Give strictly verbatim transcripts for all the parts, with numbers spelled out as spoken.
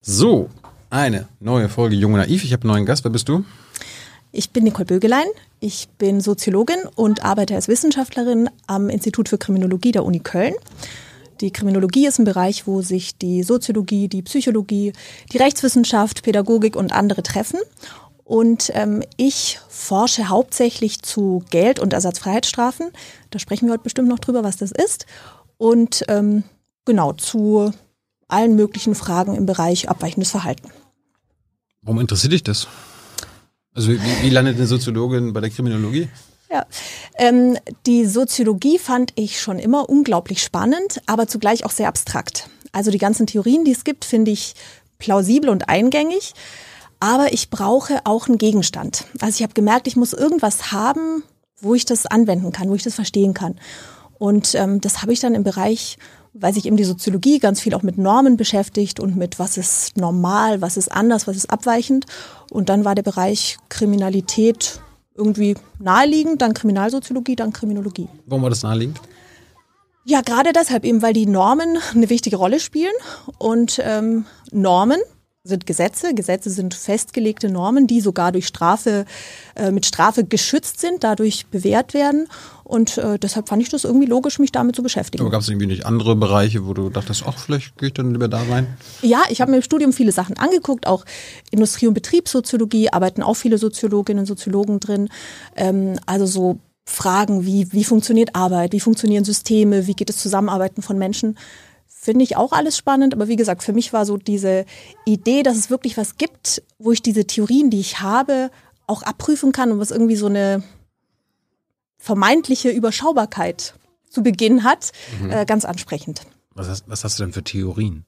So, eine neue Folge Jung und Naiv. Ich habe einen neuen Gast. Wer bist du? Ich bin Nicole Bögelein. Ich bin Soziologin und arbeite als Wissenschaftlerin am Institut für Kriminologie der Uni Köln. Die Kriminologie ist ein Bereich, wo sich die Soziologie, die Psychologie, die Rechtswissenschaft, Pädagogik und andere treffen. Und ähm, ich forsche hauptsächlich zu Geld- und Ersatzfreiheitsstrafen. Da sprechen wir heute bestimmt noch drüber, was das ist. Und ähm, genau, zu allen möglichen Fragen im Bereich abweichendes Verhalten. Warum interessiert dich das? Also wie, wie landet eine Soziologin bei der Kriminologie? Ja, ähm, die Soziologie fand ich schon immer unglaublich spannend, aber zugleich auch sehr abstrakt. Also die ganzen Theorien, die es gibt, finde ich plausibel und eingängig. Aber ich brauche auch einen Gegenstand. Also ich habe gemerkt, ich muss irgendwas haben, wo ich das anwenden kann, wo ich das verstehen kann. Und ähm, das habe ich dann im Bereich, weil sich eben die Soziologie ganz viel auch mit Normen beschäftigt und mit was ist normal, was ist anders, was ist abweichend. Und dann war der Bereich Kriminalität irgendwie naheliegend, dann Kriminalsoziologie, dann Kriminologie. Warum war das naheliegend? Ja, gerade deshalb eben, weil die Normen eine wichtige Rolle spielen. Und ähm, Normen sind Gesetze. Gesetze sind festgelegte Normen, die sogar durch Strafe, äh, mit Strafe geschützt sind, dadurch bewährt werden. Und äh, deshalb fand ich das irgendwie logisch, mich damit zu beschäftigen. Aber gab es irgendwie nicht andere Bereiche, wo du dachtest, ach, vielleicht gehe ich dann lieber da rein? Ja, ich habe mir im Studium viele Sachen angeguckt, auch Industrie- und Betriebssoziologie, arbeiten auch viele Soziologinnen und Soziologen drin. Ähm, also so Fragen wie, wie funktioniert Arbeit, wie funktionieren Systeme, wie geht das Zusammenarbeiten von Menschen, finde ich auch alles spannend. Aber wie gesagt, für mich war so diese Idee, dass es wirklich was gibt, wo ich diese Theorien, die ich habe, auch abprüfen kann und was irgendwie so eine vermeintliche Überschaubarkeit zu Beginn hat, mhm. äh, ganz ansprechend. Was hast, was hast du denn für Theorien?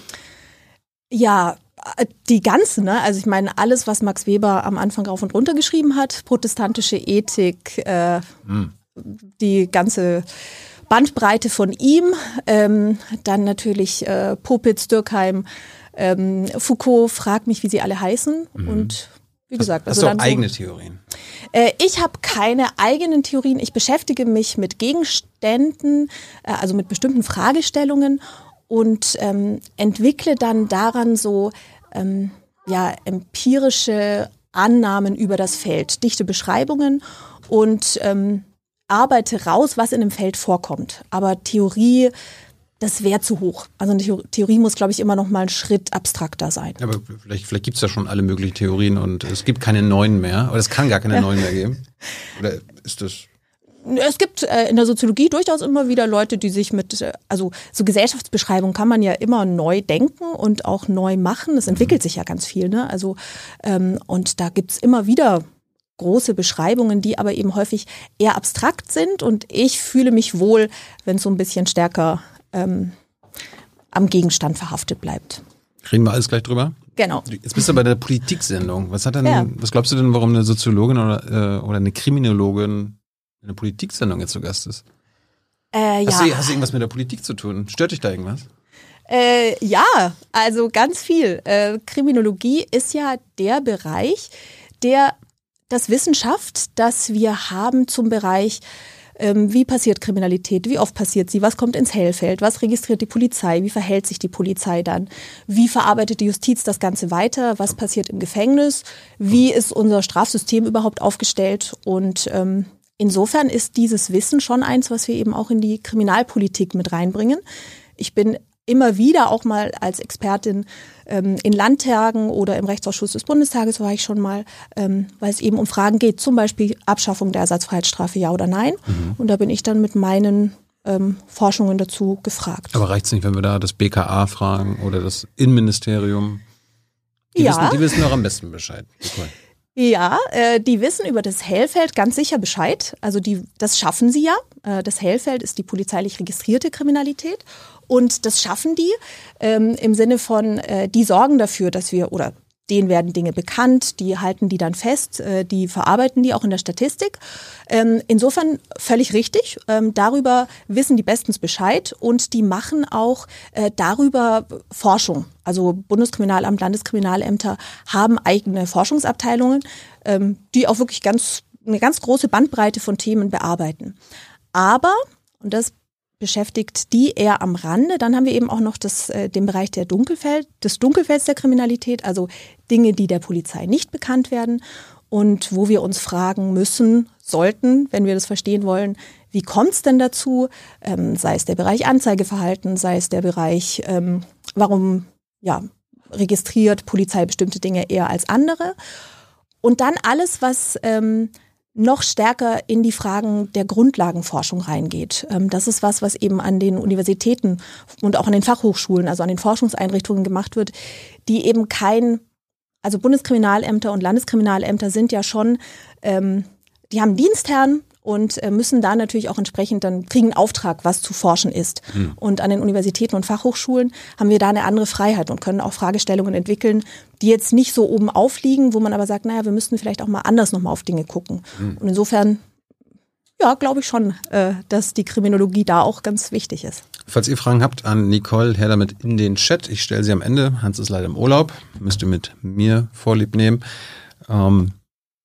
Ja, die ganzen, ne? Also ich meine, alles, was Max Weber am Anfang rauf und runter geschrieben hat, protestantische Ethik, äh, mhm. die ganze Bandbreite von ihm, ähm, dann natürlich äh, Popitz, Durkheim, ähm, Foucault, frag mich, wie sie alle heißen. Mhm. Und wie gesagt, hast, also hast du auch dann eigene so, Theorien? Äh, ich habe keine eigenen Theorien. Ich beschäftige mich mit Gegenständen, äh, also mit bestimmten Fragestellungen und ähm, entwickle dann daran so ähm, ja, empirische Annahmen über das Feld, dichte Beschreibungen und ähm, arbeite raus, was in dem Feld vorkommt. Aber Theorie, das wäre zu hoch. Also eine Theorie muss, glaube ich, immer noch mal einen Schritt abstrakter sein. Aber vielleicht, vielleicht gibt es ja schon alle möglichen Theorien und es gibt keine neuen mehr. Oder es kann gar keine ja. neuen mehr geben. Oder ist das... Es gibt äh, in der Soziologie durchaus immer wieder Leute, die sich mit, äh, also so Gesellschaftsbeschreibungen kann man ja immer neu denken und auch neu machen. Es entwickelt mhm. sich ja ganz viel, ne? Also ähm, und da gibt's immer wieder große Beschreibungen, die aber eben häufig eher abstrakt sind. Und ich fühle mich wohl, wenn es so ein bisschen stärker ähm, am Gegenstand verhaftet bleibt. Reden wir alles gleich drüber? Genau. Jetzt bist du bei der Politiksendung. Was hat denn, ja. was glaubst du denn, warum eine Soziologin oder, äh, oder eine Kriminologin in einer Politiksendung jetzt zu Gast ist? Äh, hast, ja. du, hast du irgendwas mit der Politik zu tun? Stört dich da irgendwas? Äh, ja, also ganz viel. Äh, Kriminologie ist ja der Bereich, der das Wissenschaft, das wir haben zum Bereich, ähm, wie passiert Kriminalität, wie oft passiert sie, was kommt ins Hellfeld, was registriert die Polizei, wie verhält sich die Polizei dann, wie verarbeitet die Justiz das Ganze weiter, was passiert im Gefängnis, wie ist unser Strafsystem überhaupt aufgestellt und ähm, insofern ist dieses Wissen schon eins, was wir eben auch in die Kriminalpolitik mit reinbringen. Ich bin immer wieder auch mal als Expertin ähm, in Landtagen oder im Rechtsausschuss des Bundestages war ich schon mal, ähm, weil es eben um Fragen geht, zum Beispiel Abschaffung der Ersatzfreiheitsstrafe, ja oder nein. Mhm. Und da bin ich dann mit meinen ähm, Forschungen dazu gefragt. Aber reicht es nicht, wenn wir da das B K A fragen oder das Innenministerium? Die, ja. wissen, die wissen doch am besten Bescheid. Cool. Ja, äh, die wissen über das Hellfeld ganz sicher Bescheid. Also die, das schaffen sie ja. Äh, das Hellfeld ist die polizeilich registrierte Kriminalität. Und das schaffen die ähm, im Sinne von, äh, die sorgen dafür, dass wir, oder denen werden Dinge bekannt, die halten die dann fest, äh, die verarbeiten die auch in der Statistik. Ähm, insofern völlig richtig. Ähm, darüber wissen die bestens Bescheid und die machen auch äh, darüber Forschung. Also Bundeskriminalamt, Landeskriminalämter haben eigene Forschungsabteilungen, ähm, die auch wirklich ganz eine ganz große Bandbreite von Themen bearbeiten. Aber, und das beschäftigt die eher am Rande. Dann haben wir eben auch noch das, äh, den Bereich der Dunkelfeld, des Dunkelfelds der Kriminalität, also Dinge, die der Polizei nicht bekannt werden und wo wir uns fragen müssen, sollten, wenn wir das verstehen wollen, wie kommt es denn dazu, ähm, sei es der Bereich Anzeigeverhalten, sei es der Bereich, ähm, warum ja, registriert Polizei bestimmte Dinge eher als andere. Und dann alles, was ähm, noch stärker in die Fragen der Grundlagenforschung reingeht. Ähm, das ist was, was eben an den Universitäten und auch an den Fachhochschulen, also an den Forschungseinrichtungen gemacht wird, die eben kein, also Bundeskriminalämter und Landeskriminalämter sind ja schon, ähm, die haben Dienstherren und äh, müssen da natürlich auch entsprechend dann kriegen einen Auftrag, was zu forschen ist. Hm. Und an den Universitäten und Fachhochschulen haben wir da eine andere Freiheit und können auch Fragestellungen entwickeln, die jetzt nicht so oben aufliegen, wo man aber sagt, naja, wir müssten vielleicht auch mal anders nochmal auf Dinge gucken. Hm. Und insofern, ja, glaube ich schon, äh, dass die Kriminologie da auch ganz wichtig ist. Falls ihr Fragen habt an Nicole, her damit in den Chat. Ich stelle sie am Ende. Hans ist leider im Urlaub. Müsst ihr mit mir Vorlieb nehmen. Ähm,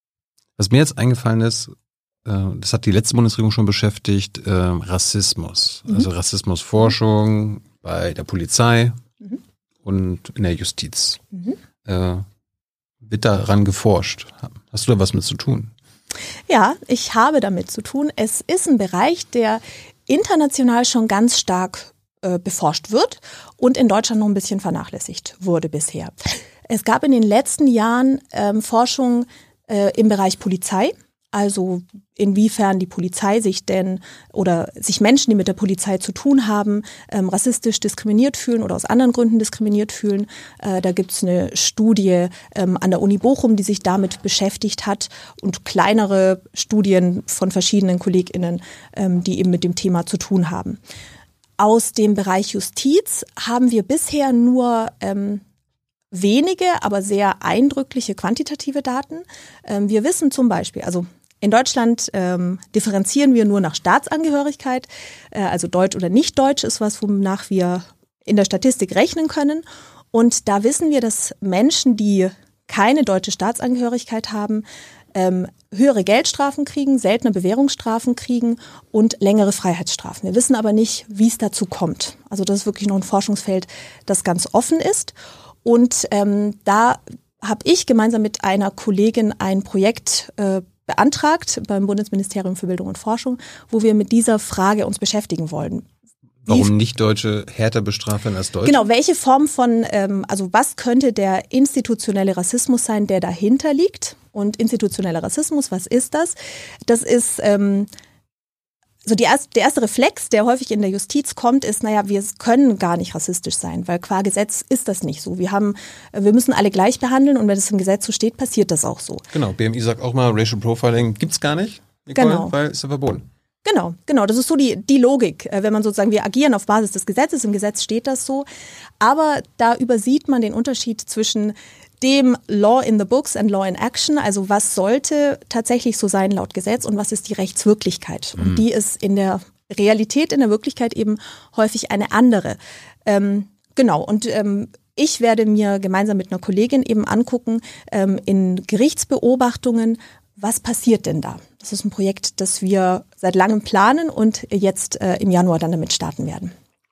was mir jetzt eingefallen ist, das hat die letzte Bundesregierung schon beschäftigt, äh, Rassismus. Mhm. Also Rassismusforschung bei der Polizei mhm. und in der Justiz. Mhm. Äh, wird daran geforscht? Hast du da was mit zu tun? Ja, ich habe damit zu tun. Es ist ein Bereich, der international schon ganz stark äh, beforscht wird und in Deutschland noch ein bisschen vernachlässigt wurde bisher. Es gab in den letzten Jahren ähm, Forschung äh, im Bereich Polizei. Also inwiefern die Polizei sich denn oder sich Menschen, die mit der Polizei zu tun haben, ähm, rassistisch diskriminiert fühlen oder aus anderen Gründen diskriminiert fühlen. Äh, da gibt es eine Studie ähm, an der Uni Bochum, die sich damit beschäftigt hat und kleinere Studien von verschiedenen KollegInnen, ähm, die eben mit dem Thema zu tun haben. Aus dem Bereich Justiz haben wir bisher nur ähm, wenige, aber sehr eindrückliche quantitative Daten. Ähm, wir wissen zum Beispiel, also in Deutschland ähm, differenzieren wir nur nach Staatsangehörigkeit, äh, also Deutsch oder nicht Deutsch ist was, wonach wir in der Statistik rechnen können. Und da wissen wir, dass Menschen, die keine deutsche Staatsangehörigkeit haben, ähm, höhere Geldstrafen kriegen, seltener Bewährungsstrafen kriegen und längere Freiheitsstrafen. Wir wissen aber nicht, wie es dazu kommt. Also das ist wirklich noch ein Forschungsfeld, das ganz offen ist. Und ähm, da habe ich gemeinsam mit einer Kollegin ein Projekt äh, beantragt beim Bundesministerium für Bildung und Forschung, wo wir mit dieser Frage uns beschäftigen wollen. Wie, Warum nicht Deutsche härter bestraft werden als Deutsche? Genau, welche Form von, ähm, also was könnte der institutionelle Rassismus sein, der dahinter liegt? Und institutioneller Rassismus, was ist das? Das ist ähm, so die erste, der erste Reflex, der häufig in der Justiz kommt, ist, naja, wir können gar nicht rassistisch sein, weil qua Gesetz ist das nicht so. Wir haben, wir müssen alle gleich behandeln und wenn es im Gesetz so steht, passiert das auch so. Genau, B M I sagt auch mal, Racial Profiling gibt's gar nicht, Nicole, genau. Weil es ist ja verboten. Genau, genau. Das ist so die, die Logik, wenn man sozusagen, wir agieren auf Basis des Gesetzes, im Gesetz steht das so. Aber da übersieht man den Unterschied zwischen dem Law in the Books and Law in Action, also was sollte tatsächlich so sein laut Gesetz und was ist die Rechtswirklichkeit. Mhm. Und die ist in der Realität, in der Wirklichkeit eben häufig eine andere. Ähm, genau, und ähm, ich werde mir gemeinsam mit einer Kollegin eben angucken, ähm, in Gerichtsbeobachtungen, was passiert denn da? Das ist ein Projekt, das wir seit langem planen und jetzt äh, im Januar dann damit starten werden.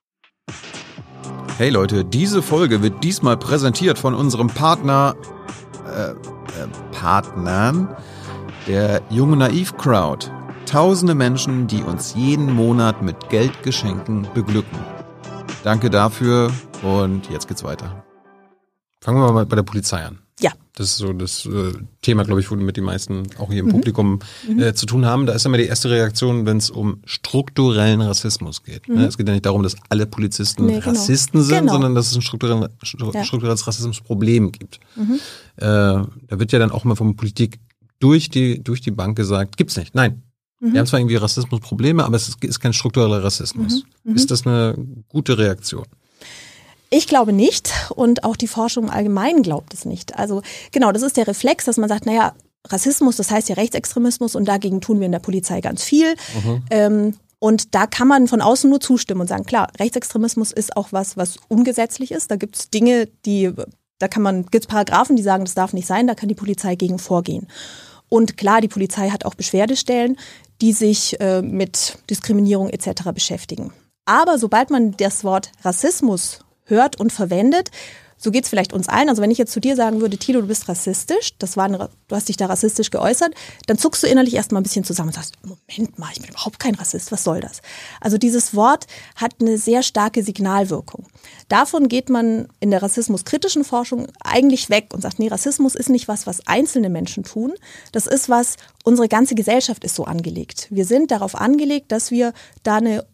Hey Leute, diese Folge wird diesmal präsentiert von unserem Partner, äh, äh, Partnern, der Junge Naiv Crowd. Tausende Menschen, die uns jeden Monat mit Geldgeschenken beglücken. Danke dafür und jetzt geht's weiter. Fangen wir mal bei der Polizei an. Ja. Das ist so das äh, Thema, glaube ich, womit die meisten auch hier im mhm. Publikum äh, zu tun haben. Da ist immer die erste Reaktion, wenn es um strukturellen Rassismus geht. Mhm. Ne? Es geht ja nicht darum, dass alle Polizisten nee, genau. Rassisten sind, genau. sondern dass es ein strukturell, strukturelles ja. Rassismusproblem gibt. Mhm. Äh, da wird ja dann auch immer von Politik durch die, durch die Bank gesagt, gibt's nicht. Nein. Mhm. Wir haben zwar irgendwie Rassismusprobleme, aber es ist, ist kein struktureller Rassismus. Mhm. Mhm. Ist das eine gute Reaktion? Ich glaube nicht und auch die Forschung im Allgemeinen glaubt es nicht. Also genau, das ist der Reflex, dass man sagt, naja, Rassismus, das heißt ja Rechtsextremismus und dagegen tun wir in der Polizei ganz viel. Mhm. Ähm, und da kann man von außen nur zustimmen und sagen, klar, Rechtsextremismus ist auch was, was ungesetzlich ist. Da gibt es Dinge, die, da kann man, gibt es Paragraphen, die sagen, das darf nicht sein, da kann die Polizei gegen vorgehen. Und klar, die Polizei hat auch Beschwerdestellen, die sich äh, mit Diskriminierung et cetera beschäftigen. Aber sobald man das Wort Rassismus hört und verwendet, so geht es vielleicht uns allen. Also wenn ich jetzt zu dir sagen würde, Thilo, du bist rassistisch, das war eine, du hast dich da rassistisch geäußert, dann zuckst du innerlich erstmal ein bisschen zusammen und sagst, Moment mal, ich bin überhaupt kein Rassist, was soll das? Also dieses Wort hat eine sehr starke Signalwirkung. Davon geht man in der rassismuskritischen Forschung eigentlich weg und sagt, nee, Rassismus ist nicht was, was einzelne Menschen tun. Das ist was, unsere ganze Gesellschaft ist so angelegt. Wir sind darauf angelegt, dass wir da eine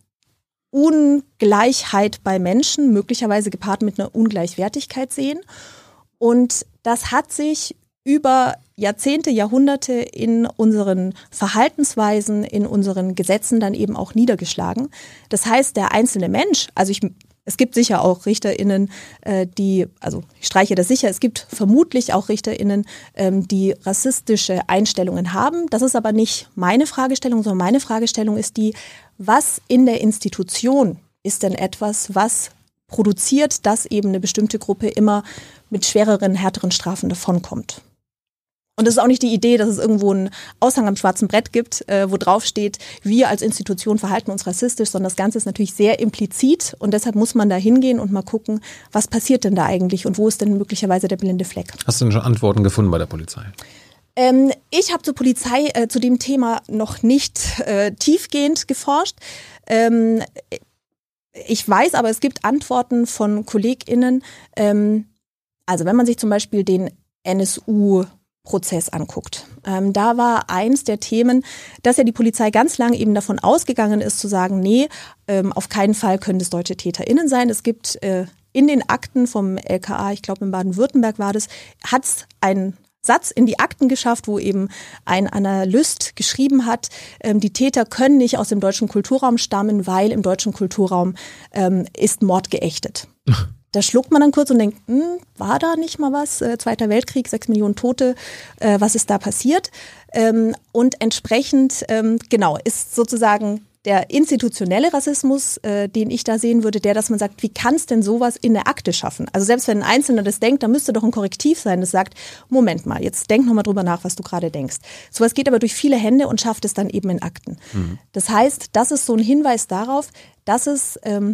Ungleichheit bei Menschen, möglicherweise gepaart mit einer Ungleichwertigkeit sehen. Und das hat sich über Jahrzehnte, Jahrhunderte in unseren Verhaltensweisen, in unseren Gesetzen dann eben auch niedergeschlagen. Das heißt, der einzelne Mensch, also ich, es gibt sicher auch RichterInnen, äh, die, also ich streiche das sicher, es gibt vermutlich auch RichterInnen, ähm, die rassistische Einstellungen haben. Das ist aber nicht meine Fragestellung, sondern meine Fragestellung ist die, was in der Institution ist denn etwas, was produziert, dass eben eine bestimmte Gruppe immer mit schwereren, härteren Strafen davonkommt? Und es ist auch nicht die Idee, dass es irgendwo einen Aushang am schwarzen Brett gibt, äh, wo drauf steht, wir als Institution verhalten uns rassistisch, sondern das Ganze ist natürlich sehr implizit und deshalb muss man da hingehen und mal gucken, was passiert denn da eigentlich und wo ist denn möglicherweise der blinde Fleck. Hast du denn schon Antworten gefunden bei der Polizei? Ähm, ich habe zur Polizei äh, zu dem Thema noch nicht äh, tiefgehend geforscht. Ähm, ich weiß aber, es gibt Antworten von KollegInnen. Ähm, also wenn man sich zum Beispiel den N S U-Prozess anguckt. Ähm, da war eins der Themen, dass ja die Polizei ganz lange eben davon ausgegangen ist, zu sagen, nee, ähm, auf keinen Fall können es deutsche TäterInnen sein. Es gibt äh, in den Akten vom L K A, ich glaube in Baden-Württemberg war das, hat es einen Satz in die Akten geschafft, wo eben ein Analyst geschrieben hat, ähm, die Täter können nicht aus dem deutschen Kulturraum stammen, weil im deutschen Kulturraum ähm, ist Mord geächtet. Da schluckt man dann kurz und denkt, hm, war da nicht mal was? Äh, Zweiter Weltkrieg, sechs Millionen Tote, äh, was ist da passiert? Ähm, und entsprechend, ähm, genau, ist sozusagen der institutionelle Rassismus, äh, den ich da sehen würde, der, dass man sagt, wie kann es denn sowas in der Akte schaffen? Also selbst wenn ein Einzelner das denkt, dann müsste doch ein Korrektiv sein, das sagt, Moment mal, jetzt denk nochmal drüber nach, was du gerade denkst. Sowas geht aber durch viele Hände und schafft es dann eben in Akten. Mhm. Das heißt, das ist so ein Hinweis darauf, dass es ähm,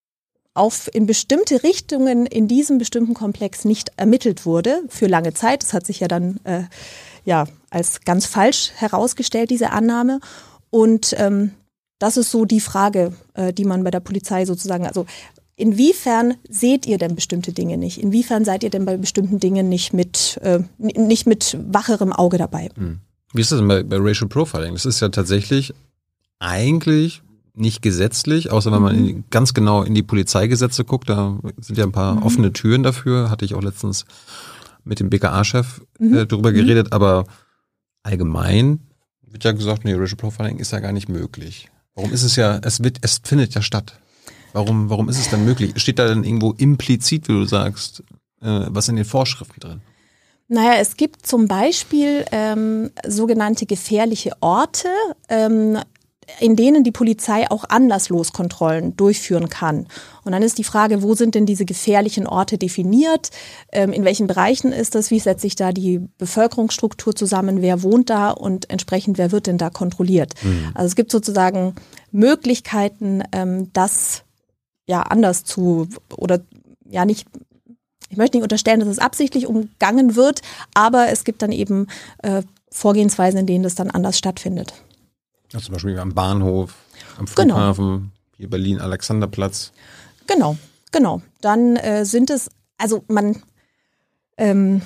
auf in bestimmte Richtungen in diesem bestimmten Komplex nicht ermittelt wurde für lange Zeit. Das hat sich ja dann äh, ja als ganz falsch herausgestellt, diese Annahme. Und ähm, das ist so die Frage, äh, die man bei der Polizei sozusagen, also inwiefern seht ihr denn bestimmte Dinge nicht? Inwiefern seid ihr denn bei bestimmten Dingen nicht mit, äh, nicht mit wacherem Auge dabei? Hm. Wie ist das denn bei, bei Racial Profiling? Das ist ja tatsächlich eigentlich nicht gesetzlich, außer wenn man mhm. in, ganz genau in die Polizeigesetze guckt, da sind ja ein paar mhm. offene Türen dafür, hatte ich auch letztens mit dem B K A-Chef mhm. äh, drüber mhm. geredet, aber allgemein wird ja gesagt, nee, Racial Profiling ist ja gar nicht möglich. Warum ist es ja, es wird, es findet ja statt. Warum, warum ist es dann möglich? Steht da denn irgendwo implizit, wie du sagst, äh, was in den Vorschriften drin? Naja, es gibt zum Beispiel ähm, sogenannte gefährliche Orte, ähm, in denen die Polizei auch anlasslos Kontrollen durchführen kann. Und dann ist die Frage, wo sind denn diese gefährlichen Orte definiert? Ähm, in welchen Bereichen ist das? Wie setzt sich da die Bevölkerungsstruktur zusammen? Wer wohnt da? Und entsprechend, wer wird denn da kontrolliert? Mhm. Also es gibt sozusagen Möglichkeiten, ähm, das ja anders zu oder ja nicht, ich möchte nicht unterstellen, dass es absichtlich umgangen wird, aber es gibt dann eben äh, Vorgehensweisen, in denen das dann anders stattfindet. Ja, zum Beispiel am Bahnhof, am Flughafen, genau. Hier Berlin-Alexanderplatz. Genau, genau. Dann äh, sind es, also man, ähm,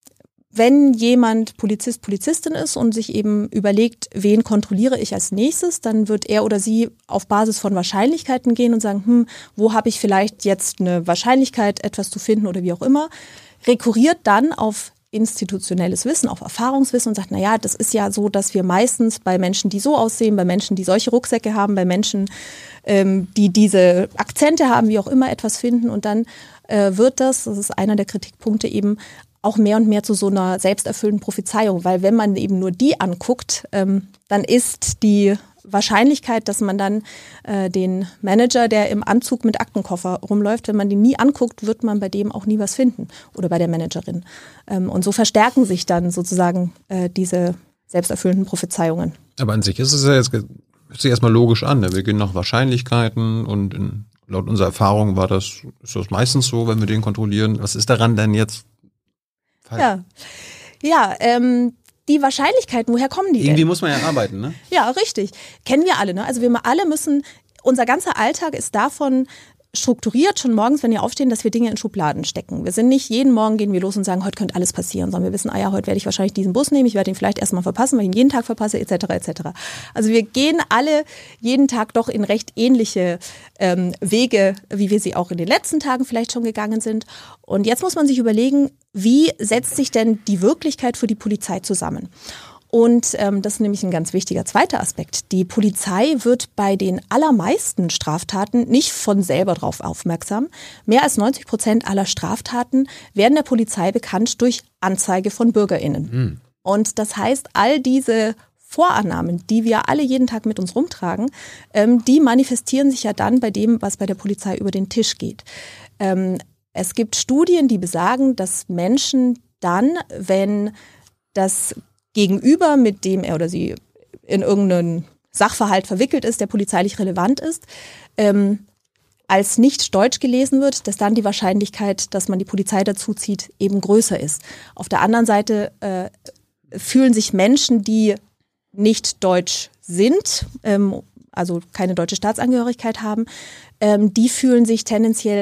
wenn jemand Polizist, Polizistin ist und sich eben überlegt, wen kontrolliere ich als nächstes, dann wird er oder sie auf Basis von Wahrscheinlichkeiten gehen und sagen, hm, wo habe ich vielleicht jetzt eine Wahrscheinlichkeit, etwas zu finden oder wie auch immer, rekurriert dann auf institutionelles Wissen, auf Erfahrungswissen und sagt, na ja, das ist ja so, dass wir meistens bei Menschen, die so aussehen, bei Menschen, die solche Rucksäcke haben, bei Menschen, ähm, die diese Akzente haben, wie auch immer, etwas finden und dann äh, wird das, das ist einer der Kritikpunkte eben, auch mehr und mehr zu so einer selbsterfüllenden Prophezeiung, weil wenn man eben nur die anguckt, ähm, dann ist die Wahrscheinlichkeit, dass man dann äh, den Manager, der im Anzug mit Aktenkoffer rumläuft, wenn man den nie anguckt, wird man bei dem auch nie was finden oder bei der Managerin. Ähm, und so verstärken sich dann sozusagen äh, diese selbsterfüllenden Prophezeiungen. Aber an sich ist es ja jetzt hört sich erstmal logisch an. Ne? Wir gehen nach Wahrscheinlichkeiten und in, laut unserer Erfahrung war das, ist das meistens so, wenn wir den kontrollieren. Was ist daran denn jetzt falsch? Ja, ja ähm, die Wahrscheinlichkeiten, woher kommen die Irgendwie denn? muss man ja arbeiten, ne? Ja, richtig. Kennen wir alle, ne? Also wir alle müssen, unser ganzer Alltag ist davon strukturiert, schon morgens, wenn wir aufstehen, dass wir Dinge in Schubladen stecken. Wir sind nicht, jeden Morgen gehen wir los und sagen, heute könnte alles passieren, sondern wir wissen, ah ja, heute werde ich wahrscheinlich diesen Bus nehmen, ich werde ihn vielleicht erstmal verpassen, weil ich ihn jeden Tag verpasse, et cetera et cetera. Also wir gehen alle jeden Tag doch in recht ähnliche ähm, Wege, wie wir sie auch in den letzten Tagen vielleicht schon gegangen sind. Und jetzt muss man sich überlegen, wie setzt sich denn die Wirklichkeit für die Polizei zusammen? Und ähm, das ist nämlich ein ganz wichtiger zweiter Aspekt. Die Polizei wird bei den allermeisten Straftaten nicht von selber drauf aufmerksam. Mehr als neunzig Prozent aller Straftaten werden der Polizei bekannt durch Anzeige von BürgerInnen. Mhm. Und das heißt, all diese Vorannahmen, die wir alle jeden Tag mit uns rumtragen, ähm, die manifestieren sich ja dann bei dem, was bei der Polizei über den Tisch geht. Ähm, es gibt Studien, die besagen, dass Menschen dann, wenn das Gegenüber, mit dem er oder sie in irgendeinen Sachverhalt verwickelt ist, der polizeilich relevant ist, ähm, als nicht deutsch gelesen wird, dass dann die Wahrscheinlichkeit, dass man die Polizei dazu zieht, eben größer ist. Auf der anderen Seite äh, fühlen sich Menschen, die nicht deutsch sind, ähm, also keine deutsche Staatsangehörigkeit haben, ähm, die fühlen sich tendenziell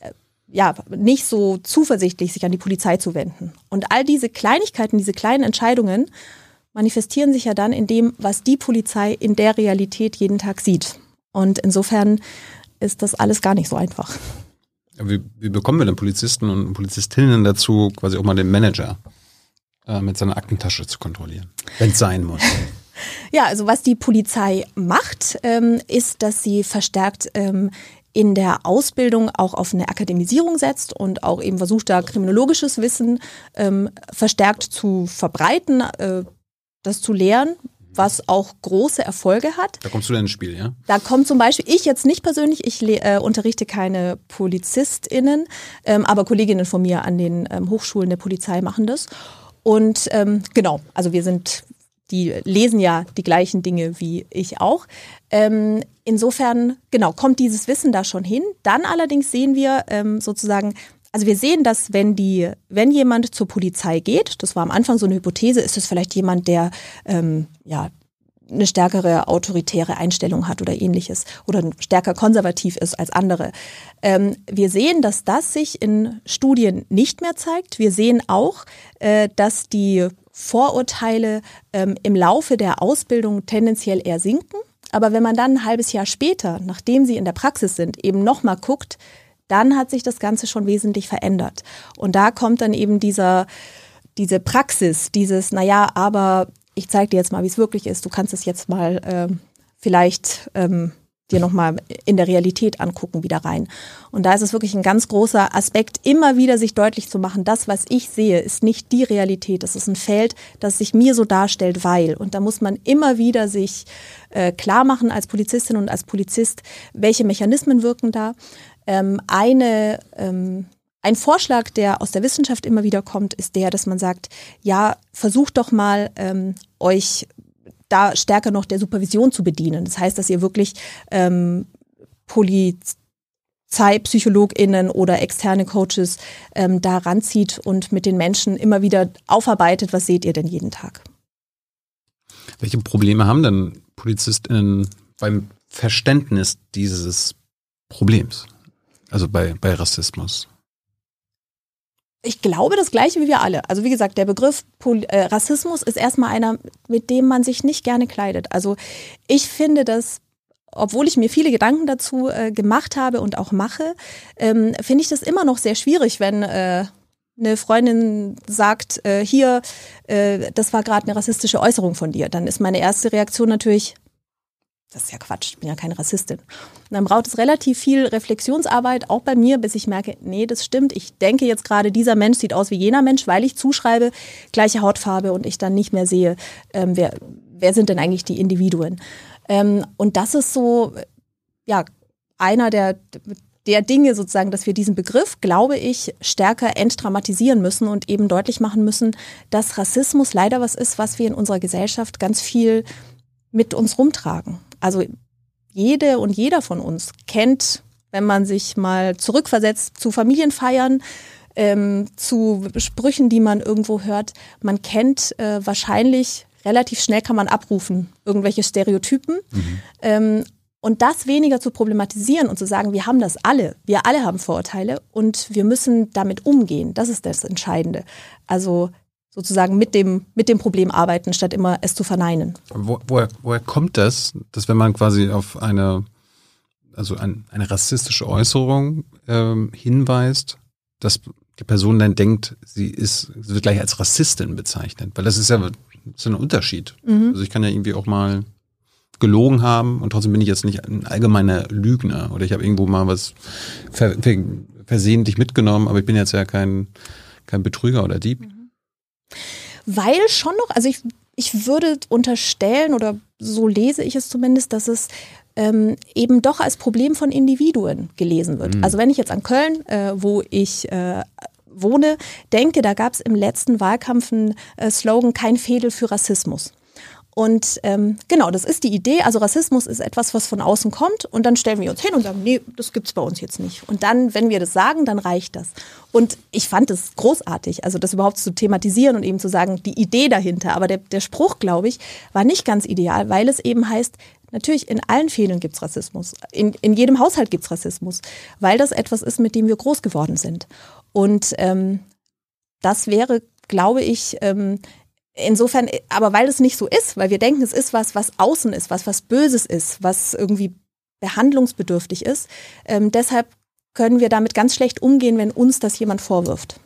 ja, nicht so zuversichtlich, sich an die Polizei zu wenden. Und all diese Kleinigkeiten, diese kleinen Entscheidungen manifestieren sich ja dann in dem, was die Polizei in der Realität jeden Tag sieht. Und insofern ist das alles gar nicht so einfach. Wie, wie bekommen wir denn Polizisten und Polizistinnen dazu, quasi auch mal den Manager äh, mit seiner Aktentasche zu kontrollieren, wenn es sein muss? Ja, also was die Polizei macht, ähm, ist, dass sie verstärkt ähm, in der Ausbildung auch auf eine Akademisierung setzt und auch eben versucht, da kriminologisches Wissen ähm, verstärkt zu verbreiten, äh, das zu lehren, was auch große Erfolge hat. Da kommst du dann ins Spiel, ja? Da kommt zum Beispiel, ich jetzt nicht persönlich, ich äh, unterrichte keine PolizistInnen, ähm, aber Kolleginnen von mir an den ähm, Hochschulen der Polizei machen das. Und ähm, genau, also wir sind, die lesen ja die gleichen Dinge wie ich auch. Ähm, insofern, genau, kommt dieses Wissen da schon hin. Dann allerdings sehen wir ähm, sozusagen, also wir sehen, dass wenn die, wenn jemand zur Polizei geht, das war am Anfang so eine Hypothese, ist es vielleicht jemand, der ähm, ja eine stärkere autoritäre Einstellung hat oder ähnliches oder stärker konservativ ist als andere. Ähm, wir sehen, dass das sich in Studien nicht mehr zeigt. Wir sehen auch, äh, dass die Vorurteile ähm, im Laufe der Ausbildung tendenziell eher sinken. Aber wenn man dann ein halbes Jahr später, nachdem sie in der Praxis sind, eben nochmal guckt, dann hat sich das Ganze schon wesentlich verändert. Und da kommt dann eben dieser, diese Praxis, dieses, naja, aber ich zeige dir jetzt mal, wie es wirklich ist. Du kannst es jetzt mal ähm, vielleicht ähm, dir nochmal in der Realität angucken, wieder rein. Und da ist es wirklich ein ganz großer Aspekt, immer wieder sich deutlich zu machen, das, was ich sehe, ist nicht die Realität. Es ist ein Feld, das sich mir so darstellt, weil. Und da muss man immer wieder sich äh, klar machen als Polizistin und als Polizist, welche Mechanismen wirken da. Ähm, eine, ähm, ein Vorschlag, der aus der Wissenschaft immer wieder kommt, ist der, dass man sagt, ja, versucht doch mal, ähm, euch da stärker noch der Supervision zu bedienen. Das heißt, dass ihr wirklich ähm, PolizeipsychologInnen oder externe Coaches ähm, da ranzieht und mit den Menschen immer wieder aufarbeitet, was seht ihr denn jeden Tag? Welche Probleme haben denn PolizistInnen beim Verständnis dieses Problems? Also bei, bei Rassismus? Ich glaube das Gleiche wie wir alle. Also wie gesagt, der Begriff Pol- äh, Rassismus ist erstmal einer, mit dem man sich nicht gerne kleidet. Also ich finde das, obwohl ich mir viele Gedanken dazu äh, gemacht habe und auch mache, ähm, finde ich das immer noch sehr schwierig, wenn äh, eine Freundin sagt, äh, hier, äh, das war gerade eine rassistische Äußerung von dir. Dann ist meine erste Reaktion natürlich, das ist ja Quatsch, ich bin ja keine Rassistin. Und dann braucht es relativ viel Reflexionsarbeit, auch bei mir, bis ich merke, nee, das stimmt. Ich denke jetzt gerade, dieser Mensch sieht aus wie jener Mensch, weil ich zuschreibe, gleiche Hautfarbe und ich dann nicht mehr sehe, ähm, wer, wer sind denn eigentlich die Individuen. Ähm, und das ist so, ja, einer der, der Dinge sozusagen, dass wir diesen Begriff, glaube ich, stärker entdramatisieren müssen und eben deutlich machen müssen, dass Rassismus leider was ist, was wir in unserer Gesellschaft ganz viel mit uns rumtragen. also jede und jeder von uns kennt, wenn man sich mal zurückversetzt zu Familienfeiern, ähm, zu Sprüchen, die man irgendwo hört, man kennt äh, wahrscheinlich, relativ schnell kann man abrufen, irgendwelche Stereotypen. Mhm. Ähm, und das weniger zu problematisieren und zu sagen, wir haben das alle, wir alle haben Vorurteile und wir müssen damit umgehen, das ist das Entscheidende. Also sozusagen mit dem, mit dem Problem arbeiten, statt immer es zu verneinen. Wo, woher, woher kommt das, dass wenn man quasi auf eine, also ein, eine rassistische Äußerung ähm, hinweist, dass die Person dann denkt, sie ist, sie wird gleich als Rassistin bezeichnet? Weil das ist ja, das ist ein Unterschied. Mhm. Also ich kann ja irgendwie auch mal gelogen haben und trotzdem bin ich jetzt nicht ein allgemeiner Lügner oder ich habe irgendwo mal was ver, ver, versehentlich mitgenommen, aber ich bin jetzt ja kein, kein Betrüger oder Dieb. Mhm. Weil schon noch, also ich, ich würde unterstellen, oder so lese ich es zumindest, dass es ähm, eben doch als Problem von Individuen gelesen wird. Mhm. Also wenn ich jetzt an Köln, äh, wo ich äh, wohne, denke, da gab es im letzten Wahlkampf einen äh, Slogan, kein Fädel für Rassismus. Und ähm, genau, das ist die Idee. Also Rassismus ist etwas, was von außen kommt und dann stellen wir uns hin und sagen, nee, das gibt's bei uns jetzt nicht. Und dann, wenn wir das sagen, dann reicht das. Und ich fand es großartig, also das überhaupt zu thematisieren und eben zu sagen, die Idee dahinter. Aber der, der Spruch, glaube ich, war nicht ganz ideal, weil es eben heißt, natürlich in allen Fällen gibt's Rassismus. In, in jedem Haushalt gibt's Rassismus, weil das etwas ist, mit dem wir groß geworden sind. Und ähm, das wäre, glaube ich, ähm, insofern, aber weil es nicht so ist, weil wir denken, es ist was, was außen ist, was was Böses ist, was irgendwie behandlungsbedürftig ist. Ähm, deshalb können wir damit ganz schlecht umgehen, wenn uns das jemand vorwirft.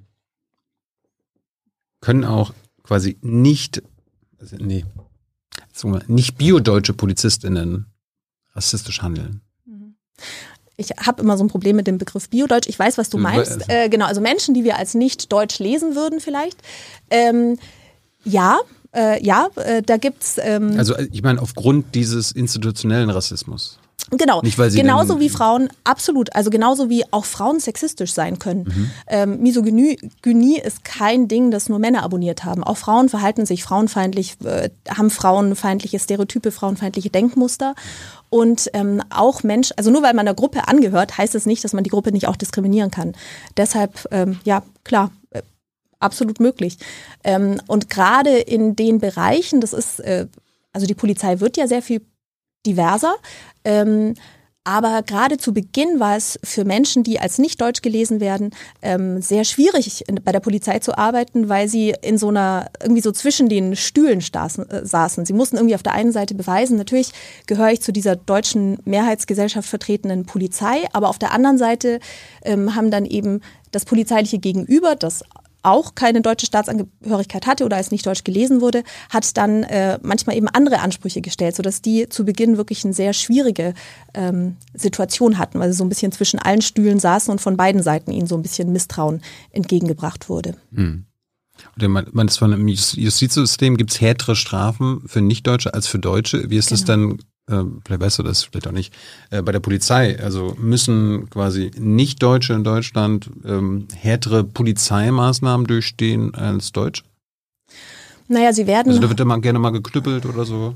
Können auch quasi nicht, also nee, nicht biodeutsche PolizistInnen rassistisch handeln? Ich habe immer so ein Problem mit dem Begriff Biodeutsch. Ich weiß, was du meinst. Äh, genau, also Menschen, die wir als nicht deutsch lesen würden vielleicht. Ähm, Ja, äh, ja, äh, da gibt's. Ähm, also ich meine aufgrund dieses institutionellen Rassismus. Genau, Nicht, weil sie genauso wie Frauen, absolut, also genauso wie auch Frauen sexistisch sein können. Mhm. Ähm, Misogynie Gynie ist kein Ding, das nur Männer abonniert haben. Auch Frauen verhalten sich frauenfeindlich, äh, haben frauenfeindliche Stereotype, frauenfeindliche Denkmuster. Und ähm, auch Mensch, also nur weil man einer Gruppe angehört, heißt es nicht, dass man die Gruppe nicht auch diskriminieren kann. Deshalb, ähm, ja, klar, äh, absolut möglich. Ähm, und gerade in den Bereichen, das ist, äh, also die Polizei wird ja sehr viel diverser, ähm, aber gerade zu Beginn war es für Menschen, die als nicht deutsch gelesen werden, ähm, sehr schwierig in, bei der Polizei zu arbeiten, weil sie in so einer, irgendwie so zwischen den Stühlen staßen, äh, saßen. Sie mussten irgendwie auf der einen Seite beweisen, natürlich gehöre ich zu dieser deutschen Mehrheitsgesellschaft vertretenen Polizei, aber auf der anderen Seite ähm, haben dann eben das polizeiliche Gegenüber, das auch keine deutsche Staatsangehörigkeit hatte oder als nicht deutsch gelesen wurde, hat dann äh, manchmal eben andere Ansprüche gestellt, sodass die zu Beginn wirklich eine sehr schwierige ähm, Situation hatten, weil sie so ein bisschen zwischen allen Stühlen saßen und von beiden Seiten ihnen so ein bisschen Misstrauen entgegengebracht wurde. Hm. Und man, man ist von einem Justizsystem, gibt es härtere Strafen für Nichtdeutsche als für Deutsche. Wie ist genau. das dann? Vielleicht weißt du das, vielleicht auch nicht, bei der Polizei, also müssen quasi Nicht-Deutsche in Deutschland ähm, härtere Polizeimaßnahmen durchstehen als Deutsche? Naja, sie werden... Also da wird immer gerne mal geknüppelt oder so?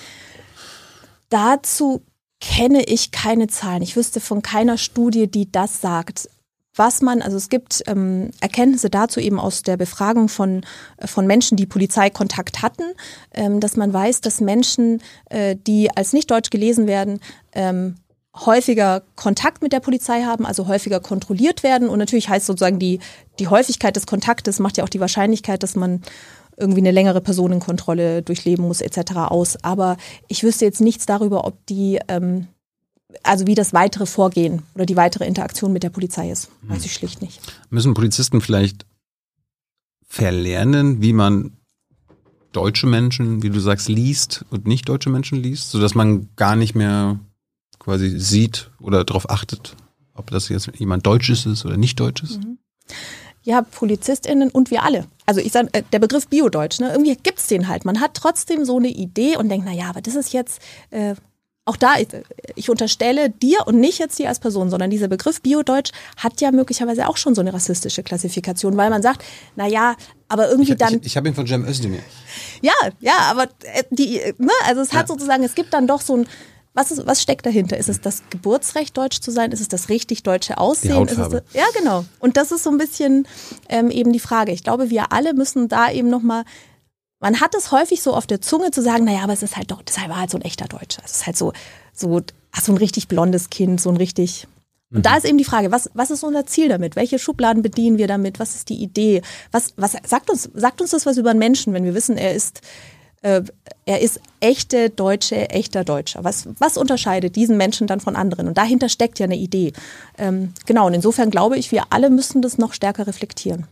Dazu kenne ich keine Zahlen. Ich wüsste von keiner Studie, die das sagt. Was man, also es gibt ähm, Erkenntnisse dazu eben aus der Befragung von von Menschen, die Polizeikontakt hatten, ähm, dass man weiß, dass Menschen, äh, die als nicht deutsch gelesen werden, ähm, häufiger Kontakt mit der Polizei haben, also häufiger kontrolliert werden. Und natürlich heißt sozusagen die die Häufigkeit des Kontaktes macht ja auch die Wahrscheinlichkeit, dass man irgendwie eine längere Personenkontrolle durchleben muss et cetera aus. Aber ich wüsste jetzt nichts darüber, ob die ähm, also wie das weitere Vorgehen oder die weitere Interaktion mit der Polizei ist, weiß ich schlicht nicht. Müssen Polizisten vielleicht verlernen, wie man deutsche Menschen, wie du sagst, liest und nicht deutsche Menschen liest, sodass man gar nicht mehr quasi sieht oder darauf achtet, ob das jetzt jemand Deutsches ist oder nicht Deutsches? Mhm. Ja, PolizistInnen und wir alle. Also ich sage, der Begriff Biodeutsch, ne, irgendwie gibt's den halt. Man hat trotzdem so eine Idee und denkt, na ja, aber das ist jetzt... Äh, auch da, ich, ich unterstelle dir und nicht jetzt dir als Person, sondern dieser Begriff Biodeutsch hat ja möglicherweise auch schon so eine rassistische Klassifikation, weil man sagt, na ja, aber irgendwie ich, dann... Ich, ich habe ihn von Cem Özdemir. Ja, ja, aber die, ne, also es hat ja. sozusagen, es gibt dann doch so ein, was ist, was steckt dahinter? Ist es das Geburtsrecht, deutsch zu sein? Ist es das richtig deutsche Aussehen? Die Hautfarbe. Ist es, ja, genau. Und das ist so ein bisschen ähm, eben die Frage. Ich glaube, wir alle müssen da eben nochmal, man hat es häufig so auf der Zunge zu sagen, naja, aber es ist halt doch, das war halt so ein echter Deutscher. Es ist halt so, so, ach, so ein richtig blondes Kind, so ein richtig... Und mhm. da ist eben die Frage, was, was ist unser Ziel damit? Welche Schubladen bedienen wir damit? Was ist die Idee? Was, was sagt uns, sagt uns das was über einen Menschen, wenn wir wissen, er ist, äh, er ist echte Deutsche, echter Deutscher? Was, was unterscheidet diesen Menschen dann von anderen? Und dahinter steckt ja eine Idee. Ähm, genau, und insofern glaube ich, wir alle müssen das noch stärker reflektieren.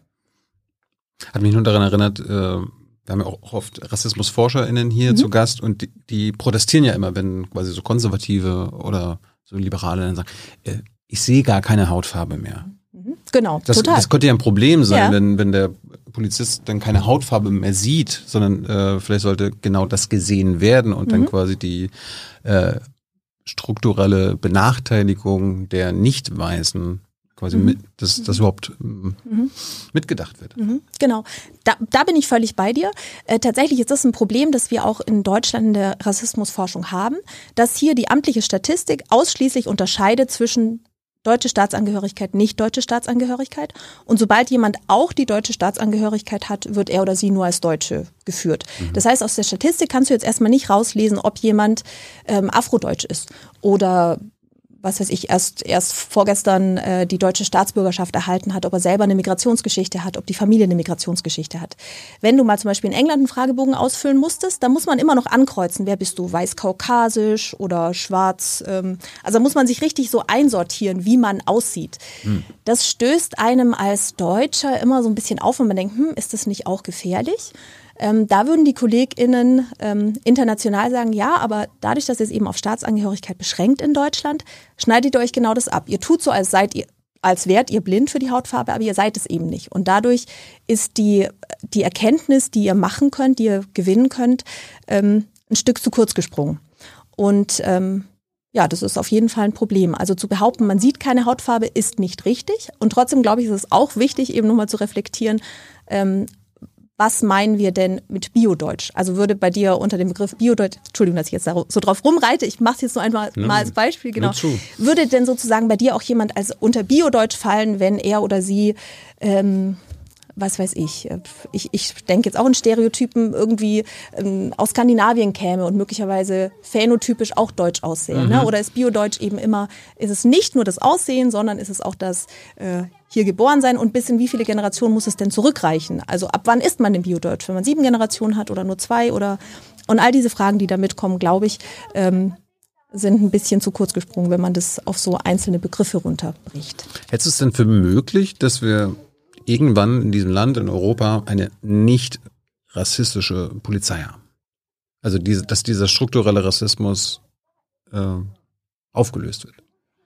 Hat mich nur daran erinnert, äh, wir haben ja auch oft RassismusforscherInnen hier mhm. zu Gast und die, die protestieren ja immer, wenn quasi so Konservative oder so Liberale dann sagen, äh, ich sehe gar keine Hautfarbe mehr. Genau, das, total. Das könnte ja ein Problem sein, ja. wenn, wenn der Polizist dann keine Hautfarbe mehr sieht, sondern äh, vielleicht sollte genau das gesehen werden und mhm. dann quasi die äh, strukturelle Benachteiligung der Nicht-Weißen quasi mhm. mit, dass das überhaupt mhm. mitgedacht wird. Mhm. Genau, da, da bin ich völlig bei dir. Äh, tatsächlich ist das ein Problem, das wir auch in Deutschland in der Rassismusforschung haben, dass hier die amtliche Statistik ausschließlich unterscheidet zwischen deutsche Staatsangehörigkeit, nicht deutsche Staatsangehörigkeit. Und sobald jemand auch die deutsche Staatsangehörigkeit hat, wird er oder sie nur als Deutsche geführt. Mhm. Das heißt, aus der Statistik kannst du jetzt erstmal nicht rauslesen, ob jemand ähm, afrodeutsch ist oder was weiß ich, erst erst vorgestern äh, die deutsche Staatsbürgerschaft erhalten hat, ob er selber eine Migrationsgeschichte hat, ob die Familie eine Migrationsgeschichte hat. Wenn du mal zum Beispiel in England einen Fragebogen ausfüllen musstest, dann muss man immer noch ankreuzen, wer bist du, weiß-kaukasisch oder schwarz. Ähm, also muss man sich richtig so einsortieren, wie man aussieht. Hm. Das stößt einem als Deutscher immer so ein bisschen auf und man denkt, hm, ist das nicht auch gefährlich? Ähm, da würden die KollegInnen ähm, international sagen, ja, aber dadurch, dass ihr es eben auf Staatsangehörigkeit beschränkt in Deutschland, schneidet ihr euch genau das ab. Ihr tut so, als seid ihr, als wärt ihr blind für die Hautfarbe, aber ihr seid es eben nicht. Und dadurch ist die, die Erkenntnis, die ihr machen könnt, die ihr gewinnen könnt, ähm, ein Stück zu kurz gesprungen. Und ähm, ja, das ist auf jeden Fall ein Problem. Also zu behaupten, man sieht keine Hautfarbe, ist nicht richtig. Und trotzdem, glaube ich, ist es auch wichtig, eben nochmal zu reflektieren, ähm, was meinen wir denn mit Biodeutsch? Also würde bei dir unter dem Begriff Biodeutsch, Entschuldigung, dass ich jetzt so drauf rumreite, ich mache es jetzt nur einmal ja, mal als Beispiel, genau. Würde denn sozusagen bei dir auch jemand als unter Biodeutsch fallen, wenn er oder sie, ähm, was weiß ich, ich, ich denke jetzt auch in Stereotypen, irgendwie ähm, aus Skandinavien käme und möglicherweise phänotypisch auch deutsch aussehen. Mhm. Ne? Oder ist Biodeutsch eben immer, ist es nicht nur das Aussehen, sondern ist es auch das äh, hier geboren sein und bis in wie viele Generationen muss es denn zurückreichen? Also ab wann ist man denn Biodeutsch? Wenn man sieben Generationen hat oder nur zwei oder und all diese Fragen, die da mitkommen, glaube ich, ähm, sind ein bisschen zu kurz gesprungen, wenn man das auf so einzelne Begriffe runterbricht. Hältst du es denn für möglich, dass wir irgendwann in diesem Land, in Europa, eine nicht rassistische Polizei haben? Also diese, dass dieser strukturelle Rassismus äh, aufgelöst wird?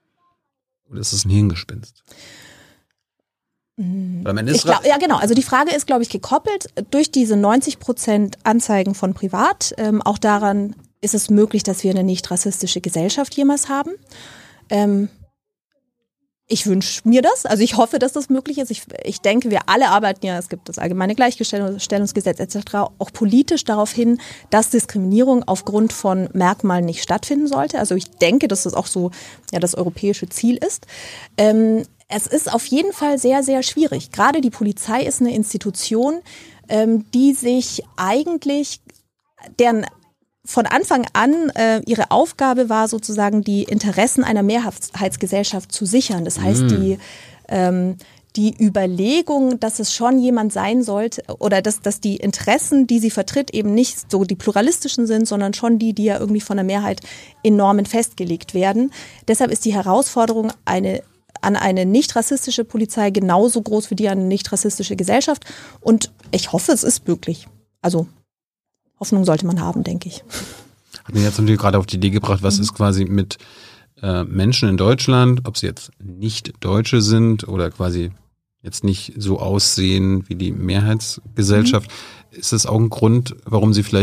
Oder ist das ein Hirngespinst? Ich glaub, ja, genau. Also die Frage ist, glaube ich, gekoppelt durch diese neunzig Prozent Anzeigen von privat. Ähm, auch daran ist es möglich, dass wir eine nicht rassistische Gesellschaft jemals haben. Ähm, ich wünsche mir das. Also ich hoffe, dass das möglich ist. Ich, ich denke, wir alle arbeiten ja, es gibt das allgemeine Gleichstellungsgesetz et cetera, auch politisch darauf hin, dass Diskriminierung aufgrund von Merkmalen nicht stattfinden sollte. Also ich denke, dass das auch so ja, das europäische Ziel ist. Ähm, Es ist auf jeden Fall sehr, sehr schwierig. Gerade die Polizei ist eine Institution, ähm, die sich eigentlich, deren von Anfang an äh, ihre Aufgabe war, sozusagen die Interessen einer Mehrheitsgesellschaft zu sichern. Das heißt, mm. die, ähm, die Überlegung, dass es schon jemand sein sollte oder dass, dass die Interessen, die sie vertritt, eben nicht so die pluralistischen sind, sondern schon die, die ja irgendwie von der Mehrheit in Normen festgelegt werden. Deshalb ist die Herausforderung, eine an eine nicht rassistische Polizei genauso groß wie die an eine nicht rassistische Gesellschaft. Und ich hoffe, es ist möglich. Also Hoffnung sollte man haben, denke ich. Hat mir jetzt natürlich gerade auf die Idee gebracht, was mhm. ist quasi mit äh, Menschen in Deutschland, ob sie jetzt nicht Deutsche sind oder quasi jetzt nicht so aussehen wie die Mehrheitsgesellschaft. Mhm. Ist das auch ein Grund, warum sie vielleicht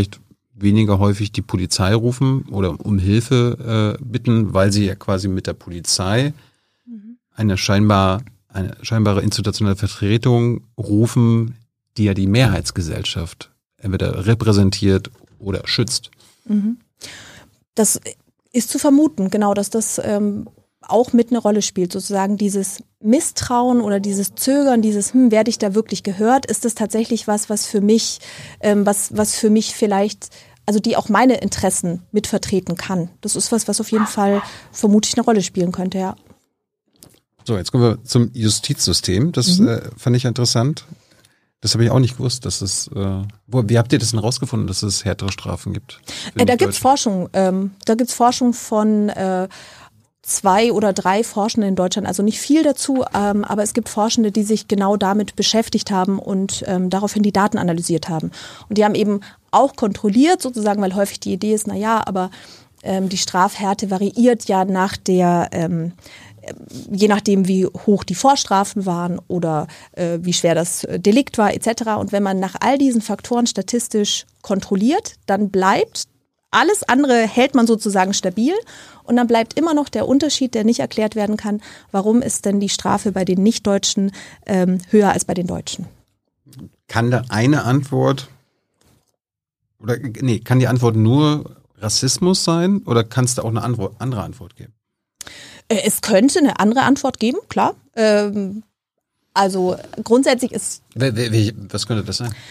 weniger häufig die Polizei rufen oder um Hilfe äh, bitten, weil sie ja quasi mit der Polizei mhm. eine scheinbar eine scheinbare institutionelle Vertretung rufen, die ja die Mehrheitsgesellschaft entweder repräsentiert oder schützt. Mhm. Das ist zu vermuten, genau, dass das ähm, auch mit eine Rolle spielt, sozusagen dieses Misstrauen oder dieses Zögern, dieses, hm, werde ich da wirklich gehört? Ist das tatsächlich was, was für mich, ähm, was, was für mich vielleicht, also die auch meine Interessen mitvertreten kann? Das ist was, was auf jeden Fall vermutlich eine Rolle spielen könnte, ja. So, jetzt kommen wir zum Justizsystem. Das mhm. äh, fand ich interessant. Das habe ich auch nicht gewusst, dass es, äh, wo, wie habt ihr das denn rausgefunden, dass es härtere Strafen gibt? Äh, da gibt's Forschung, ähm, da gibt's Forschung von äh, zwei oder drei Forschenden in Deutschland, also nicht viel dazu, ähm, aber es gibt Forschende, die sich genau damit beschäftigt haben und ähm, daraufhin die Daten analysiert haben. Und die haben eben auch kontrolliert, sozusagen, weil häufig die Idee ist, na ja, aber ähm, die Strafhärte variiert ja nach der ähm, je nachdem, wie hoch die Vorstrafen waren oder äh, wie schwer das Delikt war et cetera. Und wenn man nach all diesen Faktoren statistisch kontrolliert, dann bleibt alles andere, hält man sozusagen stabil und dann bleibt immer noch der Unterschied, der nicht erklärt werden kann, warum ist denn die Strafe bei den Nicht-Deutschen ähm, höher als bei den Deutschen. Kann da eine Antwort, oder nee, kann die Antwort nur Rassismus sein oder kann es da auch eine Antwort, andere Antwort geben? Es könnte eine andere Antwort geben, klar. Ähm, also grundsätzlich ist... Was könnte das sein?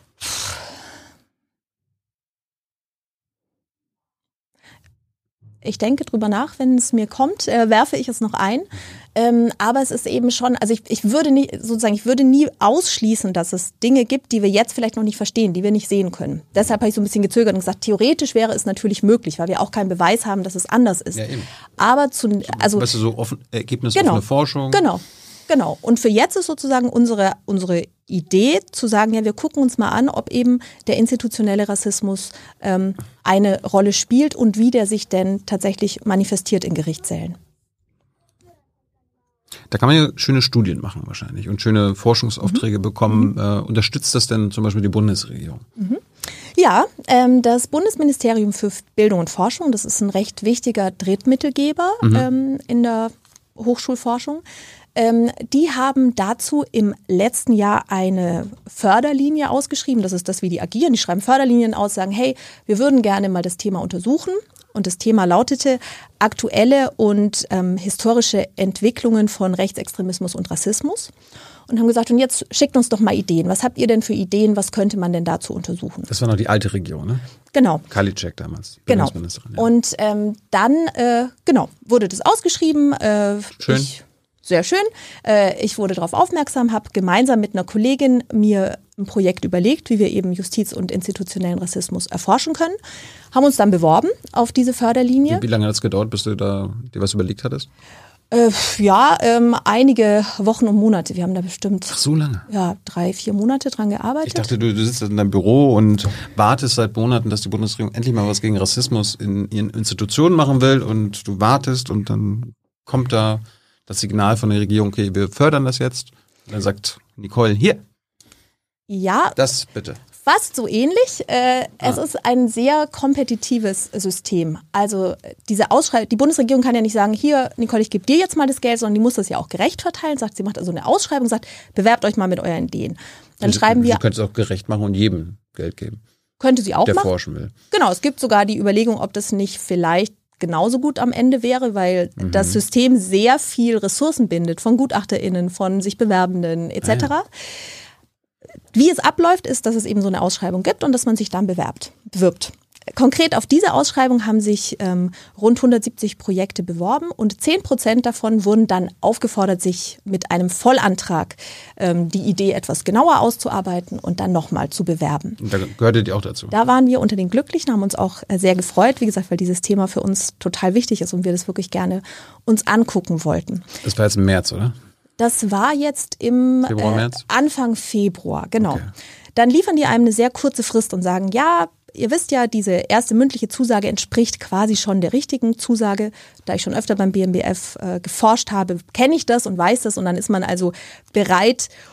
Ich denke drüber nach, wenn es mir kommt, äh, werfe ich es noch ein. Ähm, aber es ist eben schon, also ich, ich würde nie, sozusagen, ich würde nie ausschließen, dass es Dinge gibt, die wir jetzt vielleicht noch nicht verstehen, die wir nicht sehen können. Deshalb habe ich so ein bisschen gezögert und gesagt, theoretisch wäre es natürlich möglich, weil wir auch keinen Beweis haben, dass es anders ist. Ja, eben. Aber zu, also. Weißt du, so offen, ergebnisoffene genau, Forschung. Genau. Genau. Und für jetzt ist sozusagen unsere, unsere Idee zu sagen, ja, wir gucken uns mal an, ob eben der institutionelle Rassismus ähm, eine Rolle spielt und wie der sich denn tatsächlich manifestiert in Gerichtssälen. Da kann man ja schöne Studien machen wahrscheinlich und schöne Forschungsaufträge mhm. bekommen. Äh, unterstützt das denn zum Beispiel die Bundesregierung? Mhm. Ja, ähm, das Bundesministerium für Bildung und Forschung, das ist ein recht wichtiger Drittmittelgeber mhm. ähm, in der Hochschulforschung. Ähm, die haben dazu im letzten Jahr eine Förderlinie ausgeschrieben. Das ist das, wie die agieren. Die schreiben Förderlinien aus, sagen, hey, wir würden gerne mal das Thema untersuchen. Und das Thema lautete aktuelle und ähm, historische Entwicklungen von Rechtsextremismus und Rassismus. Und haben gesagt, und jetzt schickt uns doch mal Ideen. Was habt ihr denn für Ideen? Was könnte man denn dazu untersuchen? Das war noch die alte Regierung, ne? Genau. Karliczek damals. Genau. Ja. Und ähm, dann, äh, genau, wurde das ausgeschrieben. Äh, Schön. Ich, Sehr schön. Ich wurde darauf aufmerksam, habe gemeinsam mit einer Kollegin mir ein Projekt überlegt, wie wir eben Justiz- und institutionellen Rassismus erforschen können. Haben uns dann beworben auf diese Förderlinie. Wie lange hat es gedauert, bis du da dir was überlegt hattest? Äh, ja, ähm, einige Wochen und Monate. Wir haben da bestimmt Ach, so lange? Ja, drei, vier Monate dran gearbeitet. Ich dachte, du, du sitzt in deinem Büro und wartest seit Monaten, dass die Bundesregierung endlich mal was gegen Rassismus in ihren Institutionen machen will und du wartest und dann kommt da das Signal von der Regierung, okay, wir fördern das jetzt. Und dann sagt Nicole, hier. Ja. Das bitte. Fast so ähnlich. Äh, ah. Es ist ein sehr kompetitives System. Also diese Ausschreibung, die Bundesregierung kann ja nicht sagen, hier, Nicole, ich gebe dir jetzt mal das Geld, sondern die muss das ja auch gerecht verteilen. Sagt, sie macht also eine Ausschreibung, sagt, bewerbt euch mal mit euren Ideen. Dann sie, schreiben wir. Sie könnte es auch gerecht machen und jedem Geld geben. Könnte sie auch der machen. Der forschen will. Genau, es gibt sogar die Überlegung, ob das nicht vielleicht genauso gut am Ende wäre, weil mhm. das System sehr viel Ressourcen bindet, von GutachterInnen, von sich Bewerbenden et cetera. Ah, ja. Wie es abläuft, ist, dass es eben so eine Ausschreibung gibt und dass man sich dann bewerbt, bewirbt. Konkret auf diese Ausschreibung haben sich ähm, rund hundertsiebzig Projekte beworben und zehn Prozent davon wurden dann aufgefordert, sich mit einem Vollantrag ähm, die Idee etwas genauer auszuarbeiten und dann nochmal zu bewerben. Und da gehörtet ihr auch dazu? Da waren wir unter den Glücklichen, haben uns auch äh, sehr gefreut, wie gesagt, weil dieses Thema für uns total wichtig ist und wir das wirklich gerne uns angucken wollten. Das war jetzt im März, oder? Das war jetzt im Februar, März? Äh, Anfang Februar, genau. Okay. Dann liefern die einem eine sehr kurze Frist und sagen, ja, ihr wisst ja, diese erste mündliche Zusage entspricht quasi schon der richtigen Zusage. Da ich schon öfter beim B M B F äh, geforscht habe, kenne ich das und weiß das und dann ist man also bereit,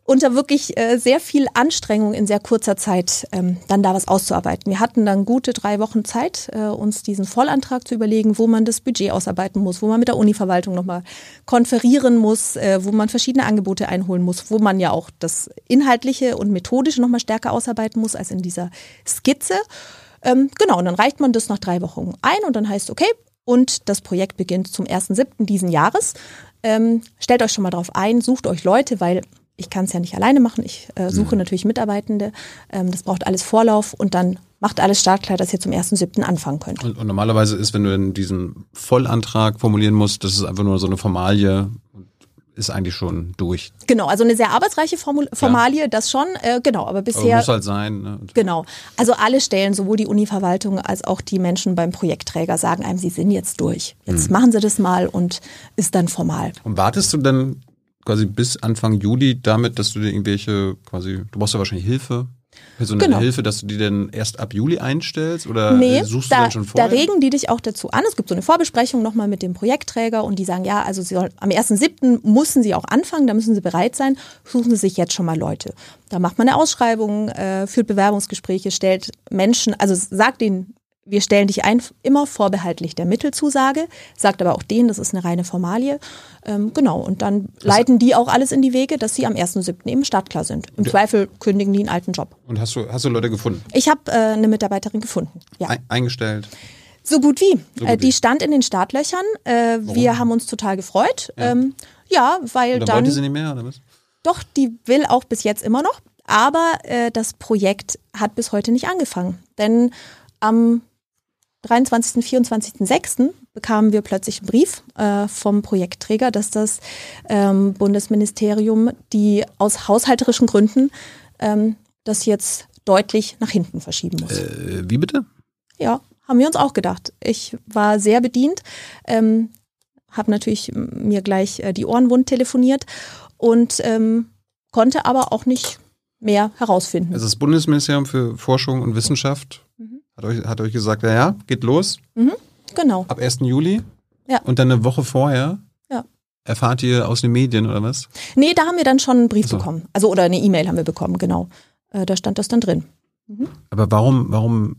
unter wirklich äh, sehr viel Anstrengung in sehr kurzer Zeit ähm, dann da was auszuarbeiten. Wir hatten dann gute drei Wochen Zeit, äh, uns diesen Vollantrag zu überlegen, wo man das Budget ausarbeiten muss, wo man mit der Univerwaltung nochmal konferieren muss, äh, wo man verschiedene Angebote einholen muss, wo man ja auch das Inhaltliche und Methodische nochmal stärker ausarbeiten muss als in dieser Skizze. Ähm, genau, und dann reicht man das nach drei Wochen ein und dann heißt okay, und das Projekt beginnt zum ersten siebten diesen Jahres. Ähm, stellt euch schon mal drauf ein, sucht euch Leute, weil ich kann es ja nicht alleine machen. Ich äh, suche mhm. natürlich Mitarbeitende. Ähm, das braucht alles Vorlauf und dann macht alles startklar, dass ihr zum ersten siebten anfangen könnt. Und, und normalerweise ist, wenn du dann diesen Vollantrag formulieren musst, das ist einfach nur so eine Formalie, ist eigentlich schon durch. Genau, also eine sehr arbeitsreiche Formul- Formalie, ja. das schon, äh, genau, aber bisher... Aber muss halt sein. Ne? Genau, also alle Stellen, sowohl die Univerwaltung als auch die Menschen beim Projektträger sagen einem, sie sind jetzt durch. Jetzt mhm. machen sie das mal und ist dann formal. Und wartest du dann quasi bis Anfang Juli damit, dass du dir irgendwelche, quasi, du brauchst ja wahrscheinlich Hilfe, personelle genau. Hilfe, dass du die dann erst ab Juli einstellst oder nee, suchst da, du dann schon vorher? Da regen die dich auch dazu an. Es gibt so eine Vorbesprechung nochmal mit dem Projektträger und die sagen, ja, also sie soll, am ersten siebten müssen sie auch anfangen, da müssen sie bereit sein, suchen sie sich jetzt schon mal Leute. Da macht man eine Ausschreibung, äh, führt Bewerbungsgespräche, stellt Menschen, also sagt denen, wir stellen dich ein, immer vorbehaltlich der Mittelzusage, sagt aber auch denen, das ist eine reine Formalie. Ähm, genau, und dann das leiten die auch alles in die Wege, dass sie am ersten siebten eben startklar sind. Im ja. Zweifel kündigen die einen alten Job. Und hast du, hast du Leute gefunden? Ich habe äh, eine Mitarbeiterin gefunden, ja. Ein, eingestellt? So gut wie. So gut äh, die wie. stand in den Startlöchern. Äh, wir haben uns total gefreut. Ja, ähm, ja weil dann... dann wollte sie nicht mehr, oder was? Doch, die will auch bis jetzt immer noch. Aber äh, das Projekt hat bis heute nicht angefangen. Denn am dreiundzwanzigsten, vierundzwanzigsten sechsten bekamen wir plötzlich einen Brief äh, vom Projektträger, dass das ähm, Bundesministerium die aus haushalterischen Gründen ähm, das jetzt deutlich nach hinten verschieben muss. Äh, wie bitte? Ja, haben wir uns auch gedacht. Ich war sehr bedient, ähm, habe natürlich mir gleich äh, die Ohren wund telefoniert und ähm, konnte aber auch nicht mehr herausfinden. Also das Bundesministerium für Forschung und Wissenschaft mhm. Hat euch, hat euch gesagt, ja, ja, geht los. Mhm, genau. Ab ersten Juli. Ja. Und dann eine Woche vorher ja. erfahrt ihr aus den Medien oder was? Nee, da haben wir dann schon einen Brief so. bekommen. Also oder eine E-Mail haben wir bekommen, genau. Äh, da stand das dann drin. Mhm. Aber warum, warum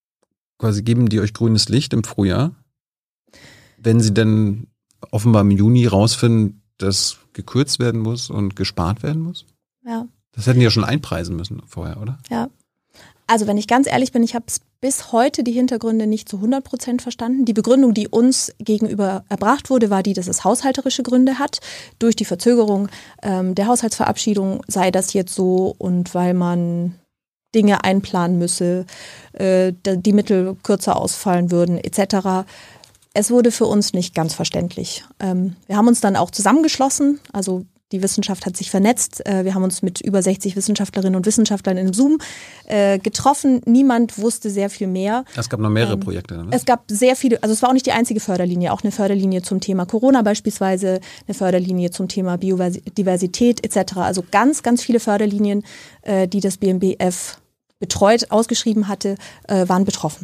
quasi geben die euch grünes Licht im Frühjahr, wenn sie dann offenbar im Juni rausfinden, dass gekürzt werden muss und gespart werden muss? Ja. Das hätten die ja schon einpreisen müssen vorher, oder? Ja. Also wenn ich ganz ehrlich bin, ich habe bis heute die Hintergründe nicht zu hundert Prozent verstanden. Die Begründung, die uns gegenüber erbracht wurde, war die, dass es haushalterische Gründe hat. Durch die Verzögerung ähm, der Haushaltsverabschiedung sei das jetzt so und weil man Dinge einplanen müsse, äh, die Mittel kürzer ausfallen würden et cetera. Es wurde für uns nicht ganz verständlich. Ähm, wir haben uns dann auch zusammengeschlossen, also die Wissenschaft hat sich vernetzt. Wir haben uns mit über sechzig Wissenschaftlerinnen und Wissenschaftlern in Zoom äh, getroffen. Niemand wusste sehr viel mehr. Es gab noch mehrere ähm, Projekte. Ne? Es gab sehr viele, also es war auch nicht die einzige Förderlinie, auch eine Förderlinie zum Thema Corona beispielsweise, eine Förderlinie zum Thema Biodiversität et cetera. Also ganz, ganz viele Förderlinien, äh, die das B M B F betreut, ausgeschrieben hatte, äh, waren betroffen.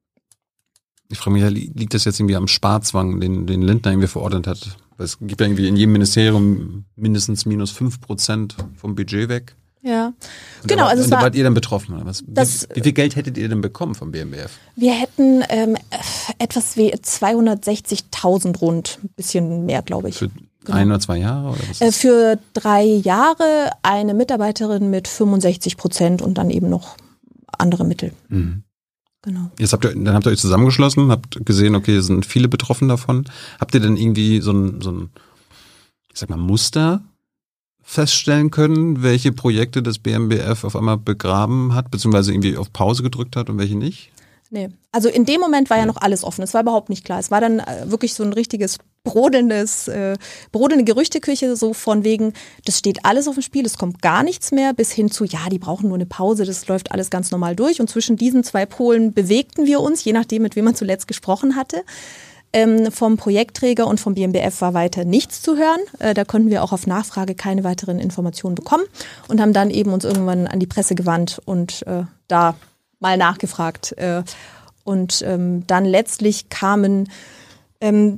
Ich frage mich, liegt das jetzt irgendwie am Sparzwang, den, den Lindner irgendwie verordnet hat? Es gibt ja irgendwie in jedem Ministerium mindestens minus fünf Prozent vom Budget weg. Ja, und genau. Da, also und es da war, wart ihr dann betroffen, oder was? Das, wie, wie viel Geld hättet ihr denn bekommen vom B M B F? Wir hätten ähm, etwas wie zweihundertsechzigtausend rund, ein bisschen mehr, glaube ich. Für genau. ein oder zwei Jahre? Oder was äh, für drei Jahre eine Mitarbeiterin mit fünfundsechzig Prozent und dann eben noch andere Mittel. Mhm. Genau. Jetzt habt ihr, dann habt ihr euch zusammengeschlossen, habt gesehen, okay, es sind viele betroffen davon. Habt ihr denn irgendwie so ein, so ein, ich sag mal, Muster feststellen können, welche Projekte das B M B F auf einmal begraben hat, beziehungsweise irgendwie auf Pause gedrückt hat und welche nicht? Nee, also in dem Moment war ja noch alles offen. Es war überhaupt nicht klar. Es war dann äh, wirklich so ein richtiges brodelndes, äh, brodelnde Gerüchteküche, so von wegen, das steht alles auf dem Spiel, es kommt gar nichts mehr, bis hin zu, ja, die brauchen nur eine Pause, das läuft alles ganz normal durch. Und zwischen diesen zwei Polen bewegten wir uns, je nachdem, mit wem man zuletzt gesprochen hatte. Ähm, vom Projektträger und vom B M B F war weiter nichts zu hören. Äh, da konnten wir auch auf Nachfrage keine weiteren Informationen bekommen und haben dann eben uns irgendwann an die Presse gewandt und äh, da mal nachgefragt. Äh, und ähm, dann letztlich kamen ähm,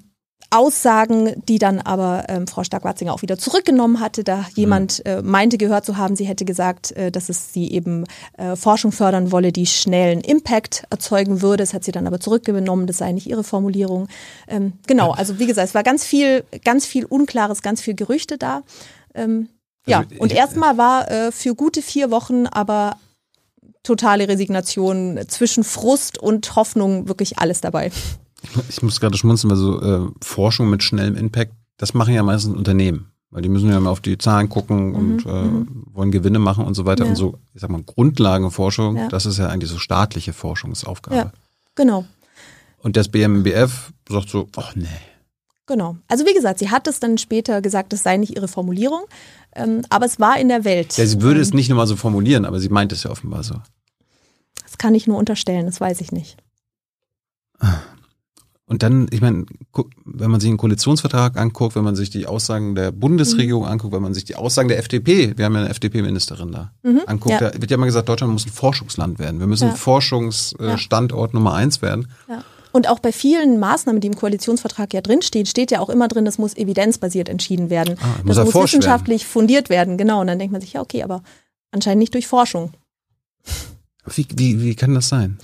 Aussagen, die dann aber ähm, Frau Stark-Watzinger auch wieder zurückgenommen hatte, da jemand äh, meinte gehört zu haben, sie hätte gesagt, äh, dass es sie eben äh, Forschung fördern wolle, die schnellen Impact erzeugen würde. Das hat sie dann aber zurückgenommen, das sei nicht ihre Formulierung. Ähm, genau, also wie gesagt, es war ganz viel, ganz viel Unklares, ganz viel Gerüchte da. Ähm, ja, also, und erstmal war äh, für gute vier Wochen aber totale Resignation, zwischen Frust und Hoffnung wirklich alles dabei. Ich muss gerade schmunzeln, weil so äh, Forschung mit schnellem Impact, das machen ja meistens Unternehmen. Weil die müssen ja mal auf die Zahlen gucken und mhm, äh, mhm. wollen Gewinne machen und so weiter. Ja. Und so, ich sag mal, Grundlagenforschung, ja. das ist ja eigentlich so staatliche Forschungsaufgabe. Ja, genau. Und das B M B F sagt so, ach nee. Genau. Also wie gesagt, sie hat es dann später gesagt, das sei nicht ihre Formulierung, ähm, aber es war in der Welt. Ja, sie würde es nicht nochmal so formulieren, aber sie meint es ja offenbar so. Das kann ich nur unterstellen, das weiß ich nicht. Und dann, ich meine, wenn man sich einen Koalitionsvertrag anguckt, wenn man sich die Aussagen der Bundesregierung mhm. anguckt, wenn man sich die Aussagen der F D P, wir haben ja eine F D P-Ministerin da, mhm, anguckt, ja. da wird ja immer gesagt, Deutschland muss ein Forschungsland werden. Wir müssen ja. Forschungsstandort ja. Nummer eins werden. Ja. Und auch bei vielen Maßnahmen, die im Koalitionsvertrag ja drinstehen, steht ja auch immer drin, das muss evidenzbasiert entschieden werden. Ah, das muss wissenschaftlich werden. fundiert werden, genau. Und dann denkt man sich, ja okay, aber anscheinend nicht durch Forschung. Wie, wie, wie kann das sein?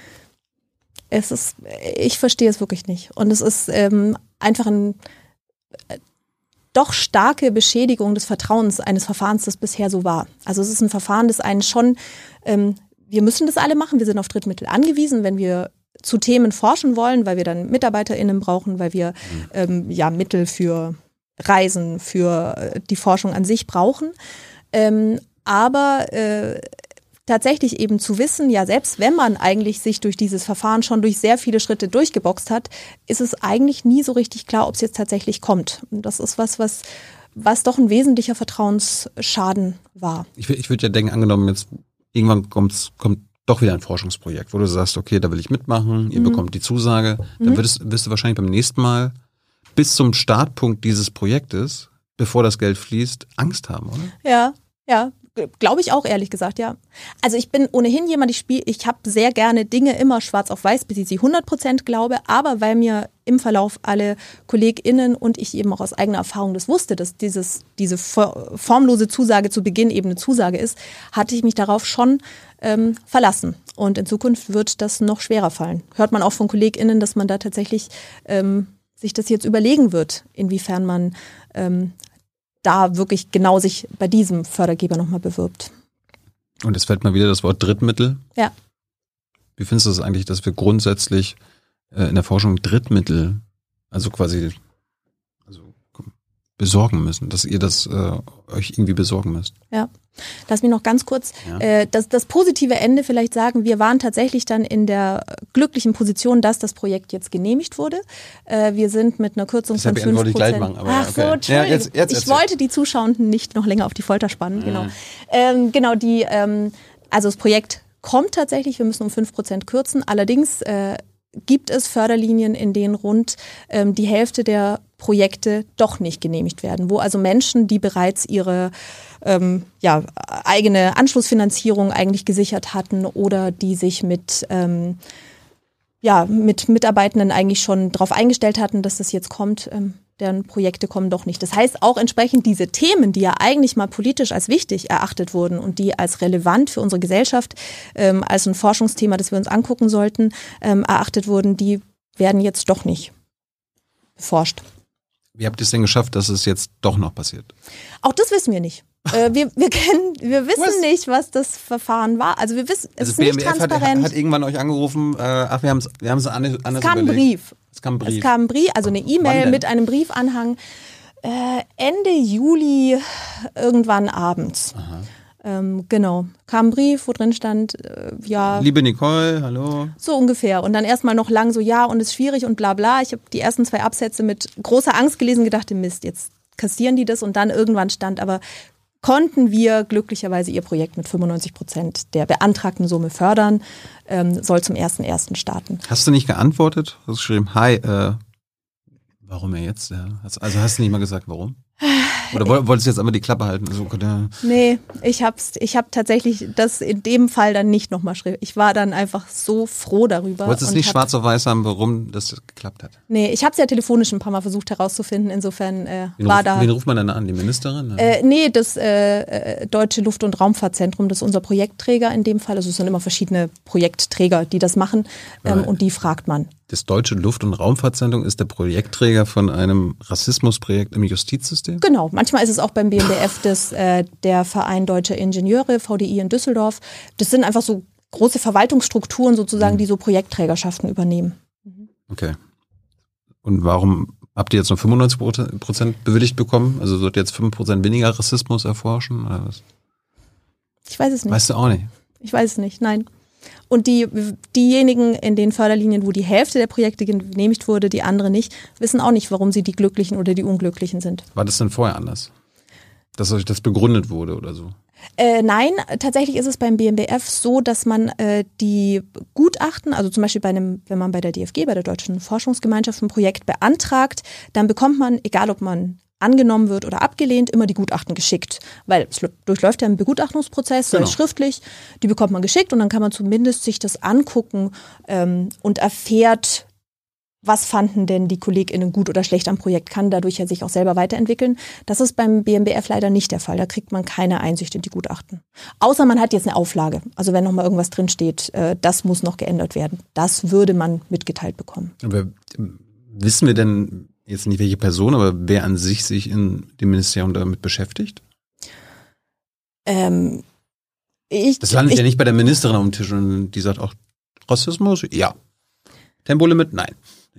Es ist, ich verstehe es wirklich nicht. Und es ist ähm, einfach eine äh, doch starke Beschädigung des Vertrauens eines Verfahrens, das bisher so war. Also es ist ein Verfahren, das einen schon, ähm, wir müssen das alle machen, wir sind auf Drittmittel angewiesen, wenn wir zu Themen forschen wollen, weil wir dann MitarbeiterInnen brauchen, weil wir ähm, ja Mittel für Reisen, für die Forschung an sich brauchen. Ähm, aber äh, tatsächlich eben zu wissen, ja, selbst wenn man eigentlich sich durch dieses Verfahren schon durch sehr viele Schritte durchgeboxt hat, ist es eigentlich nie so richtig klar, ob es jetzt tatsächlich kommt. Und das ist was, was, was doch ein wesentlicher Vertrauensschaden war. Ich, ich würde ja denken, angenommen jetzt irgendwann kommt's, kommt doch wieder ein Forschungsprojekt, wo du sagst, okay, da will ich mitmachen, ihr mhm. bekommt die Zusage, dann mhm. würdest, wirst du wahrscheinlich beim nächsten Mal bis zum Startpunkt dieses Projektes, bevor das Geld fließt, Angst haben, oder? Ja, ja. Glaube ich auch, ehrlich gesagt, ja. Also ich bin ohnehin jemand, ich spiele, ich habe sehr gerne Dinge immer schwarz auf weiß, bis ich sie hundert Prozent glaube, aber weil mir im Verlauf alle KollegInnen und ich eben auch aus eigener Erfahrung das wusste, dass dieses, diese formlose Zusage zu Beginn eben eine Zusage ist, hatte ich mich darauf schon ähm, verlassen. Und in Zukunft wird das noch schwerer fallen. Hört man auch von KollegInnen, dass man da tatsächlich ähm, sich das jetzt überlegen wird, inwiefern man ähm, da wirklich genau sich bei diesem Fördergeber nochmal bewirbt. Und jetzt fällt mal wieder das Wort Drittmittel. Ja. Wie findest du das eigentlich, dass wir grundsätzlich äh, in der Forschung Drittmittel, also quasi also besorgen müssen, dass ihr das äh, euch irgendwie besorgen müsst? Ja. Lass mich noch ganz kurz ja. äh, das, das positive Ende vielleicht sagen. Wir waren tatsächlich dann in der glücklichen Position, dass das Projekt jetzt genehmigt wurde. Äh, wir sind mit einer Kürzung von fünf Prozent. Gleich machen, aber Ach okay. so, Entschuldigung. Ja, jetzt, jetzt ich wollte die Zuschauenden nicht noch länger auf die Folter spannen. Mhm. Genau, ähm, genau die, ähm, also das Projekt kommt tatsächlich, wir müssen um fünf Prozent kürzen. Allerdings äh, gibt es Förderlinien, in denen rund ähm, die Hälfte der Projekte doch nicht genehmigt werden, wo also Menschen, die bereits ihre ähm, ja, eigene Anschlussfinanzierung eigentlich gesichert hatten oder die sich mit, ähm, ja, mit Mitarbeitenden eigentlich schon darauf eingestellt hatten, dass das jetzt kommt, ähm, deren Projekte kommen doch nicht. Das heißt auch entsprechend diese Themen, die ja eigentlich mal politisch als wichtig erachtet wurden und die als relevant für unsere Gesellschaft, ähm, als ein Forschungsthema, das wir uns angucken sollten, ähm, erachtet wurden, die werden jetzt doch nicht beforscht. Wie habt ihr es denn geschafft, dass es jetzt doch noch passiert? Auch das wissen wir nicht. äh, wir, wir, kennen, wir wissen was? nicht, was das Verfahren war. Also wir wissen, es also ist nicht B M B F transparent. Hat, hat irgendwann euch angerufen, äh, ach, wir haben es wir haben's anders es kam ein Brief. Es kam ein Brief. Es kam ein Brief, also eine E-Mail mit einem Briefanhang. Äh, Ende Juli irgendwann abends. Aha. Ähm, genau. Kam ein Brief, wo drin stand, äh, ja. Liebe Nicole, hallo. So ungefähr. Und dann erstmal noch lang so, ja, und es ist schwierig und bla bla. Ich habe die ersten zwei Absätze mit großer Angst gelesen, gedacht, Mist, jetzt kassieren die das. Und dann irgendwann stand aber, konnten wir glücklicherweise ihr Projekt mit fünfundneunzig Prozent der beantragten Summe fördern, ähm, soll zum ersten ersten starten. Hast du nicht geantwortet? Du hast geschrieben, hi, äh, warum er jetzt? Ja. Also hast du nicht mal gesagt, warum? Oder wolltest du jetzt einmal die Klappe halten? Also, ja. Nee, ich hab's, ich hab tatsächlich das in dem Fall dann nicht nochmal schrieben. Ich war dann einfach so froh darüber. Wolltest du es nicht schwarz auf weiß haben, warum das geklappt hat? Nee, ich habe es ja telefonisch ein paar Mal versucht herauszufinden. Insofern äh, wen war ruf, da... Wen ruft man denn an? Die Ministerin? Äh, nee, das äh, Deutsche Luft- und Raumfahrtzentrum, das ist unser Projektträger in dem Fall. Also es sind immer verschiedene Projektträger, die das machen. Ähm, und die fragt man. Das Deutsche Luft- und Raumfahrtzentrum ist der Projektträger von einem Rassismusprojekt im Justizsystem? Genau, manchmal ist es auch beim B M B F das, äh, der Verein Deutscher Ingenieure, V D I in Düsseldorf. Das sind einfach so große Verwaltungsstrukturen sozusagen, die so Projektträgerschaften übernehmen. Okay. Und warum habt ihr jetzt nur fünfundneunzig Prozent bewilligt bekommen? Also sollt ihr jetzt fünf Prozent weniger Rassismus erforschen? Oder was? Ich weiß es nicht. Weißt du auch nicht? Ich weiß es nicht, nein. Und die, diejenigen in den Förderlinien, wo die Hälfte der Projekte genehmigt wurde, die andere nicht, wissen auch nicht, warum sie die Glücklichen oder die Unglücklichen sind. War das denn vorher anders? Dass euch das begründet wurde oder so? Äh, nein, tatsächlich ist es beim B M B F so, dass man äh, die Gutachten, also zum Beispiel bei einem, wenn man bei der D F G, bei der Deutschen Forschungsgemeinschaft ein Projekt beantragt, dann bekommt man, egal ob man angenommen wird oder abgelehnt, immer die Gutachten geschickt. Weil es durchläuft ja einen Begutachtungsprozess, genau. Schriftlich, die bekommt man geschickt und dann kann man zumindest sich das angucken ähm, und erfährt, was fanden denn die KollegInnen gut oder schlecht am Projekt, kann dadurch ja sich auch selber weiterentwickeln. Das ist beim B M B F leider nicht der Fall. Da kriegt man keine Einsicht in die Gutachten. Außer man hat jetzt eine Auflage. Also wenn nochmal irgendwas drinsteht, äh, das muss noch geändert werden. Das würde man mitgeteilt bekommen. Aber wissen wir denn jetzt nicht welche Person, aber wer an sich sich in dem Ministerium damit beschäftigt? Ähm, ich, das landet ich, ja nicht bei der Ministerin am Tisch und die sagt auch, Rassismus? Ja. Tempolimit? Nein.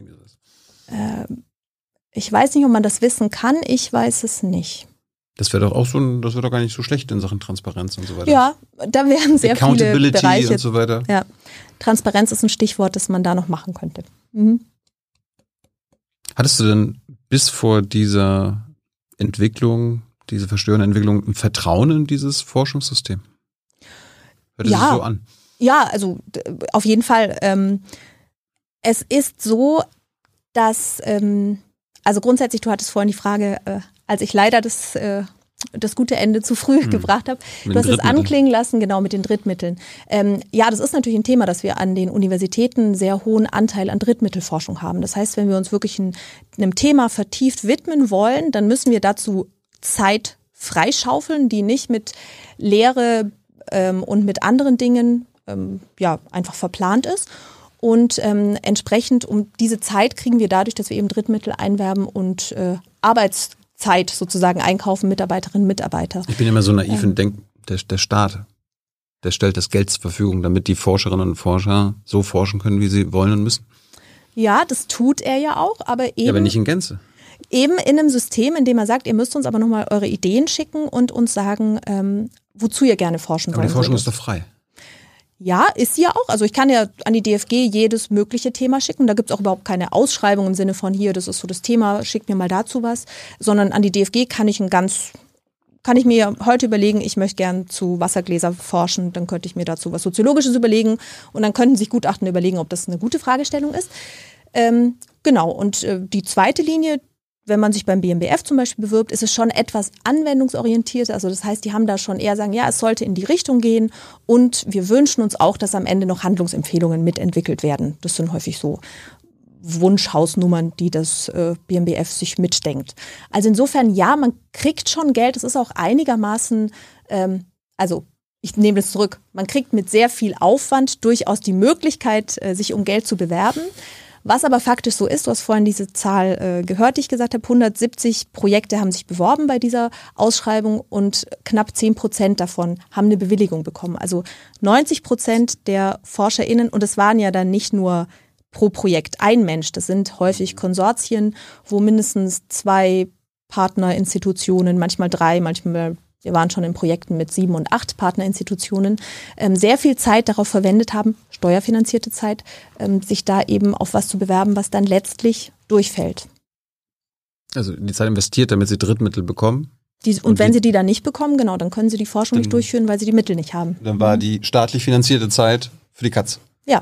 Ähm, ich weiß nicht, ob man das wissen kann. Ich weiß es nicht. Das wäre doch auch so ein, das wäre doch gar nicht so schlecht in Sachen Transparenz und so weiter. Ja, da wären sehr viele Bereiche. Und so weiter. Ja. Transparenz ist ein Stichwort, das man da noch machen könnte. Mhm. Hattest du denn bis vor dieser Entwicklung, diese verstörende Entwicklung, ein Vertrauen in dieses Forschungssystem? Hört ja. es sich so an? Ja, also auf jeden Fall. Ähm, es ist so, dass, ähm, also grundsätzlich, du hattest vorhin die Frage, äh, als ich leider das, äh, das gute Ende zu früh hm. gebracht habe, du hast es anklingen lassen, genau, mit den Drittmitteln. Ähm, ja, das ist natürlich ein Thema, dass wir an den Universitäten einen sehr hohen Anteil an Drittmittelforschung haben. Das heißt, wenn wir uns wirklich ein, einem Thema vertieft widmen wollen, dann müssen wir dazu Zeit freischaufeln, die nicht mit Lehre ähm, und mit anderen Dingen ähm, ja, einfach verplant ist. Und ähm, entsprechend um diese Zeit kriegen wir dadurch, dass wir eben Drittmittel einwerben und äh, Arbeitszeit sozusagen einkaufen, Mitarbeiterinnen, Mitarbeiter. Ich bin immer so naiv ähm, und denke, der, der Staat, der stellt das Geld zur Verfügung, damit die Forscherinnen und Forscher so forschen können, wie sie wollen und müssen. Ja, das tut er ja auch, aber eben... Ja, aber nicht in Gänze. Eben in einem System, in dem er sagt, ihr müsst uns aber nochmal eure Ideen schicken und uns sagen, ähm, wozu ihr gerne forschen wollt. Aber die Forschung ist doch frei. Ja, ist sie ja auch. Also ich kann ja an die D F G jedes mögliche Thema schicken. Da gibt es auch überhaupt keine Ausschreibung im Sinne von hier, das ist so das Thema, schickt mir mal dazu was. Sondern an die D F G kann ich ein ganz, kann ich mir heute überlegen, ich möchte gern zu Wassergläser forschen, dann könnte ich mir dazu was Soziologisches überlegen und dann könnten sich Gutachten überlegen, ob das eine gute Fragestellung ist. Ähm, genau, und äh, die zweite Linie, wenn man sich beim B M B F zum Beispiel bewirbt, ist es schon etwas anwendungsorientiert. Also das heißt, die haben da schon eher sagen, ja, es sollte in die Richtung gehen und wir wünschen uns auch, dass am Ende noch Handlungsempfehlungen mitentwickelt werden. Das sind häufig so Wunschhausnummern, die das äh, B M B F sich mitdenkt. Also insofern, ja, man kriegt schon Geld. Es ist auch einigermaßen, ähm, also ich nehme das zurück, man kriegt mit sehr viel Aufwand durchaus die Möglichkeit, äh, sich um Geld zu bewerben. Was aber faktisch so ist, du hast vorhin diese Zahl äh, gehört, die ich gesagt habe, hundertsiebzig Projekte haben sich beworben bei dieser Ausschreibung und knapp zehn Prozent davon haben eine Bewilligung bekommen. Also neunzig Prozent der ForscherInnen, und es waren ja dann nicht nur pro Projekt ein Mensch, das sind häufig Konsortien, wo mindestens zwei Partnerinstitutionen, manchmal drei, manchmal wir waren schon in Projekten mit sieben und acht Partnerinstitutionen, ähm, sehr viel Zeit darauf verwendet haben, steuerfinanzierte Zeit, ähm, sich da eben auf was zu bewerben, was dann letztlich durchfällt. Also die Zeit investiert, damit sie Drittmittel bekommen? Die, und, und wenn sie die dann nicht bekommen, genau, dann können sie die Forschung nicht durchführen, weil sie die Mittel nicht haben. Dann war die staatlich finanzierte Zeit für die Katz? Ja.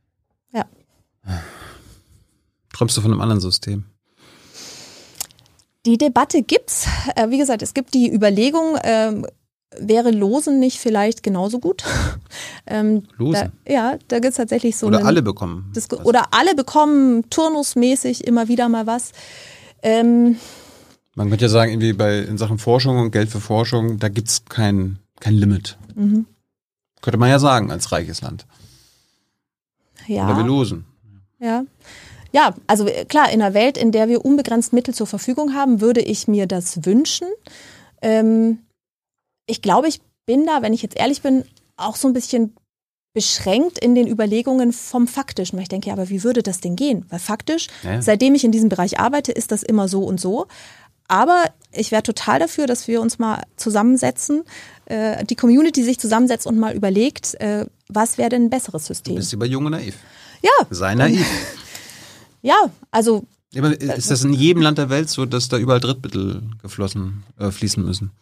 Ja. Träumst du von einem anderen System? Die Debatte gibt's. Äh, wie gesagt, es gibt die Überlegung, äh, wäre Losen nicht vielleicht genauso gut? ähm, Losen? Da, ja, da gibt es tatsächlich so Oder einen, alle bekommen. Das, oder alle bekommen turnusmäßig immer wieder mal was. Ähm, Man könnte ja sagen, irgendwie bei in Sachen Forschung und Geld für Forschung, da gibt es kein, kein Limit. Mhm. Könnte man ja sagen, als reiches Land. Ja. Oder wir losen. Ja. Ja, also klar, in einer Welt, in der wir unbegrenzt Mittel zur Verfügung haben, würde ich mir das wünschen. Ähm, ich glaube, ich bin da, wenn ich jetzt ehrlich bin, auch so ein bisschen beschränkt in den Überlegungen vom Faktischen. Weil ich denke, ja, aber wie würde das denn gehen? Weil faktisch, ja. seitdem ich in diesem Bereich arbeite, ist das immer so und so. Aber ich wäre total dafür, dass wir uns mal zusammensetzen, äh, die Community sich zusammensetzt und mal überlegt, äh, was wäre denn ein besseres System? Du bist über Jung und Naiv. Ja. Sei naiv. Ja, also. Ist das in jedem Land der Welt so, dass da überall Drittmittel geflossen, äh, fließen müssen?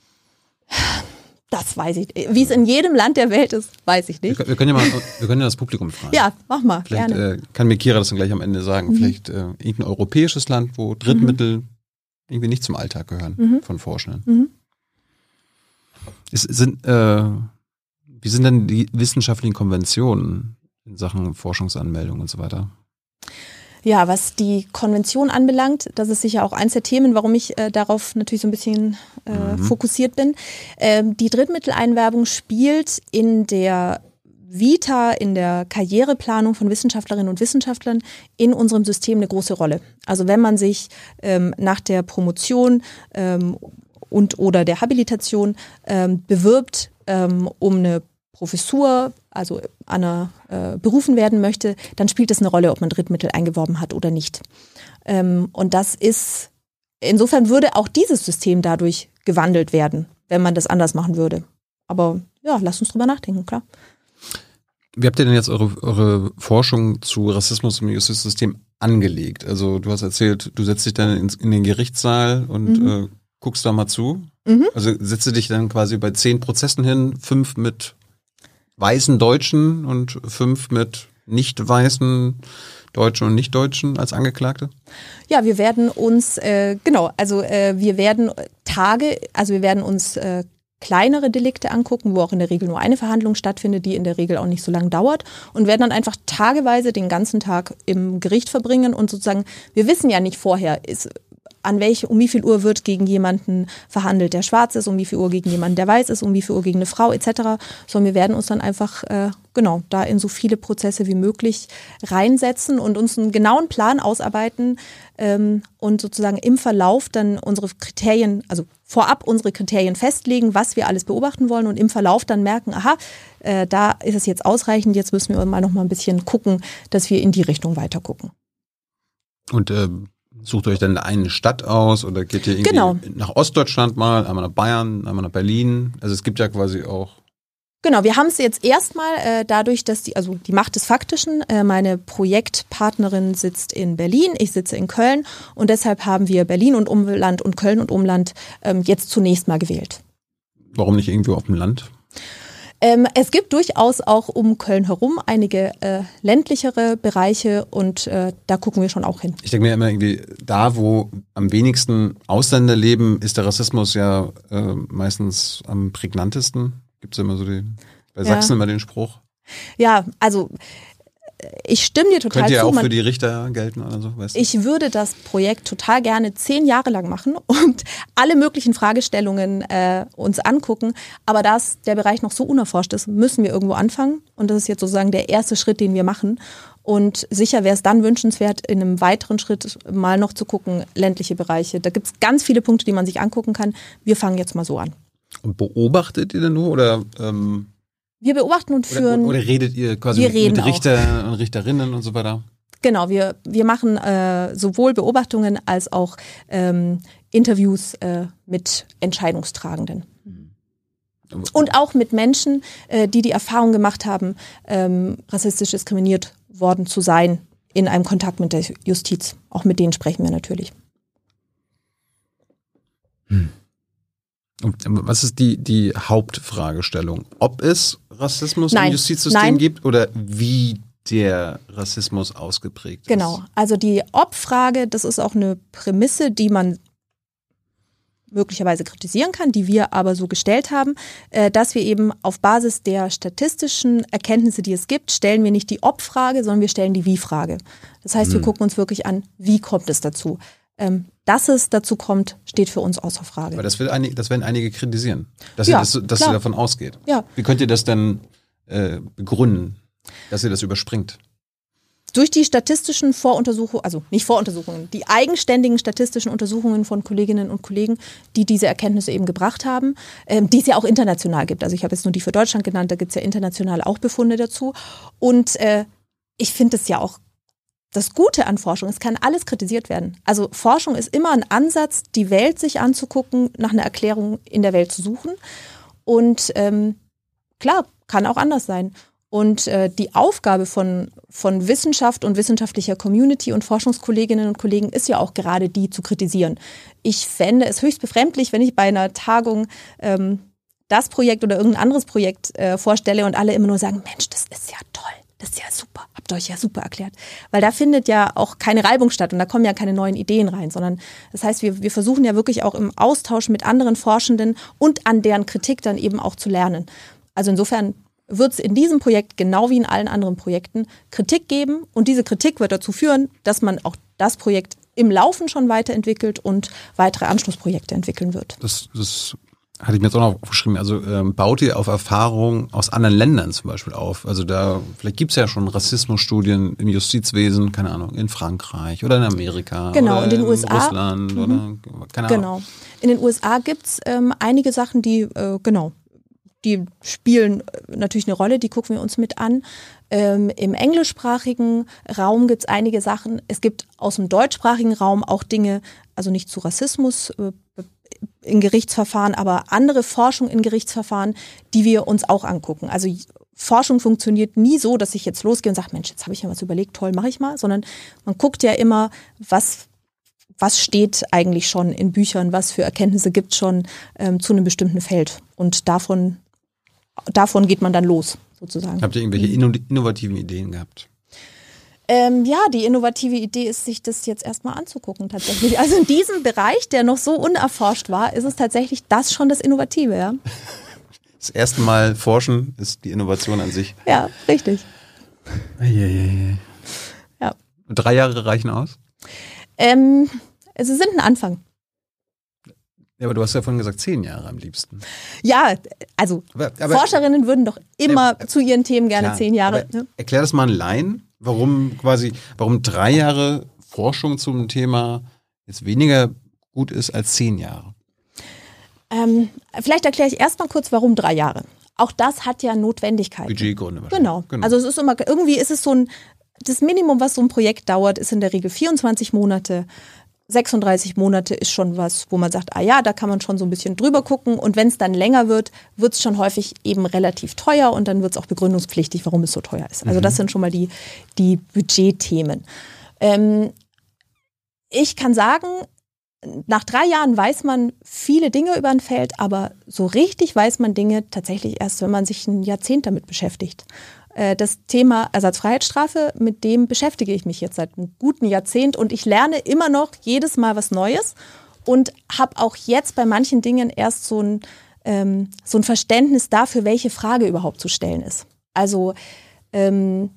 Das weiß ich nicht. Wie es in jedem Land der Welt ist, weiß ich nicht. Wir, wir können ja mal, wir können ja das Publikum fragen. Ja, mach mal, Vielleicht gerne. Äh, kann mir Kira das dann gleich am Ende sagen. Mhm. Vielleicht äh, irgendein europäisches Land, wo Drittmittel mhm. irgendwie nicht zum Alltag gehören mhm. von Forschenden. Mhm. Es sind, äh, wie sind denn die wissenschaftlichen Konventionen in Sachen Forschungsanmeldung und so weiter? Ja, was die Konvention anbelangt, das ist sicher auch eins der Themen, warum ich äh, darauf natürlich so ein bisschen äh, mhm. fokussiert bin. Ähm, die Drittmitteleinwerbung spielt in der Vita, in der Karriereplanung von Wissenschaftlerinnen und Wissenschaftlern in unserem System eine große Rolle. Also wenn man sich ähm, nach der Promotion ähm, und oder der Habilitation ähm, bewirbt, ähm, um eine Professur, also an einer äh, berufen werden möchte, dann spielt es eine Rolle, ob man Drittmittel eingeworben hat oder nicht. Ähm, und das ist, insofern würde auch dieses System dadurch gewandelt werden, wenn man das anders machen würde. Aber ja, lasst uns drüber nachdenken, klar. Wie habt ihr denn jetzt eure, eure Forschung zu Rassismus im Justizsystem angelegt? Also du hast erzählt, du setzt dich dann in, in den Gerichtssaal und mhm. äh, guckst da mal zu. Mhm. Also setzt du dich dann quasi bei zehn Prozessen hin, fünf mit weißen Deutschen und fünf mit nicht weißen Deutschen und Nicht-Deutschen als Angeklagte? Ja, wir werden uns, äh, genau, also äh, wir werden Tage, also wir werden uns äh, kleinere Delikte angucken, wo auch in der Regel nur eine Verhandlung stattfindet, die in der Regel auch nicht so lange dauert und werden dann einfach tageweise den ganzen Tag im Gericht verbringen und sozusagen, wir wissen ja nicht vorher, ist an welche, um wie viel Uhr wird gegen jemanden verhandelt, der schwarz ist, um wie viel Uhr gegen jemanden, der weiß ist, um wie viel Uhr gegen eine Frau et cetera. Sondern wir werden uns dann einfach, äh, genau, da in so viele Prozesse wie möglich reinsetzen und uns einen genauen Plan ausarbeiten ähm, und sozusagen im Verlauf dann unsere Kriterien, also vorab unsere Kriterien festlegen, was wir alles beobachten wollen und im Verlauf dann merken, aha, äh, da ist es jetzt ausreichend, jetzt müssen wir mal noch mal ein bisschen gucken, dass wir in die Richtung weiter gucken. Und äh sucht euch dann eine Stadt aus oder geht ihr irgendwie genau. nach Ostdeutschland mal, einmal nach Bayern, einmal nach Berlin? Also es gibt ja quasi auch... Genau, wir haben es jetzt erstmal äh, dadurch, dass die, also die Macht des Faktischen, äh, meine Projektpartnerin sitzt in Berlin, ich sitze in Köln und deshalb haben wir Berlin und Umland und Köln und Umland ähm, jetzt zunächst mal gewählt. Warum nicht irgendwo auf dem Land? Ähm, es gibt durchaus auch um Köln herum einige äh, ländlichere Bereiche und äh, da gucken wir schon auch hin. Ich denke mir immer irgendwie, da wo am wenigsten Ausländer leben, ist der Rassismus ja äh, meistens am prägnantesten. Gibt es ja immer so den, bei Sachsen ja. immer den Spruch. Ja, also ich stimme dir total zu. Könnt ihr auch man, für die Richter gelten oder so? Weißt du? Ich würde das Projekt total gerne zehn Jahre lang machen und alle möglichen Fragestellungen äh, uns angucken. Aber da der Bereich noch so unerforscht ist, müssen wir irgendwo anfangen. Und das ist jetzt sozusagen der erste Schritt, den wir machen. Und sicher wäre es dann wünschenswert, in einem weiteren Schritt mal noch zu gucken, ländliche Bereiche. Da gibt es ganz viele Punkte, die man sich angucken kann. Wir fangen jetzt mal so an. Und beobachtet ihr denn nur oder... Ähm Wir beobachten und führen. Oder, oder redet ihr quasi wir mit Richter und Richterinnen und so weiter? Genau, wir, wir machen äh, sowohl Beobachtungen als auch ähm, Interviews äh, mit Entscheidungstragenden. Mhm. Und auch mit Menschen, äh, die die Erfahrung gemacht haben, ähm, rassistisch diskriminiert worden zu sein in einem Kontakt mit der Justiz. Auch mit denen sprechen wir natürlich. Hm. Und was ist die, die Hauptfragestellung? Ob es Rassismus nein, im Justizsystem nein. gibt oder wie der Rassismus ausgeprägt ist? Genau, also die Ob-Frage, das ist auch eine Prämisse, die man möglicherweise kritisieren kann, die wir aber so gestellt haben, äh, dass wir eben auf Basis der statistischen Erkenntnisse, die es gibt, stellen wir nicht die Ob-Frage, sondern wir stellen die Wie-Frage. Das heißt, wir hm. gucken uns wirklich an, wie kommt es dazu? Ähm, dass es dazu kommt, steht für uns außer Frage. Aber das, will einige, das werden einige kritisieren, dass, ja, ihr, das, dass ihr davon ausgeht. Ja. Wie könnt ihr das dann äh, begründen, dass ihr das überspringt? Durch die statistischen Voruntersuchungen, also nicht Voruntersuchungen, die eigenständigen statistischen Untersuchungen von Kolleginnen und Kollegen, die diese Erkenntnisse eben gebracht haben, ähm, die es ja auch international gibt. Also ich habe jetzt nur die für Deutschland genannt, da gibt es ja international auch Befunde dazu. Und äh, ich finde es ja auch das Gute an Forschung, es kann alles kritisiert werden. Also Forschung ist immer ein Ansatz, die Welt sich anzugucken, nach einer Erklärung in der Welt zu suchen. Und ähm, klar, kann auch anders sein. Und äh, die Aufgabe von, von Wissenschaft und wissenschaftlicher Community und Forschungskolleginnen und Kollegen ist ja auch gerade die zu kritisieren. Ich fände es höchst befremdlich, wenn ich bei einer Tagung ähm, das Projekt oder irgendein anderes Projekt äh, vorstelle und alle immer nur sagen, Mensch, das ist ja toll, das ist ja super, habt ihr euch ja super erklärt. Weil da findet ja auch keine Reibung statt und da kommen ja keine neuen Ideen rein, sondern das heißt, wir, wir versuchen ja wirklich auch im Austausch mit anderen Forschenden und an deren Kritik dann eben auch zu lernen. Also insofern wird es in diesem Projekt genau wie in allen anderen Projekten Kritik geben und diese Kritik wird dazu führen, dass man auch das Projekt im Laufen schon weiterentwickelt und weitere Anschlussprojekte entwickeln wird. Das, das hatte ich mir jetzt auch noch aufgeschrieben. Also ähm, baut ihr auf Erfahrungen aus anderen Ländern zum Beispiel auf? Also da, vielleicht gibt es ja schon Rassismusstudien im Justizwesen, keine Ahnung, in Frankreich oder in Amerika genau, oder in den in U S A. Russland mhm. oder keine Ahnung. Genau. In den U S A gibt es ähm, einige Sachen, die, äh, genau, die spielen natürlich eine Rolle, die gucken wir uns mit an. Ähm, im englischsprachigen Raum gibt es einige Sachen. Es gibt aus dem deutschsprachigen Raum auch Dinge, also nicht zu Rassismus äh, in Gerichtsverfahren, aber andere Forschung in Gerichtsverfahren, die wir uns auch angucken. Also Forschung funktioniert nie so, dass ich jetzt losgehe und sage, Mensch, jetzt habe ich mir was überlegt, toll, mache ich mal, sondern man guckt ja immer, was was steht eigentlich schon in Büchern, was für Erkenntnisse gibt es schon ähm, zu einem bestimmten Feld. Und davon Davon geht man dann los, sozusagen. Habt ihr irgendwelche innovativen Ideen gehabt? Ähm, ja, die innovative Idee ist, sich das jetzt erstmal anzugucken tatsächlich. Also in diesem Bereich, der noch so unerforscht war, ist es tatsächlich das schon das Innovative, ja. Das erste Mal forschen ist die Innovation an sich. Ja, richtig. Eieiei. Ja. Und drei Jahre reichen aus? Ähm, sie sind ein Anfang. Ja, aber du hast ja vorhin gesagt, zehn Jahre am liebsten. Ja, also aber, aber, Forscherinnen würden doch immer äh, zu ihren Themen gerne klar, zehn Jahre. Ne? Erklär das mal einen Laien, warum quasi, warum drei Jahre Forschung zum Thema jetzt weniger gut ist als zehn Jahre. Ähm, vielleicht erkläre ich erstmal kurz, warum drei Jahre. Auch das hat ja Notwendigkeit. Budgetgründe wahrscheinlich. Genau. genau. Also es ist immer, irgendwie ist es so ein, das Minimum, was so ein Projekt dauert, ist in der Regel vierundzwanzig Monate. sechsunddreißig Monate ist schon was, wo man sagt, ah ja, da kann man schon so ein bisschen drüber gucken. Und wenn es dann länger wird, wird es schon häufig eben relativ teuer und dann wird es auch begründungspflichtig, warum es so teuer ist. Also mhm. das sind schon mal die, die Budgetthemen. Ähm, ich kann sagen, nach drei Jahren weiß man viele Dinge über ein Feld, aber so richtig weiß man Dinge tatsächlich erst, wenn man sich ein Jahrzehnt damit beschäftigt. Das Thema Ersatzfreiheitsstrafe, mit dem beschäftige ich mich jetzt seit einem guten Jahrzehnt und ich lerne immer noch jedes Mal was Neues und habe auch jetzt bei manchen Dingen erst so ein, ähm, so ein Verständnis dafür, welche Frage überhaupt zu stellen ist. Also ähm,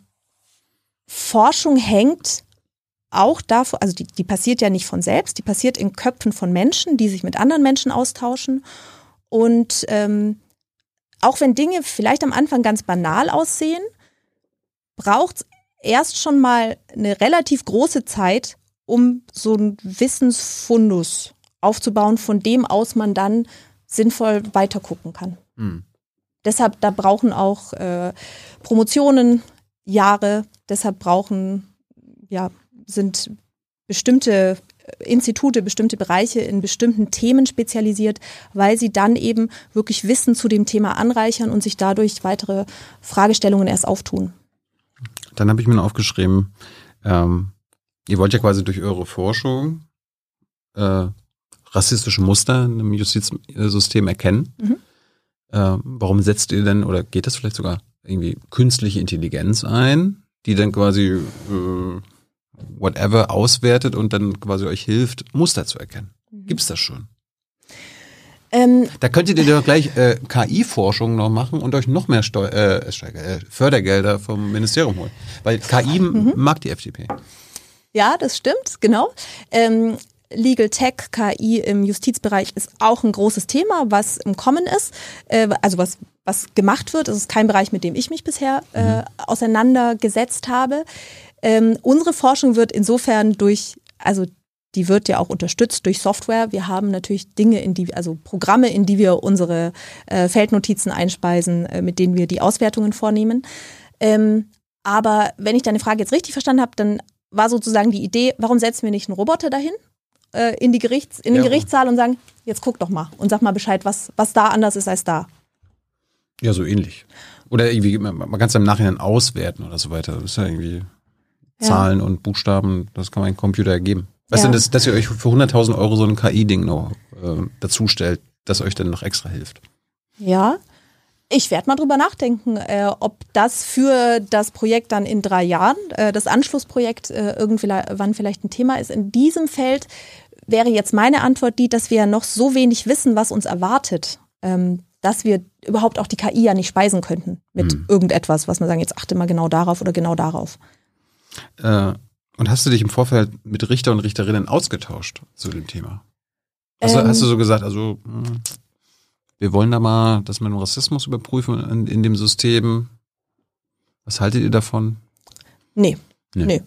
Forschung hängt auch davon, also die, die passiert ja nicht von selbst, die passiert in Köpfen von Menschen, die sich mit anderen Menschen austauschen und ähm, auch wenn Dinge vielleicht am Anfang ganz banal aussehen, braucht es erst schon mal eine relativ große Zeit, um so einen Wissensfundus aufzubauen, von dem aus man dann sinnvoll weitergucken kann. Mhm. Deshalb, da brauchen auch äh, Promotionen Jahre, deshalb brauchen, ja, sind bestimmte Institute, bestimmte Bereiche in bestimmten Themen spezialisiert, weil sie dann eben wirklich Wissen zu dem Thema anreichern und sich dadurch weitere Fragestellungen erst auftun. Dann habe ich mir noch aufgeschrieben, ähm, ihr wollt ja quasi durch eure Forschung äh, rassistische Muster in einem Justizsystem erkennen. Mhm. Äh, warum setzt ihr denn, oder geht das vielleicht sogar irgendwie künstliche Intelligenz ein, die dann quasi äh, whatever auswertet und dann quasi euch hilft, Muster zu erkennen? Mhm. Gibt es das schon? Ähm, da könntet ihr doch gleich äh, K I-Forschung noch machen und euch noch mehr Steu äh, äh, Fördergelder vom Ministerium holen. Weil K I mhm. mag die F D P. Ja, das stimmt, genau. Ähm, Legal Tech, K I im Justizbereich ist auch ein großes Thema, was im Kommen ist, äh, also was, was gemacht wird. Es ist kein Bereich, mit dem ich mich bisher äh, mhm. auseinandergesetzt habe. Ähm, unsere Forschung wird insofern durch, also die wird ja auch unterstützt durch Software. Wir haben natürlich Dinge, in die, also Programme, in die wir unsere äh, Feldnotizen einspeisen, äh, mit denen wir die Auswertungen vornehmen. Ähm, aber wenn ich deine Frage jetzt richtig verstanden habe, dann war sozusagen die Idee, warum setzen wir nicht einen Roboter dahin äh, in, die Gerichts-, in den ja. Gerichtssaal und sagen, jetzt guck doch mal und sag mal Bescheid, was, was da anders ist als da. Ja, so ähnlich. Oder irgendwie, man kann es im Nachhinein auswerten oder so weiter. Das ist ja irgendwie ja. Zahlen und Buchstaben, das kann man im Computer ergeben. Weißt ja. du, dass, dass ihr euch für hunderttausend Euro so ein K I-Ding noch äh, dazu stellt, das euch dann noch extra hilft? Ja, ich werde mal drüber nachdenken, äh, ob das für das Projekt dann in drei Jahren, äh, das Anschlussprojekt, äh, irgendwann vielleicht ein Thema ist. In diesem Feld wäre jetzt meine Antwort die, dass wir ja noch so wenig wissen, was uns erwartet, ähm, dass wir überhaupt auch die K I ja nicht speisen könnten mit hm. irgendetwas, was man sagen, jetzt achte mal genau darauf oder genau darauf. Äh. Und hast du dich im Vorfeld mit Richter und Richterinnen ausgetauscht zu dem Thema? Also ähm, hast du so gesagt, also wir wollen da mal das mit dem Rassismus überprüfen in, in dem System. Was haltet ihr davon? Nee, nee, nee.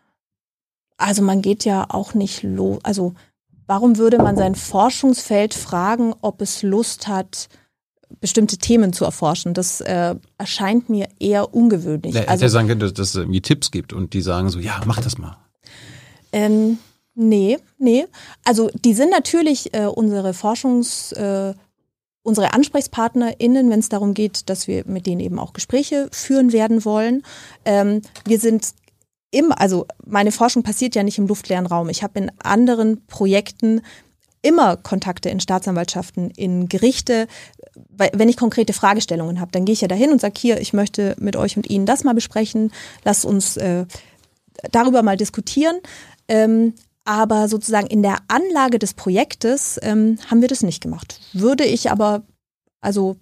Also man geht ja auch nicht los. Also warum würde man sein Forschungsfeld fragen, ob es Lust hat, bestimmte Themen zu erforschen? Das äh, erscheint mir eher ungewöhnlich. Ja, also, ja sagen können, dass es irgendwie Tipps gibt und die sagen so, ja, mach das mal. Ähm, nee, nee. Also die sind natürlich äh, unsere Forschungs, äh, unsere AnsprechpartnerInnen, wenn es darum geht, dass wir mit denen eben auch Gespräche führen werden wollen. Ähm, wir sind immer, also meine Forschung passiert ja nicht im luftleeren Raum. Ich habe in anderen Projekten immer Kontakte in Staatsanwaltschaften, in Gerichte. Wenn ich konkrete Fragestellungen habe, dann gehe ich ja dahin und sage, hier, ich möchte mit euch und Ihnen das mal besprechen, lasst uns äh, darüber mal diskutieren. Ähm, aber sozusagen in der Anlage des Projektes ähm, haben wir das nicht gemacht. Würde ich aber, also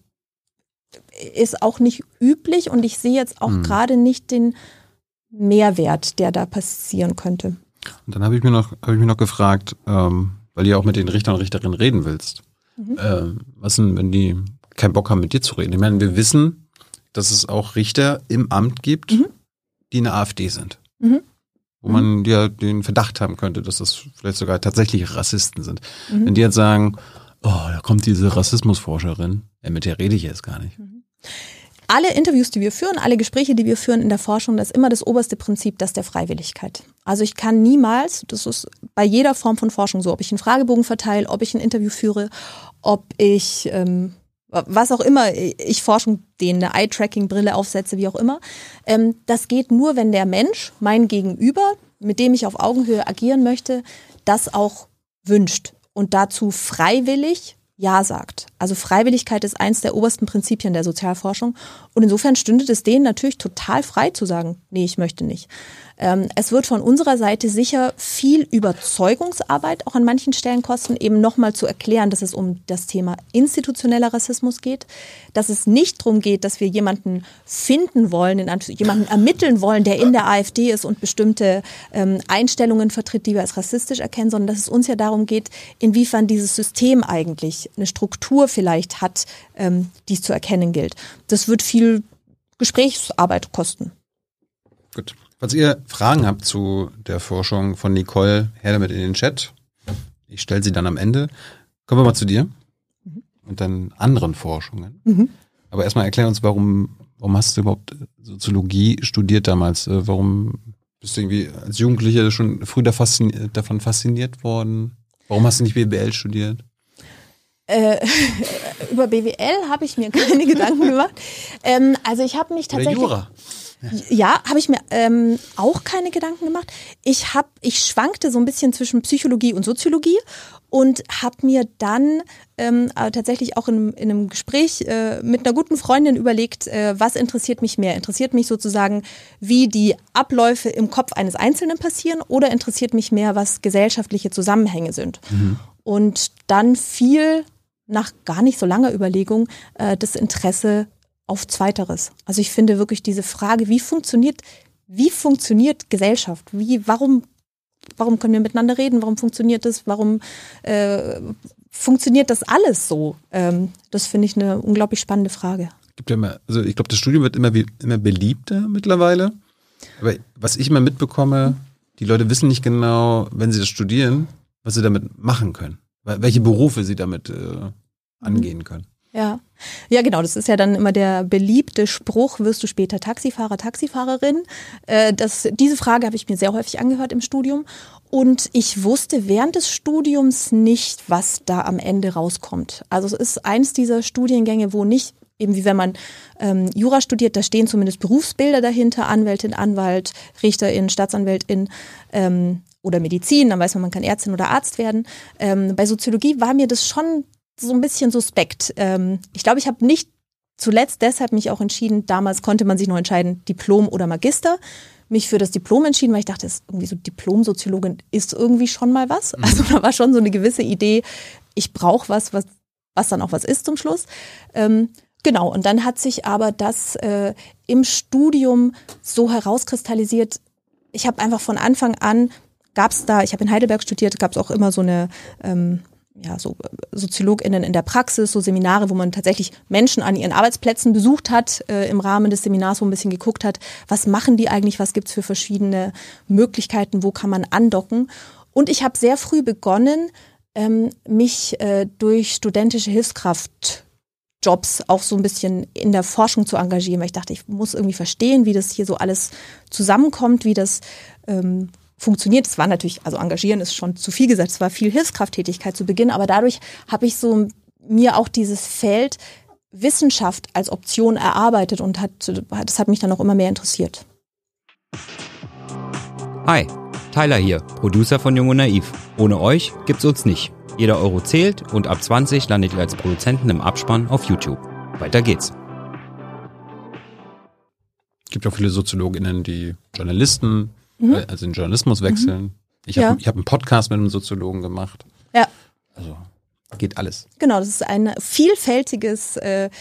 ist auch nicht üblich und ich sehe jetzt auch hm. gerade nicht den Mehrwert, der da passieren könnte. Und dann habe ich mir noch, habe ich mich noch gefragt, ähm, weil du ja auch mit den Richtern und Richterinnen reden willst. Mhm. Ähm, was denn, wenn die keinen Bock haben, mit dir zu reden? Ich meine, wir wissen, dass es auch Richter im Amt gibt, mhm. die in der AfD sind. Mhm. Wo mhm. man ja den Verdacht haben könnte, dass das vielleicht sogar tatsächlich Rassisten sind. Mhm. Wenn die jetzt sagen, oh, da kommt diese Rassismusforscherin, ja, mit der rede ich jetzt gar nicht. Mhm. Alle Interviews, die wir führen, alle Gespräche, die wir führen in der Forschung, das ist immer das oberste Prinzip, das der Freiwilligkeit. Also ich kann niemals, das ist bei jeder Form von Forschung so, ob ich einen Fragebogen verteile, ob ich ein Interview führe, ob ich, ähm, was auch immer, ich Forschung, denen eine Eye-Tracking-Brille aufsetze, wie auch immer. Ähm, das geht nur, wenn der Mensch, mein Gegenüber, mit dem ich auf Augenhöhe agieren möchte, das auch wünscht und dazu freiwillig Ja sagt. Also Freiwilligkeit ist eins der obersten Prinzipien der Sozialforschung und insofern stünde es denen natürlich total frei zu sagen, nee, ich möchte nicht. Ähm, es wird von unserer Seite sicher viel Überzeugungsarbeit auch an manchen Stellen kosten, eben nochmal zu erklären, dass es um das Thema institutioneller Rassismus geht, dass es nicht darum geht, dass wir jemanden finden wollen, in Anf- jemanden ermitteln wollen, der in der AfD ist und bestimmte ähm, Einstellungen vertritt, die wir als rassistisch erkennen, sondern dass es uns ja darum geht, inwiefern dieses System eigentlich eine Struktur vielleicht hat, ähm, die es zu erkennen gilt. Das wird viel Gesprächsarbeit kosten. Gut. Falls ihr Fragen habt zu der Forschung von Nicole, her damit in den Chat. Ich stelle sie dann am Ende. Kommen wir mal zu dir mhm. und dann anderen Forschungen. Mhm. Aber erstmal erklär uns, warum, warum hast du überhaupt Soziologie studiert damals? Warum bist du irgendwie als Jugendliche schon früh davon fasziniert worden? Warum hast du nicht B W L studiert? Äh, über B W L habe ich mir keine Gedanken gemacht. Ähm, also ich habe mich tatsächlich... Oder Jura. Ja, habe ich mir ähm, auch keine Gedanken gemacht. Ich hab, ich schwankte so ein bisschen zwischen Psychologie und Soziologie und habe mir dann ähm, tatsächlich auch in, in einem Gespräch äh, mit einer guten Freundin überlegt, äh, was interessiert mich mehr? Interessiert mich sozusagen, wie die Abläufe im Kopf eines Einzelnen passieren oder interessiert mich mehr, was gesellschaftliche Zusammenhänge sind? Mhm. Und dann fiel nach gar nicht so langer Überlegung äh, das Interesse auf Zweiteres. Also ich finde wirklich diese Frage, wie funktioniert, wie funktioniert Gesellschaft? Wie, warum, warum können wir miteinander reden? Warum funktioniert das? Warum äh, funktioniert das alles so? Ähm, das finde ich eine unglaublich spannende Frage. Gibt ja immer, also ich glaube, das Studium wird immer, immer beliebter mittlerweile. Aber was ich immer mitbekomme, die Leute wissen nicht genau, wenn sie das studieren, was sie damit machen können. Welche Berufe sie damit äh, angehen können. Ja. Ja, genau, das ist ja dann immer der beliebte Spruch, wirst du später Taxifahrer, Taxifahrerin? Äh, das, diese Frage habe ich mir sehr häufig angehört im Studium und ich wusste während des Studiums nicht, was da am Ende rauskommt. Also es ist eins dieser Studiengänge, wo nicht, eben wie wenn man ähm, Jura studiert, da stehen zumindest Berufsbilder dahinter, Anwältin, Anwalt, Richterin, Staatsanwältin, ähm, oder Medizin, dann weiß man, man kann Ärztin oder Arzt werden. Ähm, bei Soziologie war mir das schon so ein bisschen suspekt. Ähm, ich glaube, ich habe nicht zuletzt deshalb mich auch entschieden, damals konnte man sich noch entscheiden, Diplom oder Magister, mich für das Diplom entschieden, weil ich dachte, das ist irgendwie so Diplom-Soziologin ist irgendwie schon mal was. Mhm. Also da war schon so eine gewisse Idee, ich brauche was, was, was dann auch was ist zum Schluss. Ähm, genau, und dann hat sich aber das äh, im Studium so herauskristallisiert, ich habe einfach von Anfang an gab es da, ich habe in Heidelberg studiert, gab es auch immer so eine, ähm, ja, so SoziologInnen in der Praxis, so Seminare, wo man tatsächlich Menschen an ihren Arbeitsplätzen besucht hat, äh, im Rahmen des Seminars, wo ein bisschen geguckt hat, was machen die eigentlich, was gibt's für verschiedene Möglichkeiten, wo kann man andocken. Und ich habe sehr früh begonnen, ähm, mich äh, durch studentische Hilfskraftjobs auch so ein bisschen in der Forschung zu engagieren, weil ich dachte, ich muss irgendwie verstehen, wie das hier so alles zusammenkommt, wie das ähm, funktioniert. Es war natürlich, also engagieren ist schon zu viel gesagt, es war viel Hilfskrafttätigkeit zu Beginn, aber dadurch habe ich so mir auch dieses Feld Wissenschaft als Option erarbeitet und hat, das hat mich dann auch immer mehr interessiert. Hi, Tyler hier, Producer von Jung und Naiv. Ohne euch gibt's uns nicht. Jeder Euro zählt und ab zwanzig landet ihr als Produzenten im Abspann auf YouTube. Weiter geht's. Es gibt auch viele SoziologInnen, die Journalisten also in Journalismus wechseln. Mhm. Ich habe ja. ich hab einen Podcast mit einem Soziologen gemacht. Ja. Also geht alles. Genau, das ist ein vielfältiges, äh,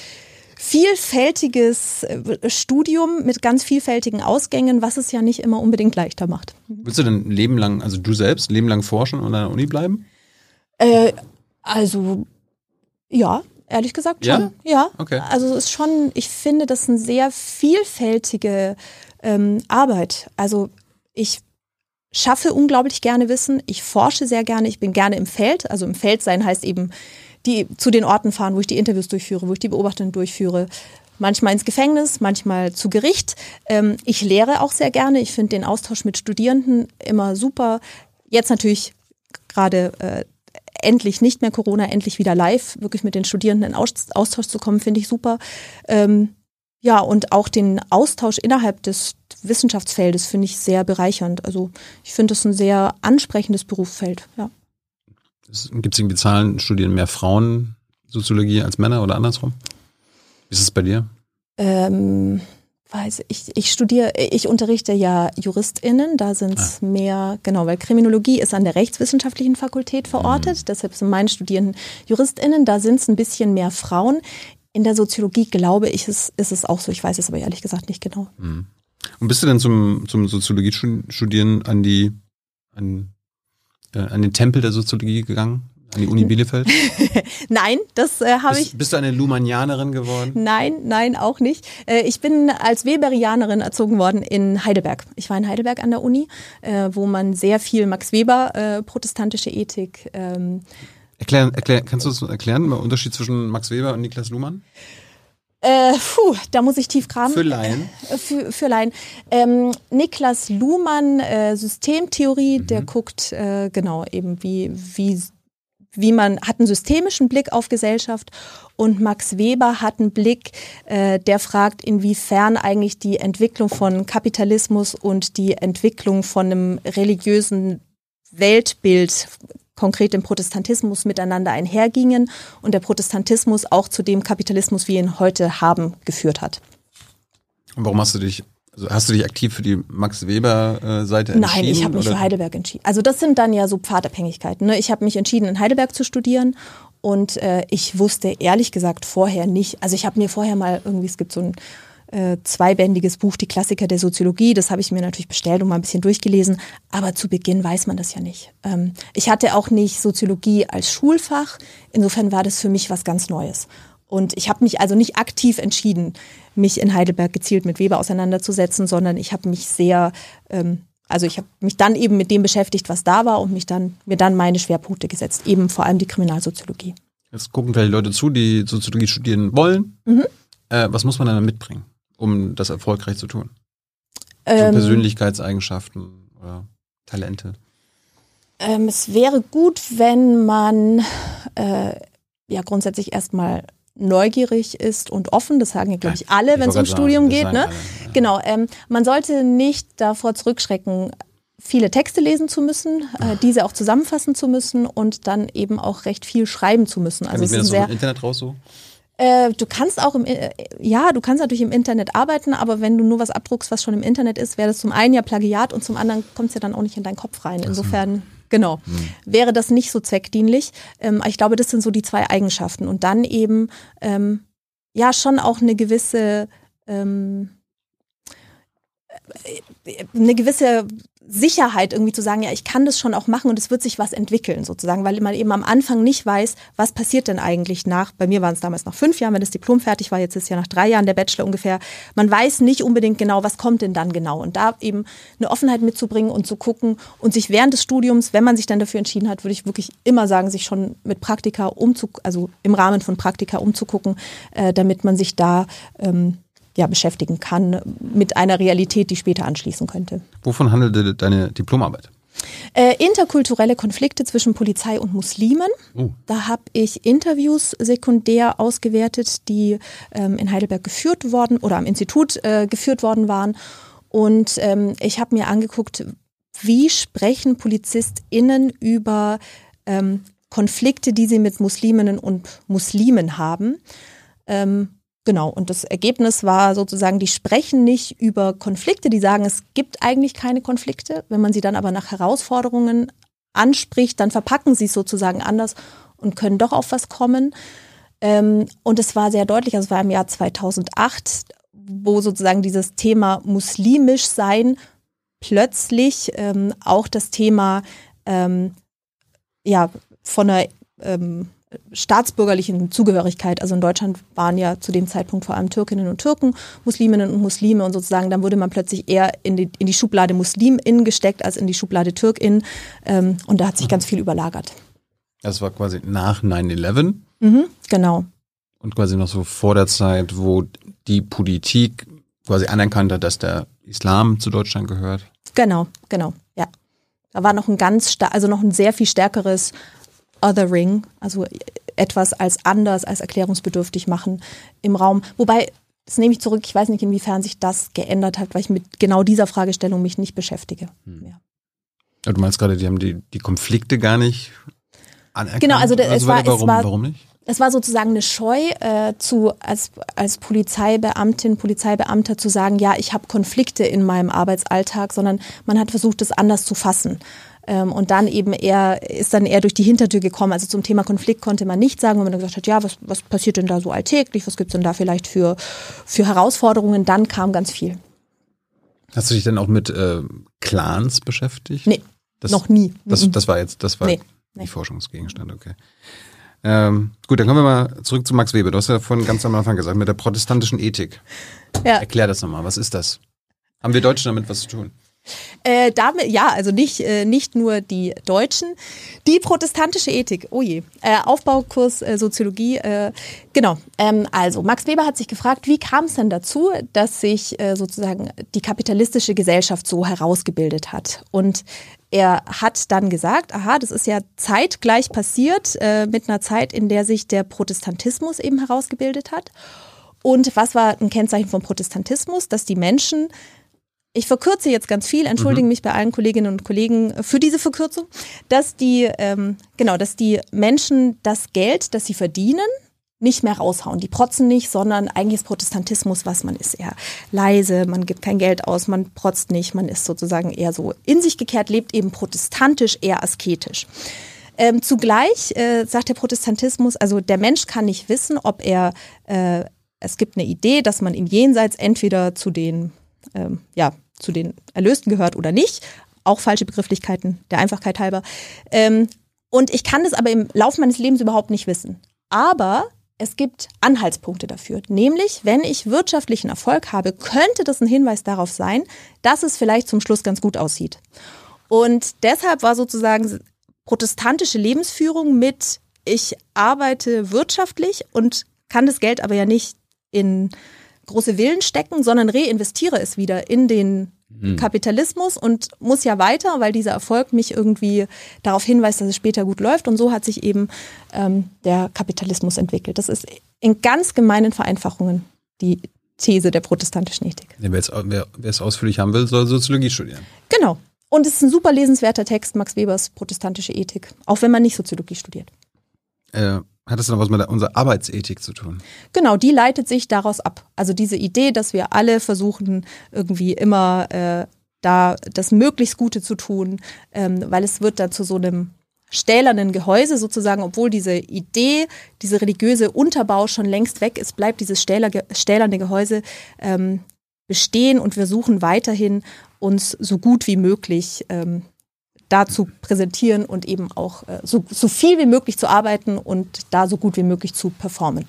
vielfältiges Studium mit ganz vielfältigen Ausgängen, was es ja nicht immer unbedingt leichter macht. Willst du denn ein Leben lang, also du selbst, Leben lang forschen und an der Uni bleiben? Äh, also, ja. Ehrlich gesagt schon, ja. ja. Okay. Also es ist schon, ich finde das eine sehr vielfältige ähm, Arbeit. Also ich schaffe unglaublich gerne Wissen, ich forsche sehr gerne, ich bin gerne im Feld. Also im Feld sein heißt eben die zu den Orten fahren, wo ich die Interviews durchführe, wo ich die Beobachtungen durchführe. Manchmal ins Gefängnis, manchmal zu Gericht. Ähm, ich lehre auch sehr gerne. Ich finde den Austausch mit Studierenden immer super. Jetzt natürlich gerade äh, endlich nicht mehr Corona, endlich wieder live, wirklich mit den Studierenden in Austausch zu kommen, finde ich super. Ähm, ja, und auch den Austausch innerhalb des Wissenschaftsfeldes finde ich sehr bereichernd. Also ich finde das ein sehr ansprechendes Berufsfeld, ja. Gibt es irgendwie Zahlen, studieren mehr Frauen Soziologie als Männer oder andersrum? Wie ist es bei dir? Ähm, weiß ich, ich studiere, ich unterrichte ja JuristInnen, da sind es ah. mehr, genau, weil Kriminologie ist an der Rechtswissenschaftlichen Fakultät verortet, mhm. deshalb sind meine Studierenden JuristInnen, da sind es ein bisschen mehr Frauen. In der Soziologie, glaube ich, ist, ist es auch so, ich weiß es aber ehrlich gesagt nicht genau. Mhm. Und bist du denn zum, zum Soziologie-Studieren an die, an, äh, an den Tempel der Soziologie gegangen? An die Uni Bielefeld? Nein, das äh, habe ich. Bist du eine Luhmannianerin geworden? Nein, nein, auch nicht. Äh, ich bin als Weberianerin erzogen worden in Heidelberg. Ich war in Heidelberg an der Uni, äh, wo man sehr viel Max Weber, äh, protestantische Ethik. Ähm, erklär, erklär, kannst du das erklären, der Unterschied zwischen Max Weber und Niklas Luhmann? Äh, puh, da muss ich tief graben. Für Laien. Äh, für, für Laien. Ähm, Niklas Luhmann, äh, Systemtheorie, mhm. der guckt äh, genau eben wie, wie wie man hat einen systemischen Blick auf Gesellschaft und Max Weber hat einen Blick, äh, der fragt, inwiefern eigentlich die Entwicklung von Kapitalismus und die Entwicklung von einem religiösen Weltbild, konkret dem Protestantismus, miteinander einhergingen und der Protestantismus auch zu dem Kapitalismus, wie wir ihn heute haben, geführt hat. Und warum hast du dich Also hast du dich aktiv für die Max-Weber-Seite entschieden? Nein, ich habe mich oder? für Heidelberg entschieden. Also das sind dann ja so Pfadabhängigkeiten. Ne? Ich habe mich entschieden, in Heidelberg zu studieren und äh, ich wusste ehrlich gesagt vorher nicht, also ich habe mir vorher mal irgendwie, es gibt so ein äh, zweibändiges Buch, die Klassiker der Soziologie, das habe ich mir natürlich bestellt und mal ein bisschen durchgelesen, aber zu Beginn weiß man das ja nicht. Ähm, ich hatte auch nicht Soziologie als Schulfach, insofern war das für mich was ganz Neues. Und ich habe mich also nicht aktiv entschieden, mich in Heidelberg gezielt mit Weber auseinanderzusetzen, sondern ich habe mich sehr, ähm, also ich habe mich dann eben mit dem beschäftigt, was da war und mich dann mir dann meine Schwerpunkte gesetzt, eben vor allem die Kriminalsoziologie. Jetzt gucken vielleicht Leute zu, die Soziologie studieren wollen. Mhm. Äh, was muss man dann mitbringen, um das erfolgreich zu tun? So ähm, Persönlichkeitseigenschaften oder Talente? Ähm, es wäre gut, wenn man äh, ja grundsätzlich erstmal neugierig ist und offen, das sagen ja, glaube ich, alle, wenn es um Studium geht. Ne? Alle, ja. Genau, ähm, man sollte nicht davor zurückschrecken, viele Texte lesen zu müssen, äh, diese auch zusammenfassen zu müssen und dann eben auch recht viel schreiben zu müssen. Kann also ich mir das so im Internet raus so? Äh, du kannst auch im, äh, ja, du kannst natürlich im Internet arbeiten, aber wenn du nur was abdruckst, was schon im Internet ist, wäre das zum einen ja Plagiat und zum anderen kommt es ja dann auch nicht in deinen Kopf rein. Insofern Genau, hm. wäre das nicht so zweckdienlich. Ähm, ich glaube, das sind so die zwei Eigenschaften. Und dann eben, ähm, ja, schon auch eine gewisse, ähm, eine gewisse Sicherheit irgendwie zu sagen, ja, ich kann das schon auch machen und es wird sich was entwickeln sozusagen, weil man eben am Anfang nicht weiß, was passiert denn eigentlich nach, bei mir waren es damals nach fünf Jahren, wenn das Diplom fertig war, jetzt ist ja nach drei Jahren der Bachelor ungefähr, man weiß nicht unbedingt genau, was kommt denn dann genau und da eben eine Offenheit mitzubringen und zu gucken und sich während des Studiums, wenn man sich dann dafür entschieden hat, würde ich wirklich immer sagen, sich schon mit Praktika umzugucken, also im Rahmen von Praktika umzugucken, äh, damit man sich da ähm, ja, beschäftigen kann mit einer Realität, die später anschließen könnte. Wovon handelte deine Diplomarbeit? Äh, interkulturelle Konflikte zwischen Polizei und Muslimen. Uh. Da habe ich Interviews sekundär ausgewertet, die ähm, in Heidelberg geführt worden oder am Institut äh, geführt worden waren. Und ähm, ich habe mir angeguckt, wie sprechen PolizistInnen über ähm, Konflikte, die sie mit Musliminnen und Muslimen haben. Ähm, Genau, und das Ergebnis war sozusagen, die sprechen nicht über Konflikte, die sagen, es gibt eigentlich keine Konflikte. Wenn man sie dann aber nach Herausforderungen anspricht, dann verpacken sie es sozusagen anders und können doch auf was kommen. Und es war sehr deutlich, also es war im Jahr zweitausendacht, wo sozusagen dieses Thema muslimisch sein plötzlich auch das Thema ja von einer staatsbürgerlichen Zugehörigkeit, also in Deutschland waren ja zu dem Zeitpunkt vor allem Türkinnen und Türken, Musliminnen und Muslime und sozusagen, dann wurde man plötzlich eher in die, in die Schublade Muslimin gesteckt als in die Schublade Türkin ähm, und da hat sich ganz viel überlagert. Das war quasi nach nine eleven? Mhm, genau. Und quasi noch so vor der Zeit, wo die Politik quasi anerkannt hat, dass der Islam zu Deutschland gehört? Genau, genau, ja. Da war noch ein ganz, also noch ein sehr viel stärkeres Othering, also etwas als anders, als erklärungsbedürftig machen im Raum. Wobei, das nehme ich zurück, ich weiß nicht, inwiefern sich das geändert hat, weil ich mit genau dieser Fragestellung mich nicht beschäftige. Hm. Ja. Ja, du meinst gerade, die haben die, die Konflikte gar nicht anerkannt? Genau, also es, war, warum, es war, warum nicht? Es war sozusagen eine Scheu, äh, zu, als, als Polizeibeamtin, Polizeibeamter zu sagen, ja, ich habe Konflikte in meinem Arbeitsalltag, sondern man hat versucht, das anders zu fassen. Und dann eben eher, ist dann eher durch die Hintertür gekommen. Also zum Thema Konflikt konnte man nicht sagen, wenn man dann gesagt hat, ja, was, was passiert denn da so alltäglich? Was gibt's denn da vielleicht für, für Herausforderungen? Dann kam ganz viel. Hast du dich denn auch mit äh, Clans beschäftigt? Nee, das, noch nie. Das, das war jetzt, das war nee, die nee. Forschungsgegenstand, okay. Ähm, gut, dann kommen wir mal zurück zu Max Weber. Du hast ja vorhin ganz am Anfang gesagt, mit der protestantischen Ethik. Ja. Erklär das nochmal, was ist das? Haben wir Deutschen damit was zu tun? Äh, damit, ja, also nicht, äh, nicht nur die Deutschen. Die protestantische Ethik, oh je, äh, Aufbaukurs äh, Soziologie, äh, genau. Ähm, also Max Weber hat sich gefragt, wie kam es denn dazu, dass sich äh, sozusagen die kapitalistische Gesellschaft so herausgebildet hat? Und er hat dann gesagt, aha, das ist ja zeitgleich passiert äh, mit einer Zeit, in der sich der Protestantismus eben herausgebildet hat. Und was war ein Kennzeichen vom Protestantismus? Dass die Menschen, ich verkürze jetzt ganz viel, entschuldige mhm. mich bei allen Kolleginnen und Kollegen für diese Verkürzung, dass die, ähm, genau, dass die Menschen das Geld, das sie verdienen, nicht mehr raushauen. Die protzen nicht, sondern eigentlich ist Protestantismus, was man ist, eher leise, man gibt kein Geld aus, man protzt nicht, man ist sozusagen eher so in sich gekehrt, lebt eben protestantisch, eher asketisch. Ähm, zugleich äh, sagt der Protestantismus, also der Mensch kann nicht wissen, ob er, äh, es gibt eine Idee, dass man im Jenseits entweder zu den, ähm, ja, zu den Erlösten gehört oder nicht. Auch falsche Begrifflichkeiten, der Einfachkeit halber. Ähm, und ich kann das aber im Laufe meines Lebens überhaupt nicht wissen. Aber es gibt Anhaltspunkte dafür. Nämlich, wenn ich wirtschaftlichen Erfolg habe, könnte das ein Hinweis darauf sein, dass es vielleicht zum Schluss ganz gut aussieht. Und deshalb war sozusagen protestantische Lebensführung mit, ich arbeite wirtschaftlich und kann das Geld aber ja nicht in große Villen stecken, sondern reinvestiere es wieder in den hm. Kapitalismus und muss ja weiter, weil dieser Erfolg mich irgendwie darauf hinweist, dass es später gut läuft. Und so hat sich eben ähm, der Kapitalismus entwickelt. Das ist in ganz gemeinen Vereinfachungen die These der protestantischen Ethik. Ja, wer, es, wer, wer es ausführlich haben will, soll Soziologie studieren. Genau. Und es ist ein super lesenswerter Text, Max Webers Protestantische Ethik, auch wenn man nicht Soziologie studiert. Äh, hat das noch was mit unserer Arbeitsethik zu tun? Genau, die leitet sich daraus ab. Also diese Idee, dass wir alle versuchen, irgendwie immer äh, da das möglichst Gute zu tun, ähm, weil es wird dann zu so einem stählernen Gehäuse sozusagen, obwohl diese Idee, diese religiöse Unterbau schon längst weg ist, bleibt dieses stähler, stählerne Gehäuse ähm, bestehen und wir suchen weiterhin uns so gut wie möglich ähm, dazu präsentieren und eben auch äh, so, so viel wie möglich zu arbeiten und da so gut wie möglich zu performen.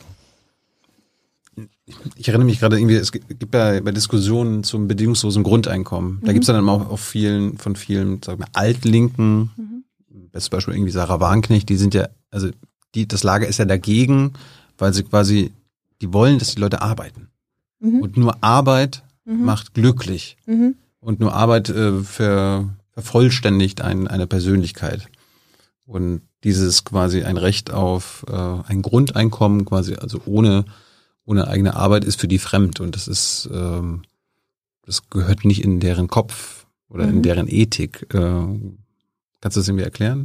Ich erinnere mich gerade irgendwie, es gibt ja bei Diskussionen zum bedingungslosen Grundeinkommen, mhm. da gibt es dann auch, auch vielen, von vielen, sagen wir, Altlinken, mhm. bestes Beispiel irgendwie Sarah Wagenknecht, die sind ja, also die, das Lager ist ja dagegen, weil sie quasi, die wollen, dass die Leute arbeiten. Mhm. Und nur Arbeit mhm. macht glücklich. Mhm. Und nur Arbeit äh, ver, vervollständigt ein, eine Persönlichkeit. Und dieses quasi ein Recht auf äh, ein Grundeinkommen, quasi, also ohne, ohne eigene Arbeit, ist für die fremd. Und das ist, ähm, das gehört nicht in deren Kopf oder mhm. in deren Ethik. Äh, kannst du das irgendwie erklären?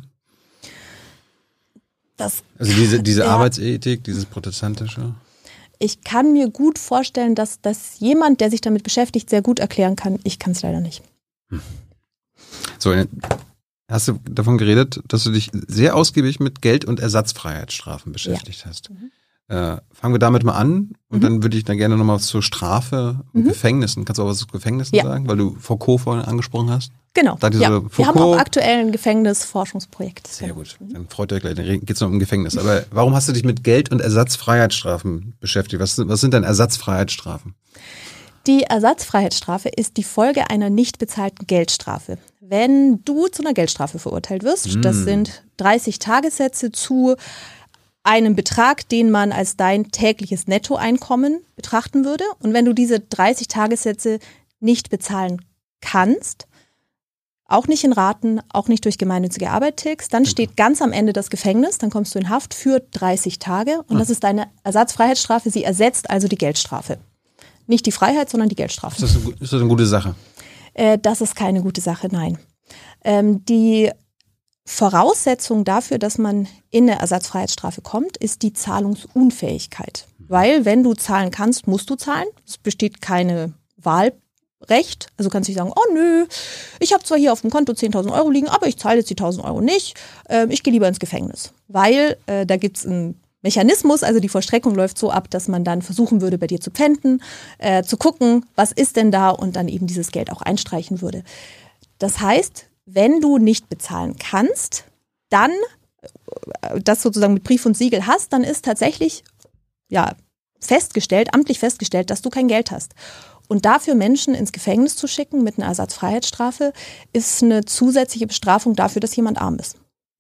Das, also diese, diese ja. Arbeitsethik, dieses protestantische? Ich kann mir gut vorstellen, dass das jemand, der sich damit beschäftigt, sehr gut erklären kann. Ich kann es leider nicht. Hm. So, hast du davon geredet, dass du dich sehr ausgiebig mit Geld- und Ersatzfreiheitsstrafen beschäftigt ja. hast. Mhm. Äh, fangen wir damit mal an und mhm. dann würde ich dann gerne nochmal zur Strafe und mhm. Gefängnissen. Kannst du auch was zu Gefängnissen ja. sagen, weil du Foucault vorhin angesprochen hast? Genau, da ja. so, wir haben auch aktuell ein Gefängnisforschungsprojekt. Sehr gut, dann freut euch gleich, dann geht es noch um Gefängnis. Aber warum hast du dich mit Geld- und Ersatzfreiheitsstrafen beschäftigt? Was, was sind denn Ersatzfreiheitsstrafen? Die Ersatzfreiheitsstrafe ist die Folge einer nicht bezahlten Geldstrafe. Wenn du zu einer Geldstrafe verurteilt wirst, mm. das sind dreißig Tagessätze zu einem Betrag, den man als dein tägliches Nettoeinkommen betrachten würde. Und wenn du diese dreißig Tagessätze nicht bezahlen kannst, auch nicht in Raten, auch nicht durch gemeinnützige Arbeit tilgst, dann steht ganz am Ende das Gefängnis, dann kommst du in Haft für dreißig Tage und das ist deine Ersatzfreiheitsstrafe, sie ersetzt also die Geldstrafe. Nicht die Freiheit, sondern die Geldstrafe. Ist das eine, ist das eine gute Sache? Äh, das ist keine gute Sache, nein. Ähm, die Voraussetzung dafür, dass man in eine Ersatzfreiheitsstrafe kommt, ist die Zahlungsunfähigkeit. Weil wenn du zahlen kannst, musst du zahlen. Es besteht keine Wahlrecht. Also kannst du nicht sagen, oh nö, ich habe zwar hier auf dem Konto zehntausend Euro liegen, aber ich zahle jetzt die tausend Euro nicht. Ähm, ich gehe lieber ins Gefängnis. Weil äh, da gibt es einen Mechanismus, also die Vollstreckung läuft so ab, dass man dann versuchen würde, bei dir zu pfänden, äh, zu gucken, was ist denn da und dann eben dieses Geld auch einstreichen würde. Das heißt, wenn du nicht bezahlen kannst, dann das sozusagen mit Brief und Siegel hast, dann ist tatsächlich ja festgestellt, amtlich festgestellt, dass du kein Geld hast. Und dafür Menschen ins Gefängnis zu schicken mit einer Ersatzfreiheitsstrafe, ist eine zusätzliche Bestrafung dafür, dass jemand arm ist.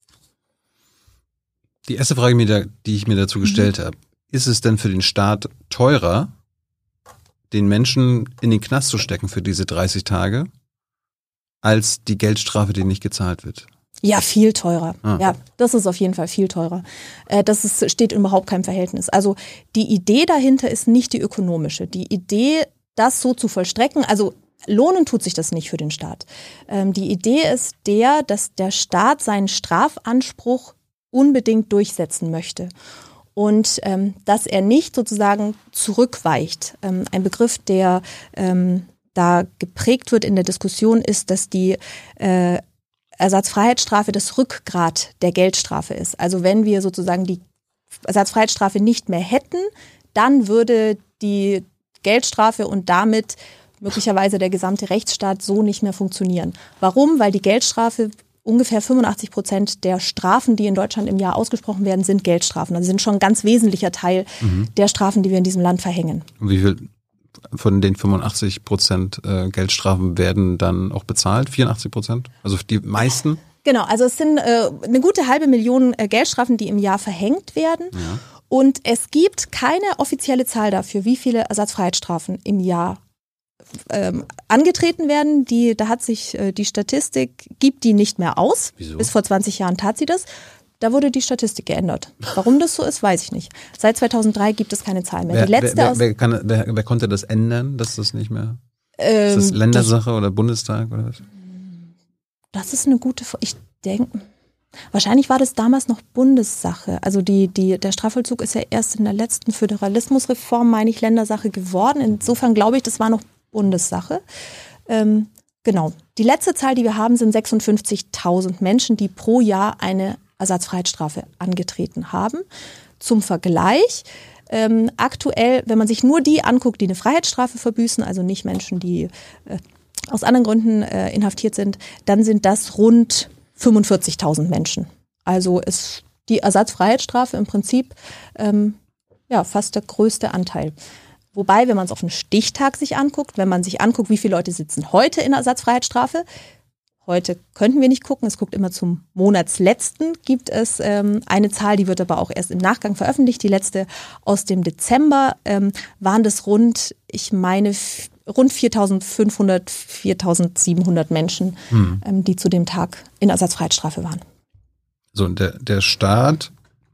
Die erste Frage, die ich mir dazu gestellt mhm. habe, ist es denn für den Staat teurer, den Menschen in den Knast zu stecken für diese dreißig Tage, als die Geldstrafe, die nicht gezahlt wird? Ja, viel teurer. Ah. Ja, das ist auf jeden Fall viel teurer. Das ist, steht in überhaupt keinem Verhältnis. Also die Idee dahinter ist nicht die ökonomische. Die Idee, das so zu vollstrecken, also lohnen tut sich das nicht für den Staat. Die Idee ist der, dass der Staat seinen Strafanspruch unbedingt durchsetzen möchte und ähm, dass er nicht sozusagen zurückweicht. Ähm, ein Begriff, der ähm, da geprägt wird in der Diskussion, ist, dass die äh, Ersatzfreiheitsstrafe das Rückgrat der Geldstrafe ist. Also wenn wir sozusagen die Ersatzfreiheitsstrafe nicht mehr hätten, dann würde die Geldstrafe und damit möglicherweise der gesamte Rechtsstaat so nicht mehr funktionieren. Warum? Weil die Geldstrafe, ungefähr fünfundachtzig Prozent der Strafen, die in Deutschland im Jahr ausgesprochen werden, sind Geldstrafen. Also sind schon ein ganz wesentlicher Teil mhm. der Strafen, die wir in diesem Land verhängen. Und wie viel von den fünfundachtzig Prozent äh, Geldstrafen werden dann auch bezahlt? vierundachtzig Prozent? Also die meisten? Genau, also es sind äh, eine gute halbe Million äh, Geldstrafen, die im Jahr verhängt werden. Ja. Und es gibt keine offizielle Zahl dafür, wie viele Ersatzfreiheitsstrafen im Jahr ähm, angetreten werden. Die, da hat sich äh, die Statistik, gibt die nicht mehr aus. Wieso? Bis vor zwanzig Jahren tat sie das. Da wurde die Statistik geändert. Warum das so ist, weiß ich nicht. Seit zweitausenddrei gibt es keine Zahlen mehr. Wer, die letzte wer, aus wer, kann, wer, wer konnte das ändern, dass das nicht mehr... Ähm, ist das Ländersache das, oder Bundestag oder was? Das ist eine gute... Ich denke... Wahrscheinlich war das damals noch Bundessache. Also die, die, der Strafvollzug ist ja erst in der letzten Föderalismusreform, meine ich, Ländersache geworden. Insofern glaube ich, das war noch Bundessache. Ähm, genau. Die letzte Zahl, die wir haben, sind sechsundfünfzigtausend Menschen, die pro Jahr eine Ersatzfreiheitsstrafe angetreten haben. Zum Vergleich, ähm, aktuell, wenn man sich nur die anguckt, die eine Freiheitsstrafe verbüßen, also nicht Menschen, die äh, aus anderen Gründen äh, inhaftiert sind, dann sind das rund fünfundvierzigtausend Menschen. Also ist die Ersatzfreiheitsstrafe im Prinzip ähm, ja, fast der größte Anteil. Wobei, wenn man es auf einen Stichtag sich anguckt, wenn man sich anguckt, wie viele Leute sitzen heute in der Ersatzfreiheitsstrafe, heute könnten wir nicht gucken, es guckt immer zum Monatsletzten, gibt es ähm, eine Zahl, die wird aber auch erst im Nachgang veröffentlicht. Die letzte aus dem Dezember ähm, waren das rund, ich meine, f- rund viertausendfünfhundert, viertausendsiebenhundert Menschen, hm. ähm, die zu dem Tag in Ersatzfreiheitsstrafe waren. So, und der, der Staat,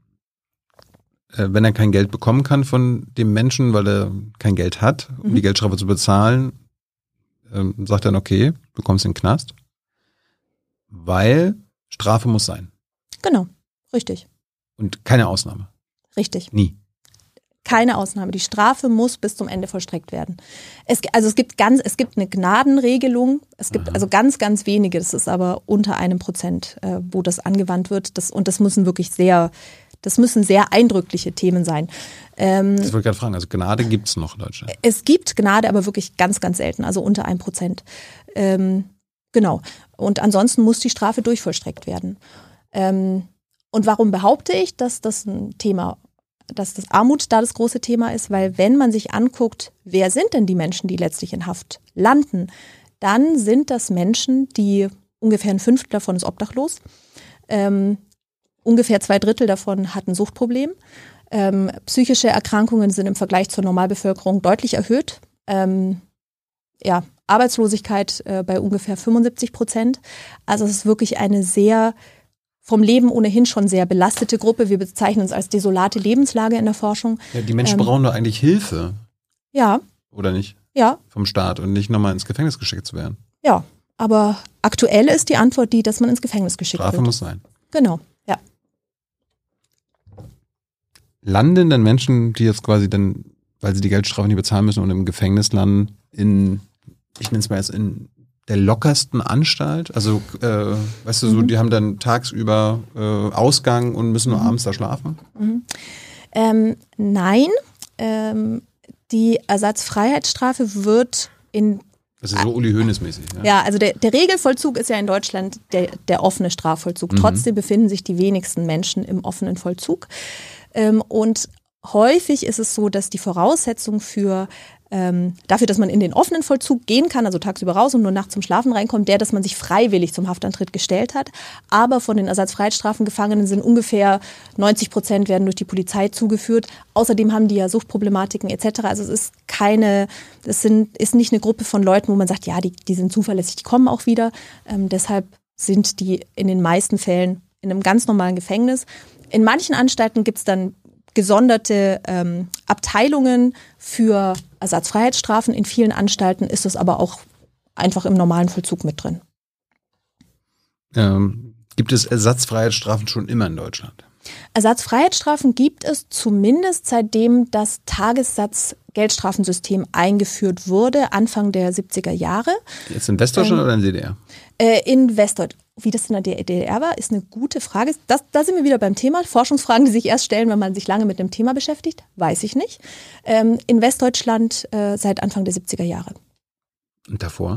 äh, wenn er kein Geld bekommen kann von dem Menschen, weil er kein Geld hat, um mhm. die Geldstrafe zu bezahlen, ähm, sagt dann, okay, du bekommst in den Knast, weil Strafe muss sein. Genau, richtig. Und keine Ausnahme. Richtig. Nie. Keine Ausnahme. Die Strafe muss bis zum Ende vollstreckt werden. Es, also es gibt ganz, es gibt eine Gnadenregelung. Es gibt Aha. also ganz, ganz wenige. Das ist aber unter einem Prozent, äh, wo das angewandt wird. Das, und das müssen wirklich sehr, das müssen sehr eindrückliche Themen sein. Ähm, das wollte ich gerade fragen. Also Gnade gibt es noch in Deutschland? Es gibt Gnade, aber wirklich ganz, ganz selten. Also unter einem Prozent. Ähm, genau. Und ansonsten muss die Strafe durchvollstreckt werden. Ähm, und warum behaupte ich, dass das ein Thema dass das Armut da das große Thema ist, weil wenn man sich anguckt, wer sind denn die Menschen, die letztlich in Haft landen, dann sind das Menschen, die ungefähr ein Fünftel davon ist obdachlos, ähm, ungefähr zwei Drittel davon hat ein Suchtproblem, ähm, psychische Erkrankungen sind im Vergleich zur Normalbevölkerung deutlich erhöht, ähm, ja, Arbeitslosigkeit äh, bei ungefähr fünfundsiebzig Prozent, also es ist wirklich eine sehr vom Leben ohnehin schon sehr belastete Gruppe. Wir bezeichnen uns als desolate Lebenslage in der Forschung. Ja, die Menschen ähm, brauchen doch eigentlich Hilfe. Ja. Oder nicht? Ja. Vom Staat und nicht nochmal ins Gefängnis geschickt zu werden. Ja, aber aktuell ist die Antwort die, dass man ins Gefängnis geschickt Strafe wird. Strafe muss sein. Genau, ja. Landen denn Menschen, die jetzt quasi dann, weil sie die Geldstrafe nicht bezahlen müssen und im Gefängnis landen, in, ich nenne es mal jetzt in der lockersten Anstalt? Also, äh, weißt du, so, mhm. die haben dann tagsüber äh, Ausgang und müssen nur mhm. abends da schlafen? Mhm. Ähm, nein, ähm, die Ersatzfreiheitsstrafe wird in... Das ist so Uli Hoeneß-mäßig. Ja, ja also der, der Regelvollzug ist ja in Deutschland der, der offene Strafvollzug. Mhm. Trotzdem befinden sich die wenigsten Menschen im offenen Vollzug. Ähm, und häufig ist es so, dass die Voraussetzung für ähm, dafür, dass man in den offenen Vollzug gehen kann, also tagsüber raus und nur nachts zum Schlafen reinkommt, der, dass man sich freiwillig zum Haftantritt gestellt hat. Aber von den Ersatzfreiheitsstrafengefangenen sind ungefähr neunzig Prozent werden durch die Polizei zugeführt. Außerdem haben die ja Suchtproblematiken et cetera. Also es ist keine, es sind, ist nicht eine Gruppe von Leuten, wo man sagt, ja, die, die sind zuverlässig, die kommen auch wieder. Ähm, deshalb sind die in den meisten Fällen in einem ganz normalen Gefängnis. In manchen Anstalten gibt es dann gesonderte ähm, Abteilungen für Ersatzfreiheitsstrafen. In vielen Anstalten ist es aber auch einfach im normalen Vollzug mit drin. Ähm, gibt es Ersatzfreiheitsstrafen schon immer in Deutschland? Ersatzfreiheitsstrafen gibt es zumindest seitdem das Tagessatz-Geldstrafensystem eingeführt wurde, Anfang der siebziger Jahre. Jetzt in Westdeutschland ähm, oder in D D R? Äh, in Westdeutschland. Wie das in der D D R war, ist eine gute Frage. Das, da sind wir wieder beim Thema. Forschungsfragen, die sich erst stellen, wenn man sich lange mit dem Thema beschäftigt, weiß ich nicht. Ähm, in Westdeutschland äh, seit Anfang der siebziger Jahre. Und davor?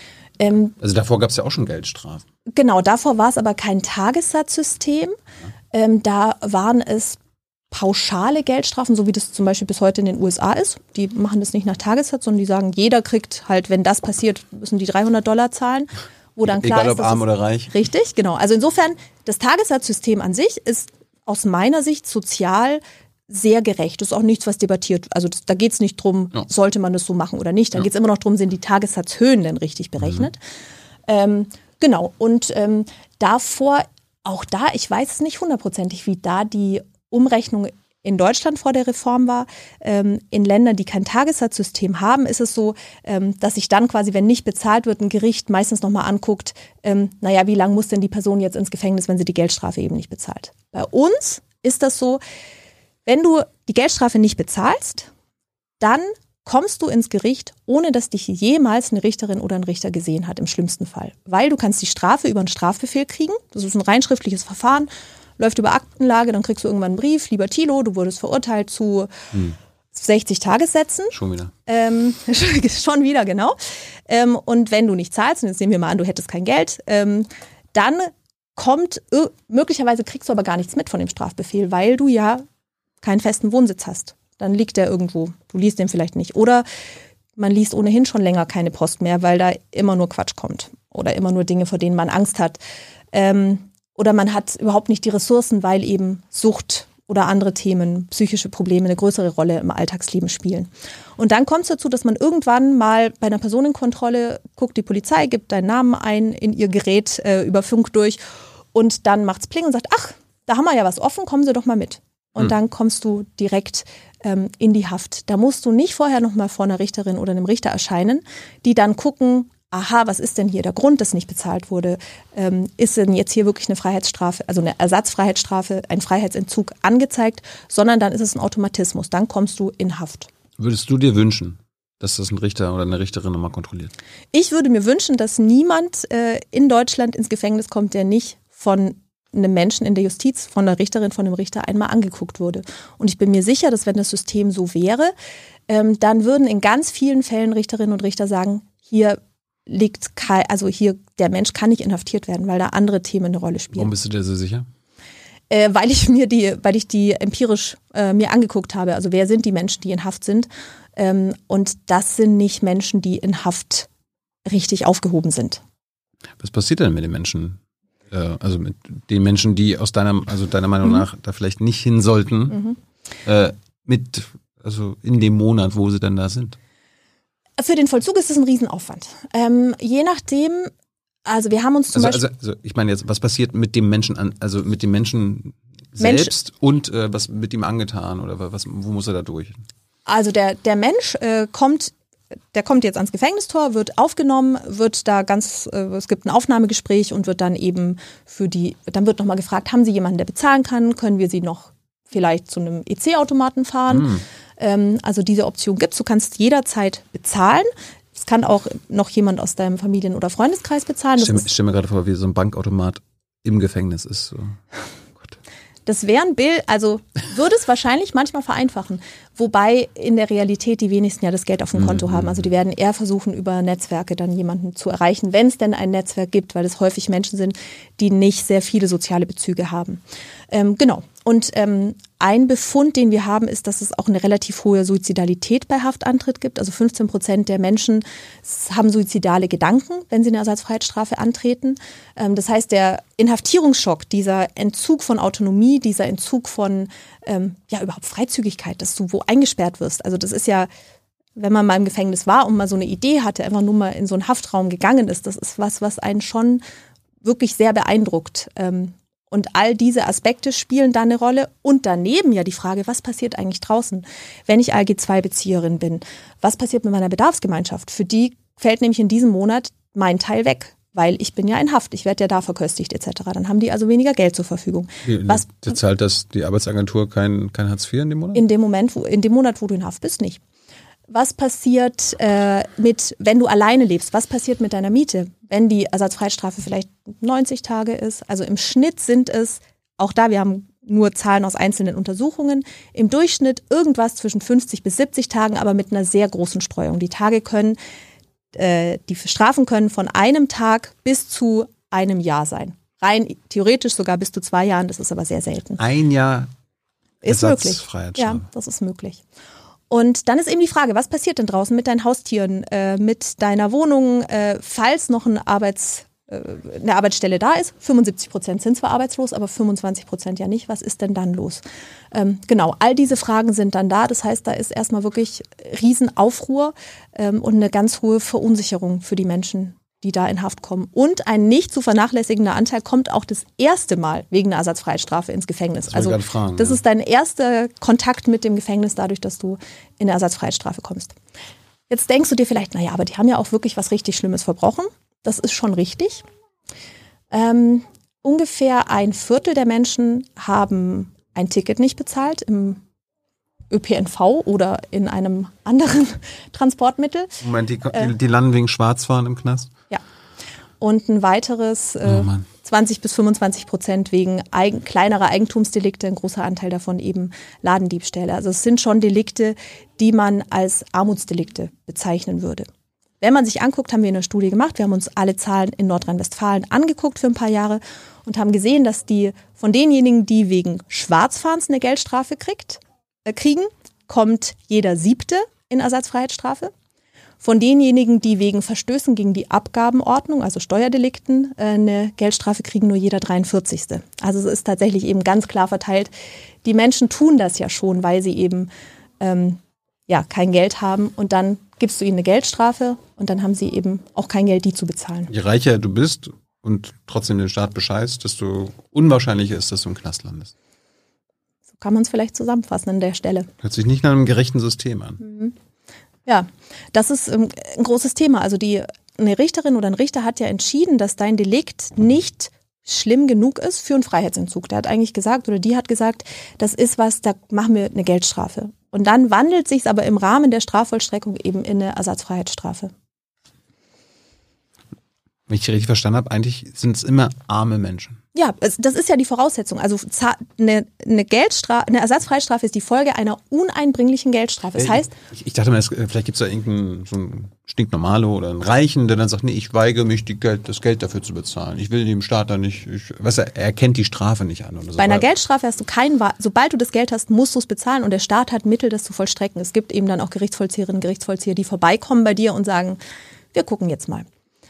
Ähm, also davor gab es ja auch schon Geldstrafen. Genau, davor war es aber kein Tagessatzsystem. Ja. Ähm, da waren es pauschale Geldstrafen, so wie das zum Beispiel bis heute in den U S A ist. Die machen das nicht nach Tagessatz, sondern die sagen, jeder kriegt halt, wenn das passiert, müssen die dreihundert Dollar zahlen. Wo dann klar Egal ist, ob arm oder reich. Richtig, genau. Also insofern, das Tagessatzsystem an sich ist aus meiner Sicht sozial sehr gerecht. Das ist auch nichts, was debattiert. Also das, da geht es nicht drum, ja. sollte man das so machen oder nicht. Da ja. geht es immer noch drum, sind die Tagessatzhöhen denn richtig berechnet. Mhm. Ähm, genau. Und ähm, davor, auch da, ich weiß es nicht hundertprozentig, wie da die Umrechnung in Deutschland vor der Reform war. Ähm, in Ländern, die kein Tagessatzsystem haben, ist es so, ähm, dass sich dann quasi, wenn nicht bezahlt wird, ein Gericht meistens nochmal anguckt, ähm, naja, wie lange muss denn die Person jetzt ins Gefängnis, wenn sie die Geldstrafe eben nicht bezahlt. Bei uns ist das so, wenn du die Geldstrafe nicht bezahlst, dann kommst du ins Gericht, ohne dass dich jemals eine Richterin oder ein Richter gesehen hat, im schlimmsten Fall. Weil du kannst die Strafe über einen Strafbefehl kriegen, das ist ein rein schriftliches Verfahren, läuft über Aktenlage, dann kriegst du irgendwann einen Brief, lieber Thilo, du wurdest verurteilt zu hm. sechzig Tagessätzen. Schon wieder. Ähm, schon wieder, genau. Ähm, und wenn du nicht zahlst, und jetzt nehmen wir mal an, du hättest kein Geld, ähm, dann kommt, äh, möglicherweise kriegst du aber gar nichts mit von dem Strafbefehl, weil du ja keinen festen Wohnsitz hast. Dann liegt der irgendwo, du liest den vielleicht nicht. Oder man liest ohnehin schon länger keine Post mehr, weil da immer nur Quatsch kommt. Oder immer nur Dinge, vor denen man Angst hat. Ähm, Oder man hat überhaupt nicht die Ressourcen, weil eben Sucht oder andere Themen, psychische Probleme eine größere Rolle im Alltagsleben spielen. Und dann kommt es dazu, dass man irgendwann mal bei einer Personenkontrolle guckt, die Polizei gibt deinen Namen ein in ihr Gerät äh, über Funk durch und dann macht's Pling und sagt, ach, da haben wir ja was offen, kommen Sie doch mal mit. Und hm. dann kommst du direkt ähm, in die Haft. Da musst du nicht vorher noch mal vor einer Richterin oder einem Richter erscheinen, die dann gucken, aha, was ist denn hier der Grund, dass nicht bezahlt wurde? Ähm, ist denn jetzt hier wirklich eine Freiheitsstrafe, also eine Ersatzfreiheitsstrafe, ein Freiheitsentzug angezeigt, sondern dann ist es ein Automatismus, dann kommst du in Haft. Würdest du dir wünschen, dass das ein Richter oder eine Richterin nochmal kontrolliert? Ich würde mir wünschen, dass niemand äh, in Deutschland ins Gefängnis kommt, der nicht von einem Menschen in der Justiz, von der Richterin, von einem Richter einmal angeguckt wurde. Und ich bin mir sicher, dass wenn das System so wäre, ähm, dann würden in ganz vielen Fällen Richterinnen und Richter sagen, hier liegt kein, also hier, der Mensch kann nicht inhaftiert werden, weil da andere Themen eine Rolle spielen. Warum bist du dir so sicher? Äh, weil ich mir die, weil ich die empirisch äh, mir angeguckt habe. Also wer sind die Menschen, die in Haft sind? Ähm, und das sind nicht Menschen, die in Haft richtig aufgehoben sind. Was passiert denn mit den Menschen? Äh, also mit den Menschen, die aus deiner, also deiner Meinung mhm. nach da vielleicht nicht hin sollten, mhm. äh, mit, also in dem Monat, wo sie dann da sind? Für den Vollzug ist es ein Riesenaufwand. Ähm, je nachdem, also wir haben uns zum also, Beispiel... Also, also ich meine jetzt, was passiert mit dem Menschen, an, also mit dem Menschen selbst Mensch, und äh, was mit ihm angetan oder was, wo muss er da durch? Also der, der Mensch äh, kommt, der kommt jetzt ans Gefängnistor, wird aufgenommen, wird da ganz, äh, es gibt ein Aufnahmegespräch und wird dann eben für die, dann wird nochmal gefragt, haben Sie jemanden, der bezahlen kann? Können wir Sie noch vielleicht zu einem E C-Automaten fahren? Hm. Also diese Option gibt es. Du kannst jederzeit bezahlen. Es kann auch noch jemand aus deinem Familien- oder Freundeskreis bezahlen. Das ich stelle mir gerade vor, wie so ein Bankautomat im Gefängnis ist. So. Gott. Das wäre ein Bild, also würde es wahrscheinlich manchmal vereinfachen. Wobei in der Realität die wenigsten ja das Geld auf dem Konto mhm. haben. Also die werden eher versuchen, über Netzwerke dann jemanden zu erreichen, wenn es denn ein Netzwerk gibt, weil es häufig Menschen sind, die nicht sehr viele soziale Bezüge haben. Ähm, genau. Und ähm, ein Befund, den wir haben, ist, dass es auch eine relativ hohe Suizidalität bei Haftantritt gibt. Also fünfzehn Prozent der Menschen haben suizidale Gedanken, wenn sie eine Ersatzfreiheitsstrafe antreten. Ähm, das heißt, der Inhaftierungsschock, dieser Entzug von Autonomie, dieser Entzug von ähm, ja überhaupt Freizügigkeit, dass du wo eingesperrt wirst. Also das ist ja, wenn man mal im Gefängnis war und mal so eine Idee hatte, einfach nur mal in so einen Haftraum gegangen ist, das ist was, was einen schon wirklich sehr beeindruckt. Ähm, Und all diese Aspekte spielen da eine Rolle. Und daneben ja die Frage, was passiert eigentlich draußen, wenn ich A L G zwei Bezieherin bin? Was passiert mit meiner Bedarfsgemeinschaft? Für die fällt nämlich in diesem Monat mein Teil weg, weil ich bin ja in Haft, ich werde ja da verköstigt et cetera. Dann haben die also weniger Geld zur Verfügung. Was, zahlt das die Arbeitsagentur kein, kein Hartz vier in dem Monat? In dem Moment, wo, in dem Monat, wo du in Haft bist, nicht. Was passiert äh, mit, wenn du alleine lebst? Was passiert mit deiner Miete, wenn die Ersatzfreiheitsstrafe vielleicht neunzig Tage ist? Also im Schnitt sind es, auch da, wir haben nur Zahlen aus einzelnen Untersuchungen, im Durchschnitt irgendwas zwischen fünfzig bis siebzig Tagen, aber mit einer sehr großen Streuung. Die Tage können, äh, die Strafen können von einem Tag bis zu einem Jahr sein. Rein theoretisch sogar bis zu zwei Jahren, das ist aber sehr selten. Ein Jahr ist möglich. Ja, das ist möglich. Und dann ist eben die Frage, was passiert denn draußen mit deinen Haustieren, äh, mit deiner Wohnung, äh, falls noch ein Arbeits, äh, eine Arbeitsstelle da ist? fünfundsiebzig Prozent sind zwar arbeitslos, aber fünfundzwanzig Prozent ja nicht. Was ist denn dann los? Ähm, genau, all diese Fragen sind dann da. Das heißt, da ist erstmal wirklich Riesenaufruhr ähm, und eine ganz hohe Verunsicherung für die Menschen, die da in Haft kommen. Und ein nicht zu vernachlässigender Anteil kommt auch das erste Mal wegen einer Ersatzfreiheitsstrafe ins Gefängnis. Das also fragen, das ja. ist dein erster Kontakt mit dem Gefängnis, dadurch, dass du in eine Ersatzfreiheitsstrafe kommst. Jetzt denkst du dir vielleicht, naja, aber die haben ja auch wirklich was richtig Schlimmes verbrochen. Das ist schon richtig. Ähm, ungefähr ein Viertel der Menschen haben ein Ticket nicht bezahlt im Ö P N V oder in einem anderen Transportmittel. Moment, die, die, die landen wegen Schwarzfahren im Knast? Ja. Und ein weiteres äh, oh zwanzig bis fünfundzwanzig Prozent wegen eigen, kleinerer Eigentumsdelikte, ein großer Anteil davon eben Ladendiebstähle. Also es sind schon Delikte, die man als Armutsdelikte bezeichnen würde. Wenn man sich anguckt, haben wir eine Studie gemacht, wir haben uns alle Zahlen in Nordrhein-Westfalen angeguckt für ein paar Jahre und haben gesehen, dass die von denjenigen, die wegen Schwarzfahrens eine Geldstrafe kriegt, kriegen, kommt jeder Siebte in Ersatzfreiheitsstrafe. Von denjenigen, die wegen Verstößen gegen die Abgabenordnung, also Steuerdelikten, eine Geldstrafe kriegen, nur jeder dreiundvierzigste. Also es ist tatsächlich eben ganz klar verteilt. Die Menschen tun das ja schon, weil sie eben ähm, ja, kein Geld haben und dann gibst du ihnen eine Geldstrafe und dann haben sie eben auch kein Geld, die zu bezahlen. Je reicher du bist und trotzdem den Staat bescheißt, desto unwahrscheinlicher ist, dass du im Knast landest. Kann man es vielleicht zusammenfassen an der Stelle. Hört sich nicht nach einem gerechten System an. Mhm. Ja, das ist ein großes Thema. Also die, eine Richterin oder ein Richter hat ja entschieden, dass dein Delikt nicht schlimm genug ist für einen Freiheitsentzug. Der hat eigentlich gesagt, oder die hat gesagt, das ist was, da machen wir eine Geldstrafe. Und dann wandelt sich es aber im Rahmen der Strafvollstreckung eben in eine Ersatzfreiheitsstrafe. Wenn ich richtig verstanden habe, eigentlich sind es immer arme Menschen. Ja, das ist ja die Voraussetzung. Also eine, eine, Geldstrafe, eine Ersatzfreiheitsstrafe ist die Folge einer uneinbringlichen Geldstrafe. Das heißt, ich, ich dachte mir, vielleicht gibt es da irgendeinen so einen Stinknormalo oder einen Reichen, der dann sagt, nee, ich weigere mich, die Geld, das Geld dafür zu bezahlen. Ich will dem Staat da nicht, ich, weißt du, er erkennt die Strafe nicht an. Oder so. Bei einer Geldstrafe hast du keinen, sobald du das Geld hast, musst du es bezahlen und der Staat hat Mittel, das zu vollstrecken. Es gibt eben dann auch Gerichtsvollzieherinnen, Gerichtsvollzieher, die vorbeikommen bei dir und sagen, wir gucken jetzt mal.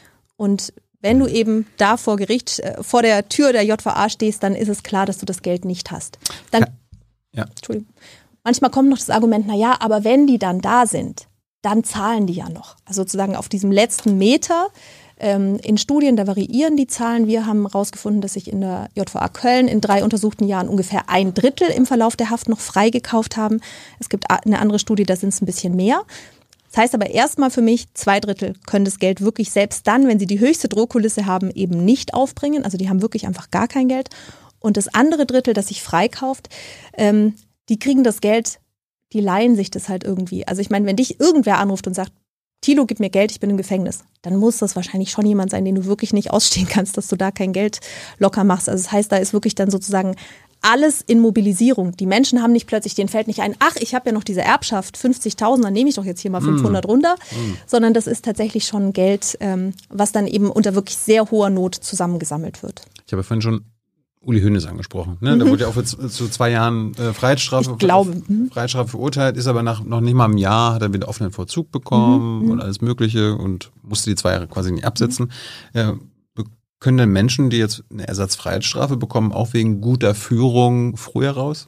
Und wenn du eben da vor Gericht, äh, vor der Tür der J V A stehst, dann ist es klar, dass du das Geld nicht hast. Dann, ja. Entschuldigung. Manchmal kommt noch das Argument, na ja, aber wenn die dann da sind, dann zahlen die ja noch. Also sozusagen auf diesem letzten Meter. Ähm, in Studien, da variieren die Zahlen. Wir haben herausgefunden, dass sich in der J V A Köln in drei untersuchten Jahren ungefähr ein Drittel im Verlauf der Haft noch freigekauft haben. Es gibt eine andere Studie, da sind es ein bisschen mehr. Das heißt aber erstmal für mich, zwei Drittel können das Geld wirklich selbst dann, wenn sie die höchste Drohkulisse haben, eben nicht aufbringen. Also die haben wirklich einfach gar kein Geld. Und das andere Drittel, das sich freikauft, ähm, die kriegen das Geld, die leihen sich das halt irgendwie. Also ich meine, wenn dich irgendwer anruft und sagt, Thilo, gib mir Geld, ich bin im Gefängnis, dann muss das wahrscheinlich schon jemand sein, den du wirklich nicht ausstehen kannst, dass du da kein Geld locker machst. Also das heißt, da ist wirklich dann sozusagen alles in Mobilisierung. Die Menschen haben nicht plötzlich, denen fällt nicht ein, ach, ich habe ja noch diese Erbschaft, fünfzigtausend, dann nehme ich doch jetzt hier mal fünfhundert mm. runter, mm. sondern das ist tatsächlich schon Geld, ähm, was dann eben unter wirklich sehr hoher Not zusammengesammelt wird. Ich habe vorhin schon Uli Hoeneß angesprochen. Ne? Mhm. Da wurde ja auch für zu zwei Jahren äh, Freiheitsstrafe, ich glaube. Freiheitsstrafe verurteilt, ist aber nach noch nicht mal einem Jahr, hat er wieder offenen Vollzug bekommen mhm. und alles Mögliche und musste die zwei Jahre quasi nicht absetzen. Mhm. Ja, können denn Menschen, die jetzt eine Ersatzfreiheitsstrafe bekommen, auch wegen guter Führung früher raus?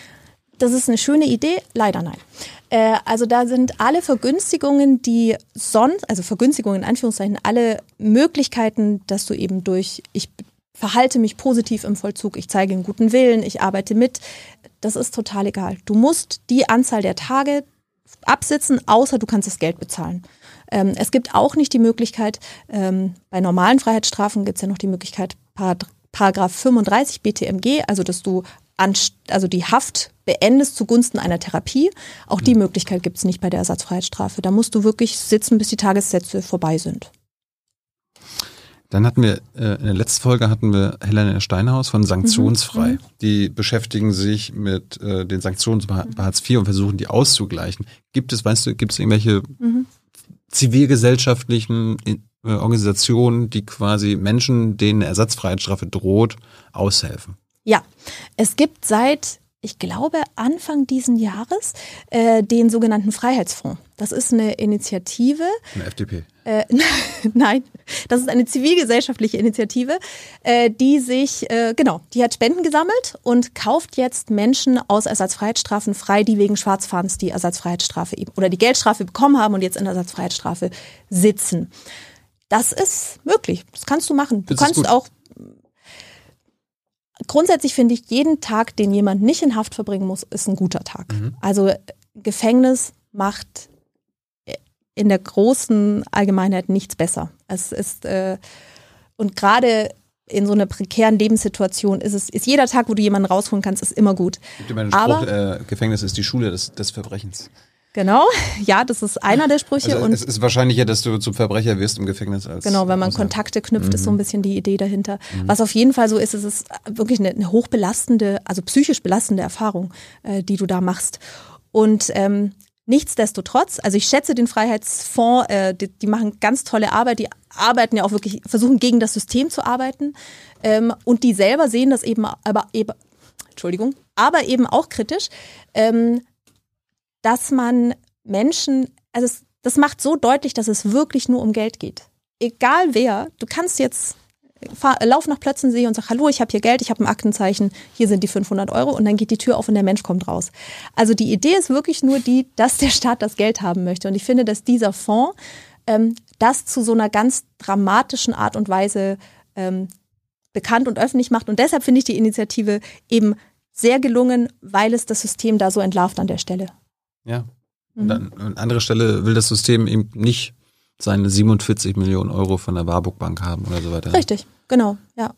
Das ist eine schöne Idee, leider nein. Äh, also da sind alle Vergünstigungen, die sonst, also Vergünstigungen in Anführungszeichen, alle Möglichkeiten, dass du eben durch, ich verhalte mich positiv im Vollzug, ich zeige einen guten Willen, ich arbeite mit, das ist total egal. Du musst die Anzahl der Tage absitzen, außer du kannst das Geld bezahlen. Ähm, es gibt auch nicht die Möglichkeit, ähm, bei normalen Freiheitsstrafen gibt es ja noch die Möglichkeit, Paragraph fünfunddreißig B T M G, also dass du also die Haft beendest zugunsten einer Therapie. Auch die Möglichkeit gibt es nicht bei der Ersatzfreiheitsstrafe. Da musst du wirklich sitzen, bis die Tagessätze vorbei sind. Dann hatten wir, äh, in der letzten Folge hatten wir Helene Steinhaus von Sanktionsfrei. Mhm. Die beschäftigen sich mit äh, den Sanktionen bei Hartz vier und versuchen, die auszugleichen. Gibt es, weißt du, gibt es irgendwelche mhm. zivilgesellschaftlichen äh, Organisationen, die quasi Menschen, denen eine Ersatzfreiheitsstrafe droht, aushelfen? Ja, es gibt seit, ich glaube, Anfang diesen Jahres äh, den sogenannten Freiheitsfonds. Das ist eine Initiative. Eine F D P? Äh, nein, das ist eine zivilgesellschaftliche Initiative, äh, die sich, äh, genau, die hat Spenden gesammelt und kauft jetzt Menschen aus Ersatzfreiheitsstrafen frei, die wegen Schwarzfahrens die Ersatzfreiheitsstrafe eben oder die Geldstrafe bekommen haben und jetzt in der Ersatzfreiheitsstrafe sitzen. Das ist möglich, das kannst du machen. Du kannst auch grundsätzlich finde ich, jeden Tag, den jemand nicht in Haft verbringen muss, ist ein guter Tag. Mhm. Also Gefängnis macht in der großen Allgemeinheit nichts besser. Es ist äh, und gerade in so einer prekären Lebenssituation ist es ist jeder Tag, wo du jemanden rausholen kannst, ist immer gut. Es gibt immer den Spruch, Aber, äh, Gefängnis ist die Schule des, des Verbrechens. Genau, ja, das ist einer der Sprüche. Also und es ist wahrscheinlicher, dass du zum Verbrecher wirst im Gefängnis als. Genau, wenn man Kontakte knüpft, mhm. ist so ein bisschen die Idee dahinter. Mhm. Was auf jeden Fall so ist, ist es wirklich eine, eine hochbelastende, also psychisch belastende Erfahrung, äh, die du da machst. Und ähm, nichtsdestotrotz, also ich schätze den Freiheitsfonds, äh, die, die machen ganz tolle Arbeit, die arbeiten ja auch wirklich, versuchen gegen das System zu arbeiten. Ähm, und die selber sehen das eben, aber eben, Entschuldigung, aber eben auch kritisch. Ähm, dass man Menschen, also es, das macht so deutlich, dass es wirklich nur um Geld geht. Egal wer, du kannst jetzt, fahr, lauf nach Plötzensee und sag, hallo, ich habe hier Geld, ich habe ein Aktenzeichen, hier sind die fünfhundert Euro und dann geht die Tür auf und der Mensch kommt raus. Also die Idee ist wirklich nur die, dass der Staat das Geld haben möchte. Und ich finde, dass dieser Fonds ähm, das zu so einer ganz dramatischen Art und Weise ähm, bekannt und öffentlich macht. Und deshalb finde ich die Initiative eben sehr gelungen, weil es das System da so entlarvt an der Stelle. Ja, und an, an anderer Stelle will das System eben nicht seine siebenundvierzig Millionen Euro von der Warburg Bank haben oder so weiter. Richtig, genau, ja.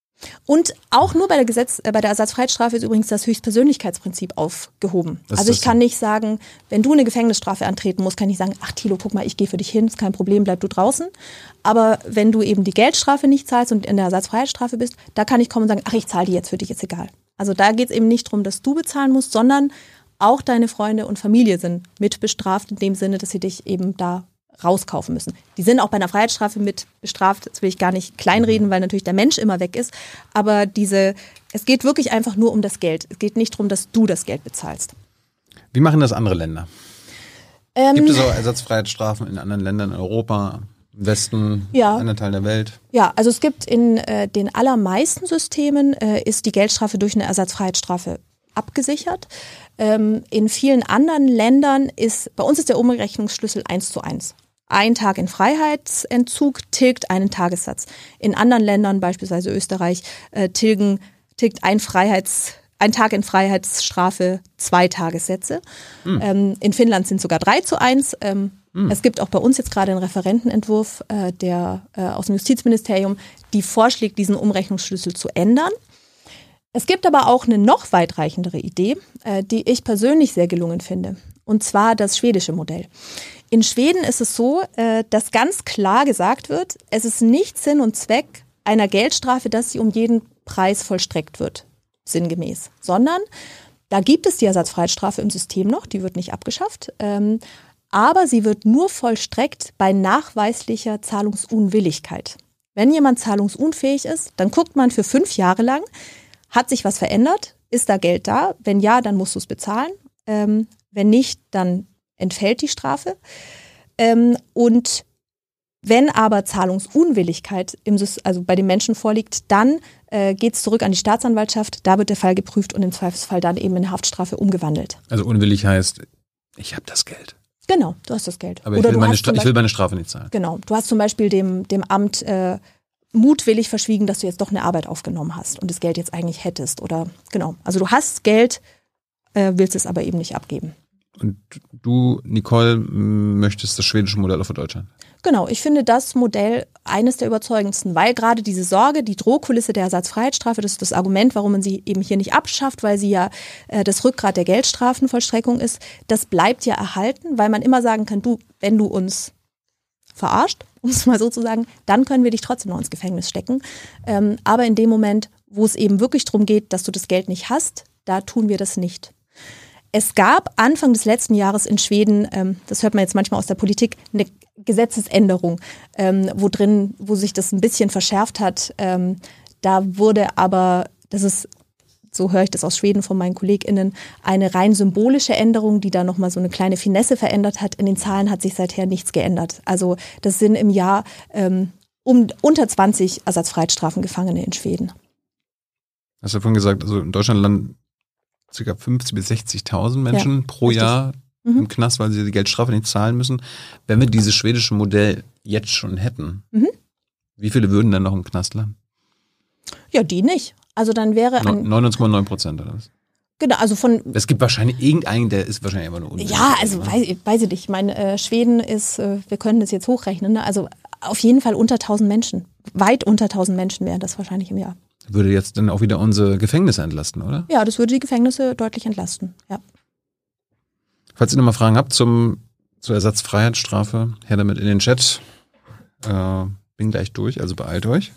Und auch nur bei der Gesetz, äh, bei der Ersatzfreiheitsstrafe ist übrigens das Höchstpersönlichkeitsprinzip aufgehoben. Das also ich kann nicht sagen, wenn du eine Gefängnisstrafe antreten musst, kann ich sagen, ach Thilo, guck mal, ich gehe für dich hin, ist kein Problem, bleib du draußen. Aber wenn du eben die Geldstrafe nicht zahlst und in der Ersatzfreiheitsstrafe bist, da kann ich kommen und sagen, ach, ich zahle die jetzt für dich, ist egal. Also da geht es eben nicht darum, dass du bezahlen musst, sondern auch deine Freunde und Familie sind mit bestraft in dem Sinne, dass sie dich eben da rauskaufen müssen. Die sind auch bei einer Freiheitsstrafe mit bestraft, das will ich gar nicht kleinreden, weil natürlich der Mensch immer weg ist. Aber diese, es geht wirklich einfach nur um das Geld. Es geht nicht darum, dass du das Geld bezahlst. Wie machen das andere Länder? Ähm, Gibt es auch Ersatzfreiheitsstrafen in anderen Ländern in Europa, im Westen, ja. in anderen Teilen der Welt? Ja, also es gibt in äh, den allermeisten Systemen äh, ist die Geldstrafe durch eine Ersatzfreiheitsstrafe abgesichert. Ähm, in vielen anderen Ländern ist, bei uns ist der Umrechnungsschlüssel eins zu eins. Ein Tag in Freiheitsentzug tilgt einen Tagessatz. In anderen Ländern, beispielsweise Österreich, äh, tilgen, tilgt ein, Freiheits, ein Tag in Freiheitsstrafe zwei Tagessätze. Hm. Ähm, in Finnland sind sogar drei zu eins. Ähm, hm. Es gibt auch bei uns jetzt gerade einen Referentenentwurf äh, der, äh, aus dem Justizministerium, die vorschlägt, diesen Umrechnungsschlüssel zu ändern. Es gibt aber auch eine noch weitreichendere Idee, äh, die ich persönlich sehr gelungen finde, und zwar das schwedische Modell. In Schweden ist es so, äh, dass ganz klar gesagt wird, es ist nicht Sinn und Zweck einer Geldstrafe, dass sie um jeden Preis vollstreckt wird, sinngemäß, sondern da gibt es die Ersatzfreiheitsstrafe im System noch, die wird nicht abgeschafft, ähm, aber sie wird nur vollstreckt bei nachweislicher Zahlungsunwilligkeit. Wenn jemand zahlungsunfähig ist, dann guckt man für fünf Jahre lang, hat sich was verändert? Ist da Geld da? Wenn ja, dann musst du es bezahlen. Ähm, wenn nicht, dann entfällt die Strafe. Ähm, und wenn aber Zahlungsunwilligkeit im, also bei den Menschen vorliegt, dann äh, geht es zurück an die Staatsanwaltschaft. Da wird der Fall geprüft und im Zweifelsfall dann eben in eine Haftstrafe umgewandelt. Also unwillig heißt, ich habe das Geld. Genau, du hast das Geld. Aber ich will, meine, Stra- Beispiel, ich will meine Strafe nicht zahlen. Genau, du hast zum Beispiel dem, dem Amt äh, mutwillig verschwiegen, dass du jetzt doch eine Arbeit aufgenommen hast und das Geld jetzt eigentlich hättest. Oder genau. Also du hast Geld, äh, willst es aber eben nicht abgeben. Und du, Nicole, möchtest das schwedische Modell auch für Deutschland? Genau, ich finde das Modell eines der überzeugendsten, weil gerade diese Sorge, die Drohkulisse der Ersatzfreiheitsstrafe, das ist das Argument, warum man sie eben hier nicht abschafft, weil sie ja äh, das Rückgrat der Geldstrafenvollstreckung ist, das bleibt ja erhalten, weil man immer sagen kann, du, wenn du uns verarscht, um es mal so zu sagen, dann können wir dich trotzdem noch ins Gefängnis stecken. Ähm, aber in dem Moment, wo es eben wirklich darum geht, dass du das Geld nicht hast, da tun wir das nicht. Es gab Anfang des letzten Jahres in Schweden, ähm, das hört man jetzt manchmal aus der Politik, eine Gesetzesänderung, ähm, wo drin, wo sich das ein bisschen verschärft hat. Ähm, da wurde aber, das ist, so höre ich das aus Schweden von meinen KollegInnen, eine rein symbolische Änderung, die da nochmal so eine kleine Finesse verändert hat. In den Zahlen hat sich seither nichts geändert. Also das sind im Jahr ähm, um unter zwanzig Ersatzfreiheitsstrafen Gefangene in Schweden. Hast du ja vorhin gesagt, also in Deutschland landen ca. fünfzigtausend bis sechzigtausend Menschen ja, pro richtig. Jahr mhm. im Knast, weil sie die Geldstrafe nicht zahlen müssen. Wenn wir dieses schwedische Modell jetzt schon hätten, mhm. wie viele würden dann noch im Knast landen? Ja, die nicht. Also dann wäre neunundneunzig Komma neun Prozent oder was? Genau, also von. Es gibt wahrscheinlich irgendeinen, der ist wahrscheinlich immer nur unsinnig. Ja, also weiß, weiß ich nicht. Ich meine, äh, Schweden ist, äh, wir können das jetzt hochrechnen, ne? Also auf jeden Fall unter tausend Menschen. Weit unter tausend Menschen wären das wahrscheinlich im Jahr. Würde jetzt dann auch wieder unsere Gefängnisse entlasten, oder? Ja, das würde die Gefängnisse deutlich entlasten, ja. Falls ihr nochmal Fragen habt zum, zur Ersatzfreiheitsstrafe, her damit in den Chat. Äh, bin gleich durch, also beeilt euch.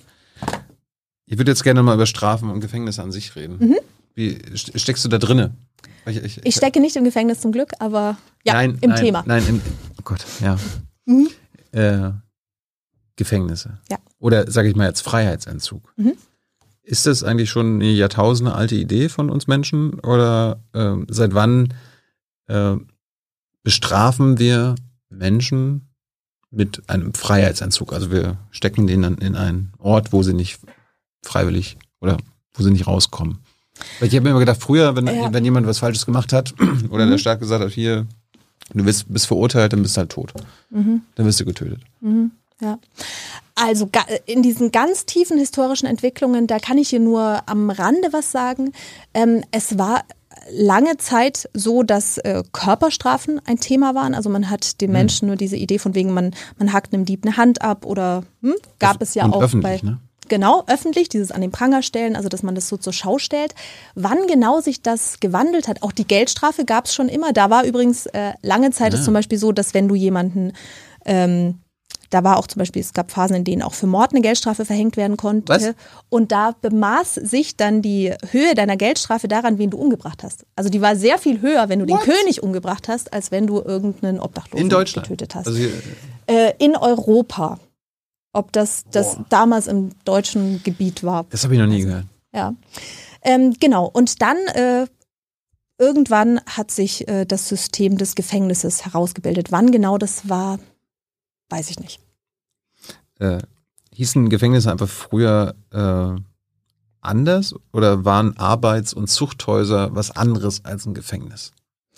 Ich würde jetzt gerne mal über Strafen und Gefängnisse an sich reden. Mhm. Wie steckst du da drinne? Ich, ich, ich stecke nicht im Gefängnis zum Glück, aber ja, nein, im nein, Thema. Nein, im, oh Gott, ja. Mhm. Äh, Gefängnisse. Ja. Oder sage ich mal jetzt Freiheitsentzug. Mhm. Ist das eigentlich schon eine Jahrtausende alte Idee von uns Menschen? Oder äh, seit wann äh, bestrafen wir Menschen mit einem Freiheitsentzug? Also wir stecken denen dann in einen Ort, wo sie nicht freiwillig oder wo sie nicht rauskommen. Weil ich habe mir immer gedacht, früher, wenn, ja. wenn jemand was Falsches gemacht hat oder mhm. der Staat gesagt hat, hier, du bist, bist verurteilt, dann bist du halt tot. Mhm. Dann wirst du getötet. Mhm. Ja, also in diesen ganz tiefen historischen Entwicklungen, da kann ich hier nur am Rande was sagen. Ähm, es war lange Zeit so, dass äh, Körperstrafen ein Thema waren. Also man hat den Menschen hm. nur diese Idee von wegen, man, man hackt einem Dieb eine Hand ab oder hm, gab Öff- es ja und auch öffentlich, bei... Ne? Genau, öffentlich, dieses an den Pranger stellen, also dass man das so zur Schau stellt. Wann genau sich das gewandelt hat, auch die Geldstrafe gab es schon immer. Da war übrigens äh, lange Zeit ja. es zum Beispiel so, dass wenn du jemanden... Ähm, Da war auch zum Beispiel, es gab Phasen, in denen auch für Mord eine Geldstrafe verhängt werden konnte. Was? Und da bemaß sich dann die Höhe deiner Geldstrafe daran, wen du umgebracht hast. Also die war sehr viel höher, wenn du What? den König umgebracht hast, als wenn du irgendeinen Obdachlosen in Deutschland? getötet hast. Also äh, in Europa. Ob das, das damals im deutschen Gebiet war. Das habe ich noch nie gehört. Ja, ähm, genau. Und dann äh, irgendwann hat sich äh, das System des Gefängnisses herausgebildet. Wann genau das war, weiß ich nicht. Äh, hießen Gefängnisse einfach früher äh, anders oder waren Arbeits- und Zuchthäuser was anderes als ein Gefängnis?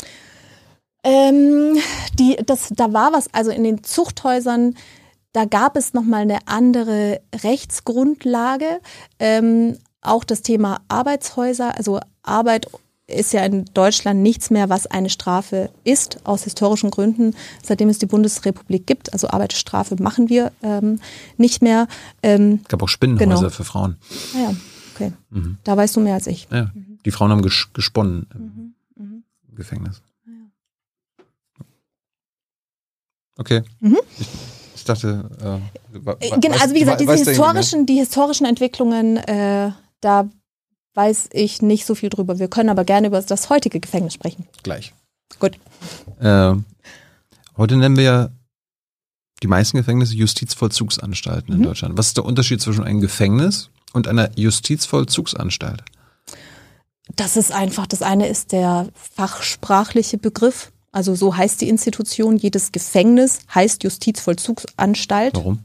Ähm, die, das, da war was, also in den Zuchthäusern, da gab es nochmal eine andere Rechtsgrundlage. Ähm, auch das Thema Arbeitshäuser, also Arbeit ist ja in Deutschland nichts mehr, was eine Strafe ist, aus historischen Gründen, seitdem es die Bundesrepublik gibt. Also Arbeitsstrafe machen wir ähm, nicht mehr. Ähm, es gab auch Spinnenhäuser genau. für Frauen. Ah ja, okay. Mhm. Da weißt du mehr als ich. Ja, mhm. Die Frauen haben ges- gesponnen im mhm. Gefängnis. Ja. Okay. Mhm. Ich, ich dachte, äh, wa- genau, also wie gesagt, diese historischen, die, die historischen Entwicklungen, äh, da weiß ich nicht so viel drüber. Wir können aber gerne über das heutige Gefängnis sprechen. Gleich. Gut. Äh, heute nennen wir ja die meisten Gefängnisse Justizvollzugsanstalten in mhm. Deutschland. Was ist der Unterschied zwischen einem Gefängnis und einer Justizvollzugsanstalt? Das ist einfach, das eine ist der fachsprachliche Begriff. Also so heißt die Institution. Jedes Gefängnis heißt Justizvollzugsanstalt. Warum?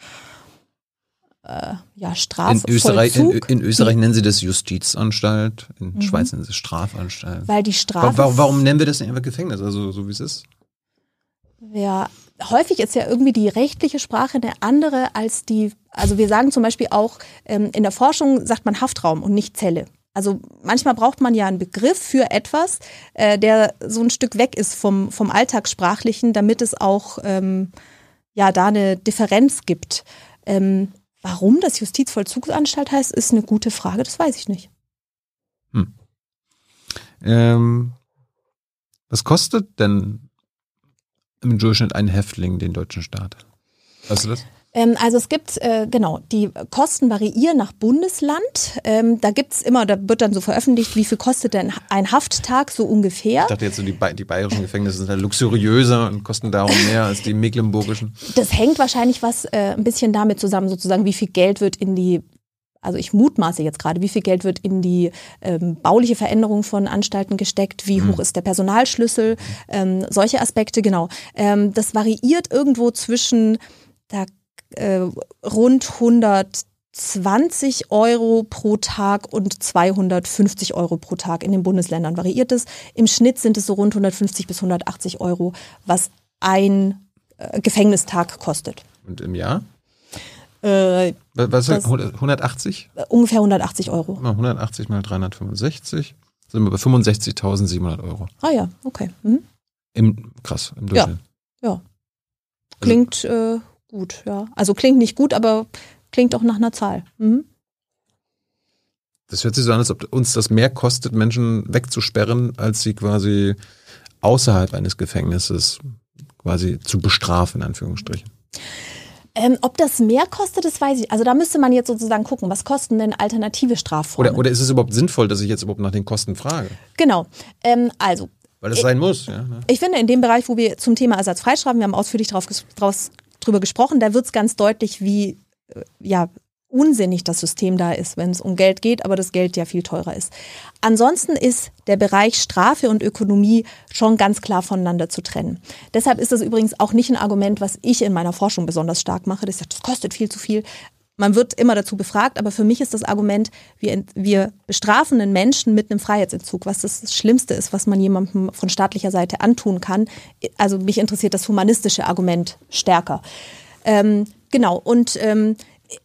Äh, ja, Strafvollzug. In Österreich, in, in Österreich nennen sie das Justizanstalt, in mhm. Schweiz nennen sie es Strafanstalt. Weil die Strafe... Warum, warum nennen wir das nicht einfach Gefängnis, also so wie es ist? Ja, häufig ist ja irgendwie die rechtliche Sprache eine andere als die... Also wir sagen zum Beispiel auch, ähm, in der Forschung sagt man Haftraum und nicht Zelle. Also manchmal braucht man ja einen Begriff für etwas, äh, der so ein Stück weg ist vom, vom Alltagssprachlichen, damit es auch... Ähm, ja da eine Differenz gibt. Ähm, warum das Justizvollzugsanstalt heißt, ist eine gute Frage, das weiß ich nicht. Hm. Ähm, was kostet denn im Durchschnitt ein Häftling den deutschen Staat? Weißt du das? Ähm, also es gibt, äh, genau, die Kosten variieren nach Bundesland. Ähm, da gibt's immer, da wird dann so veröffentlicht, wie viel kostet denn ein Hafttag so ungefähr. Ich dachte jetzt so, die, ba- die bayerischen Gefängnisse sind halt luxuriöser und kosten darum mehr als die mecklenburgischen. Das hängt wahrscheinlich was äh, ein bisschen damit zusammen, sozusagen, wie viel Geld wird in die, also ich mutmaße jetzt gerade, wie viel Geld wird in die ähm, bauliche Veränderung von Anstalten gesteckt, wie mhm. hoch ist der Personalschlüssel, ähm, solche Aspekte, genau. Ähm, das variiert irgendwo zwischen, da Äh, rund hundertzwanzig Euro pro Tag und zweihundertfünfzig Euro pro Tag. In den Bundesländern variiert es. Im Schnitt sind es so rund hundertfünfzig bis hundertachtzig Euro, was ein äh, Gefängnistag kostet. Und im Jahr? Äh, Was das, hundertachtzig? Äh, ungefähr hundertachtzig Euro. hundertachtzig mal dreihundertfünfundsechzig sind wir bei fünfundsechzigtausendsiebenhundert Euro. Ah ja, okay. Mhm. Im, krass, im Durchschnitt. Ja, ja. Klingt also, äh, gut, ja. Also klingt nicht gut, aber klingt auch nach einer Zahl. Mhm. Das hört sich so an, als ob uns das mehr kostet, Menschen wegzusperren, als sie quasi außerhalb eines Gefängnisses quasi zu bestrafen, in Anführungsstrichen. Ähm, ob das mehr kostet, das weiß ich. Also da müsste man jetzt sozusagen gucken, was kosten denn alternative Strafformen? Oder, oder ist es überhaupt sinnvoll, dass ich jetzt überhaupt nach den Kosten frage? Genau. Ähm, also Weil es sein muss. Ja, ne? Ich finde, in dem Bereich, wo wir zum Thema Ersatzfreistrafen, wir haben ausführlich drauf, draus, drüber gesprochen, da wird es ganz deutlich, wie ja, unsinnig das System da ist, wenn es um Geld geht, aber das Geld ja viel teurer ist. Ansonsten ist der Bereich Strafe und Ökonomie schon ganz klar voneinander zu trennen. Deshalb ist das übrigens auch nicht ein Argument, was ich in meiner Forschung besonders stark mache. Das, das kostet viel zu viel. Man wird immer dazu befragt, aber für mich ist das Argument, wir, wir bestrafen einen Menschen mit einem Freiheitsentzug, was das Schlimmste ist, was man jemandem von staatlicher Seite antun kann. Also mich interessiert das humanistische Argument stärker. Ähm, genau, und ähm,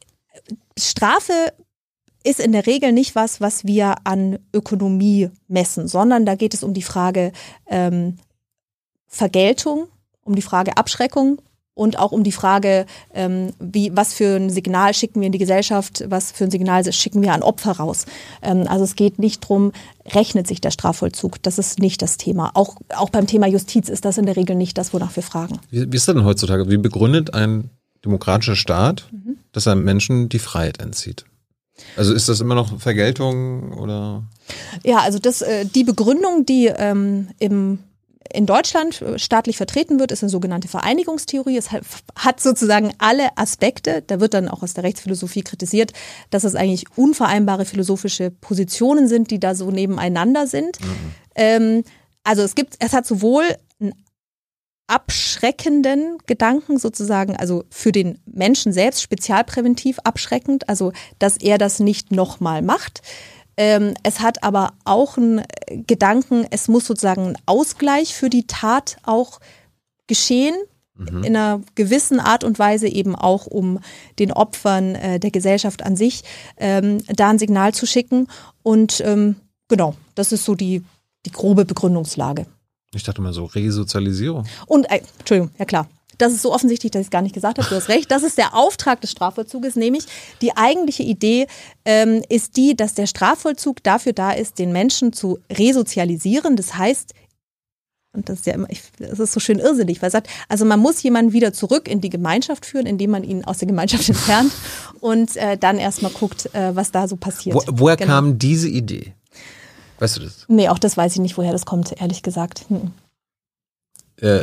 Strafe ist in der Regel nicht was, was wir an Ökonomie messen, sondern da geht es um die Frage ähm, Vergeltung, um die Frage Abschreckung. Und auch um die Frage, ähm, wie, was für ein Signal schicken wir in die Gesellschaft, was für ein Signal schicken wir an Opfer raus. Ähm, also es geht nicht darum, rechnet sich der Strafvollzug. Das ist nicht das Thema. Auch, auch beim Thema Justiz ist das in der Regel nicht das, wonach wir fragen. Wie, wie ist das denn heutzutage? Wie begründet ein demokratischer Staat, mhm. dass er Menschen die Freiheit entzieht? Also ist das immer noch Vergeltung oder? Ja, also das, äh, die Begründung, die ähm, im in Deutschland staatlich vertreten wird, ist eine sogenannte Vereinigungstheorie. Es hat sozusagen alle Aspekte. Da wird dann auch aus der Rechtsphilosophie kritisiert, dass es eigentlich unvereinbare philosophische Positionen sind, die da so nebeneinander sind. Mhm. Ähm, also es gibt, es hat sowohl einen abschreckenden Gedanken sozusagen, also für den Menschen selbst spezialpräventiv abschreckend, also dass er das nicht nochmal macht. Es hat aber auch einen Gedanken, es muss sozusagen ein Ausgleich für die Tat auch geschehen, mhm. in einer gewissen Art und Weise eben auch, um den Opfern äh, der Gesellschaft an sich ähm, da ein Signal zu schicken. Und ähm, genau, das ist so die, die grobe Begründungslage. Ich dachte mal so Resozialisierung. Und, äh, Entschuldigung, ja klar. Das ist so offensichtlich, dass ich es gar nicht gesagt habe, du hast recht. Das ist der Auftrag des Strafvollzuges, nämlich die eigentliche Idee ähm, ist die, dass der Strafvollzug dafür da ist, den Menschen zu resozialisieren. Das heißt, und das ist ja immer, ich, das ist so schön irrsinnig, weil er sagt, also man muss jemanden wieder zurück in die Gemeinschaft führen, indem man ihn aus der Gemeinschaft entfernt und äh, dann erstmal guckt, äh, was da so passiert. Wo, woher genau. kam diese Idee? Weißt du das? Nee, auch das weiß ich nicht, woher das kommt, ehrlich gesagt. Hm. Äh,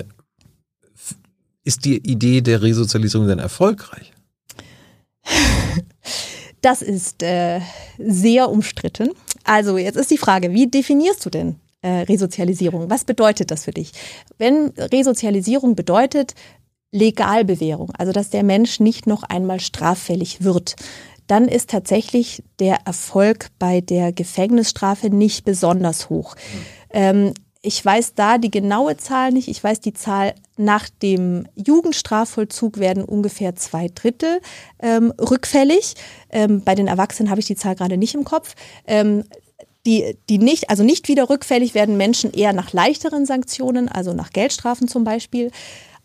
Ist die Idee der Resozialisierung denn erfolgreich? Das ist äh, sehr umstritten. Also jetzt ist die Frage, wie definierst du denn äh, Resozialisierung? Was bedeutet das für dich? Wenn Resozialisierung bedeutet Legalbewährung, also dass der Mensch nicht noch einmal straffällig wird, dann ist tatsächlich der Erfolg bei der Gefängnisstrafe nicht besonders hoch. Mhm. Ähm, Ich weiß da die genaue Zahl nicht. Ich weiß die Zahl nach dem Jugendstrafvollzug werden ungefähr zwei Drittel ähm, rückfällig. Ähm, bei den Erwachsenen habe ich die Zahl gerade nicht im Kopf. Ähm, die, die nicht, also nicht wieder rückfällig werden Menschen eher nach leichteren Sanktionen, also nach Geldstrafen zum Beispiel.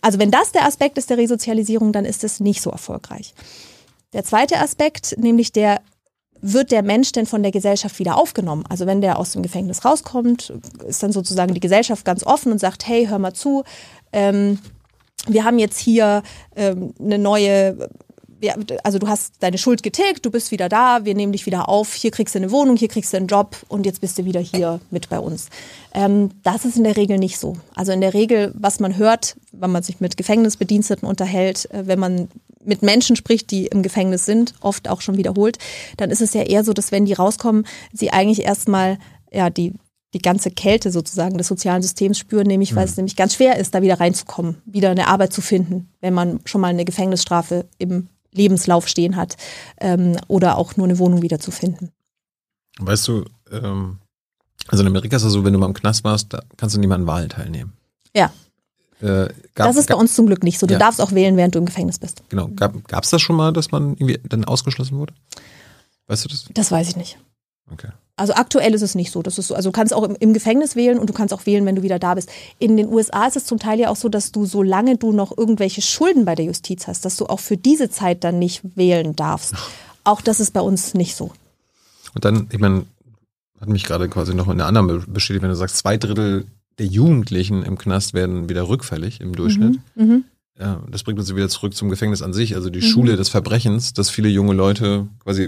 Also wenn das der Aspekt ist der Resozialisierung, dann ist es nicht so erfolgreich. Der zweite Aspekt, nämlich der, wird der Mensch denn von der Gesellschaft wieder aufgenommen? Also wenn der aus dem Gefängnis rauskommt, ist dann sozusagen die Gesellschaft ganz offen und sagt, hey, hör mal zu, ähm, wir haben jetzt hier ähm, eine neue, ja, also du hast deine Schuld getilgt, du bist wieder da, wir nehmen dich wieder auf, hier kriegst du eine Wohnung, hier kriegst du einen Job und jetzt bist du wieder hier mit bei uns. Ähm, das ist in der Regel nicht so. Also in der Regel, was man hört, wenn man sich mit Gefängnisbediensteten unterhält, äh, wenn man mit Menschen spricht, die im Gefängnis sind, oft auch schon wiederholt, dann ist es ja eher so, dass wenn die rauskommen, sie eigentlich erstmal ja die die ganze Kälte sozusagen des sozialen Systems spüren, nämlich weil mhm. es nämlich ganz schwer ist, da wieder reinzukommen, wieder eine Arbeit zu finden, wenn man schon mal eine Gefängnisstrafe im Lebenslauf stehen hat ähm, oder auch nur eine Wohnung wieder zu finden. Weißt du, ähm, also in Amerika ist es so, wenn du mal im Knast warst, da kannst du nicht mal an Wahlen teilnehmen. Ja. Äh, gab, das ist gab, bei uns zum Glück nicht so. Du ja. darfst auch wählen, während du im Gefängnis bist. Genau. Gab es das schon mal, dass man irgendwie dann ausgeschlossen wurde? Weißt du das? Das weiß ich nicht. Okay. Also aktuell ist es nicht so. Das ist so. Also du kannst auch im, im Gefängnis wählen und du kannst auch wählen, wenn du wieder da bist. In den U S A ist es zum Teil ja auch so, dass du, solange du noch irgendwelche Schulden bei der Justiz hast, dass du auch für diese Zeit dann nicht wählen darfst. Auch das ist bei uns nicht so. Und dann, ich meine, hat mich gerade quasi noch in der anderen bestätigt, wenn du sagst, zwei Drittel der Jugendlichen im Knast werden wieder rückfällig im Durchschnitt. Mhm, mh. Ja, das bringt uns wieder zurück zum Gefängnis an sich, also die mhm. Schule des Verbrechens, dass viele junge Leute quasi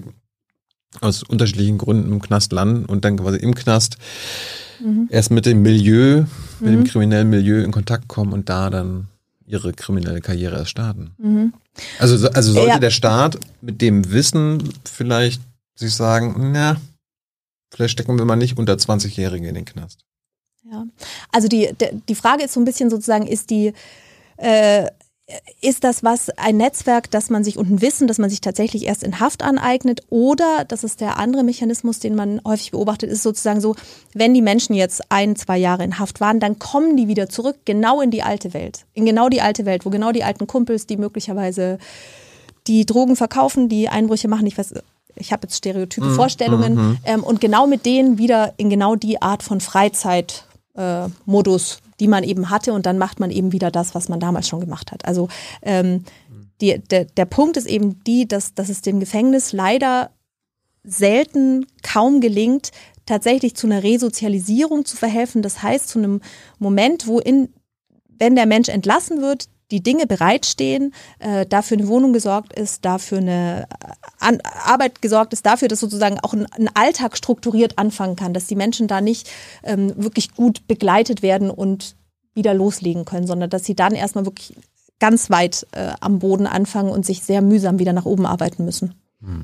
aus unterschiedlichen Gründen im Knast landen und dann quasi im Knast mhm. erst mit dem Milieu, mit mhm. dem kriminellen Milieu in Kontakt kommen und da dann ihre kriminelle Karriere erst starten. Mhm. Also, also sollte ja. der Staat mit dem Wissen vielleicht sich sagen, na, vielleicht stecken wir mal nicht unter zwanzigjährige in den Knast. Ja, also die, die Frage ist so ein bisschen sozusagen, ist die, äh, ist das was, ein Netzwerk, das man sich und ein Wissen, das man sich tatsächlich erst in Haft aneignet, oder, das ist der andere Mechanismus, den man häufig beobachtet, ist sozusagen so, wenn die Menschen jetzt ein, zwei Jahre in Haft waren, dann kommen die wieder zurück, genau in die alte Welt. In genau die alte Welt, wo genau die alten Kumpels, die möglicherweise die Drogen verkaufen, die Einbrüche machen, ich weiß, ich habe jetzt stereotype mhm. Vorstellungen, mhm. Ähm, und genau mit denen wieder in genau die Art von Freizeitmodus, äh, die man eben hatte, und dann macht man eben wieder das, was man damals schon gemacht hat. Also ähm, die, der, der Punkt ist eben die, dass, dass es dem Gefängnis leider selten, kaum gelingt, tatsächlich zu einer Resozialisierung zu verhelfen. Das heißt, zu einem Moment, wo in, wenn der Mensch entlassen wird, die Dinge bereitstehen, äh, dafür eine Wohnung gesorgt ist, dafür eine An- Arbeit gesorgt ist, dafür, dass sozusagen auch ein, ein Alltag strukturiert anfangen kann, dass die Menschen da nicht ähm, wirklich gut begleitet werden und wieder loslegen können, sondern dass sie dann erstmal wirklich ganz weit äh, am Boden anfangen und sich sehr mühsam wieder nach oben arbeiten müssen.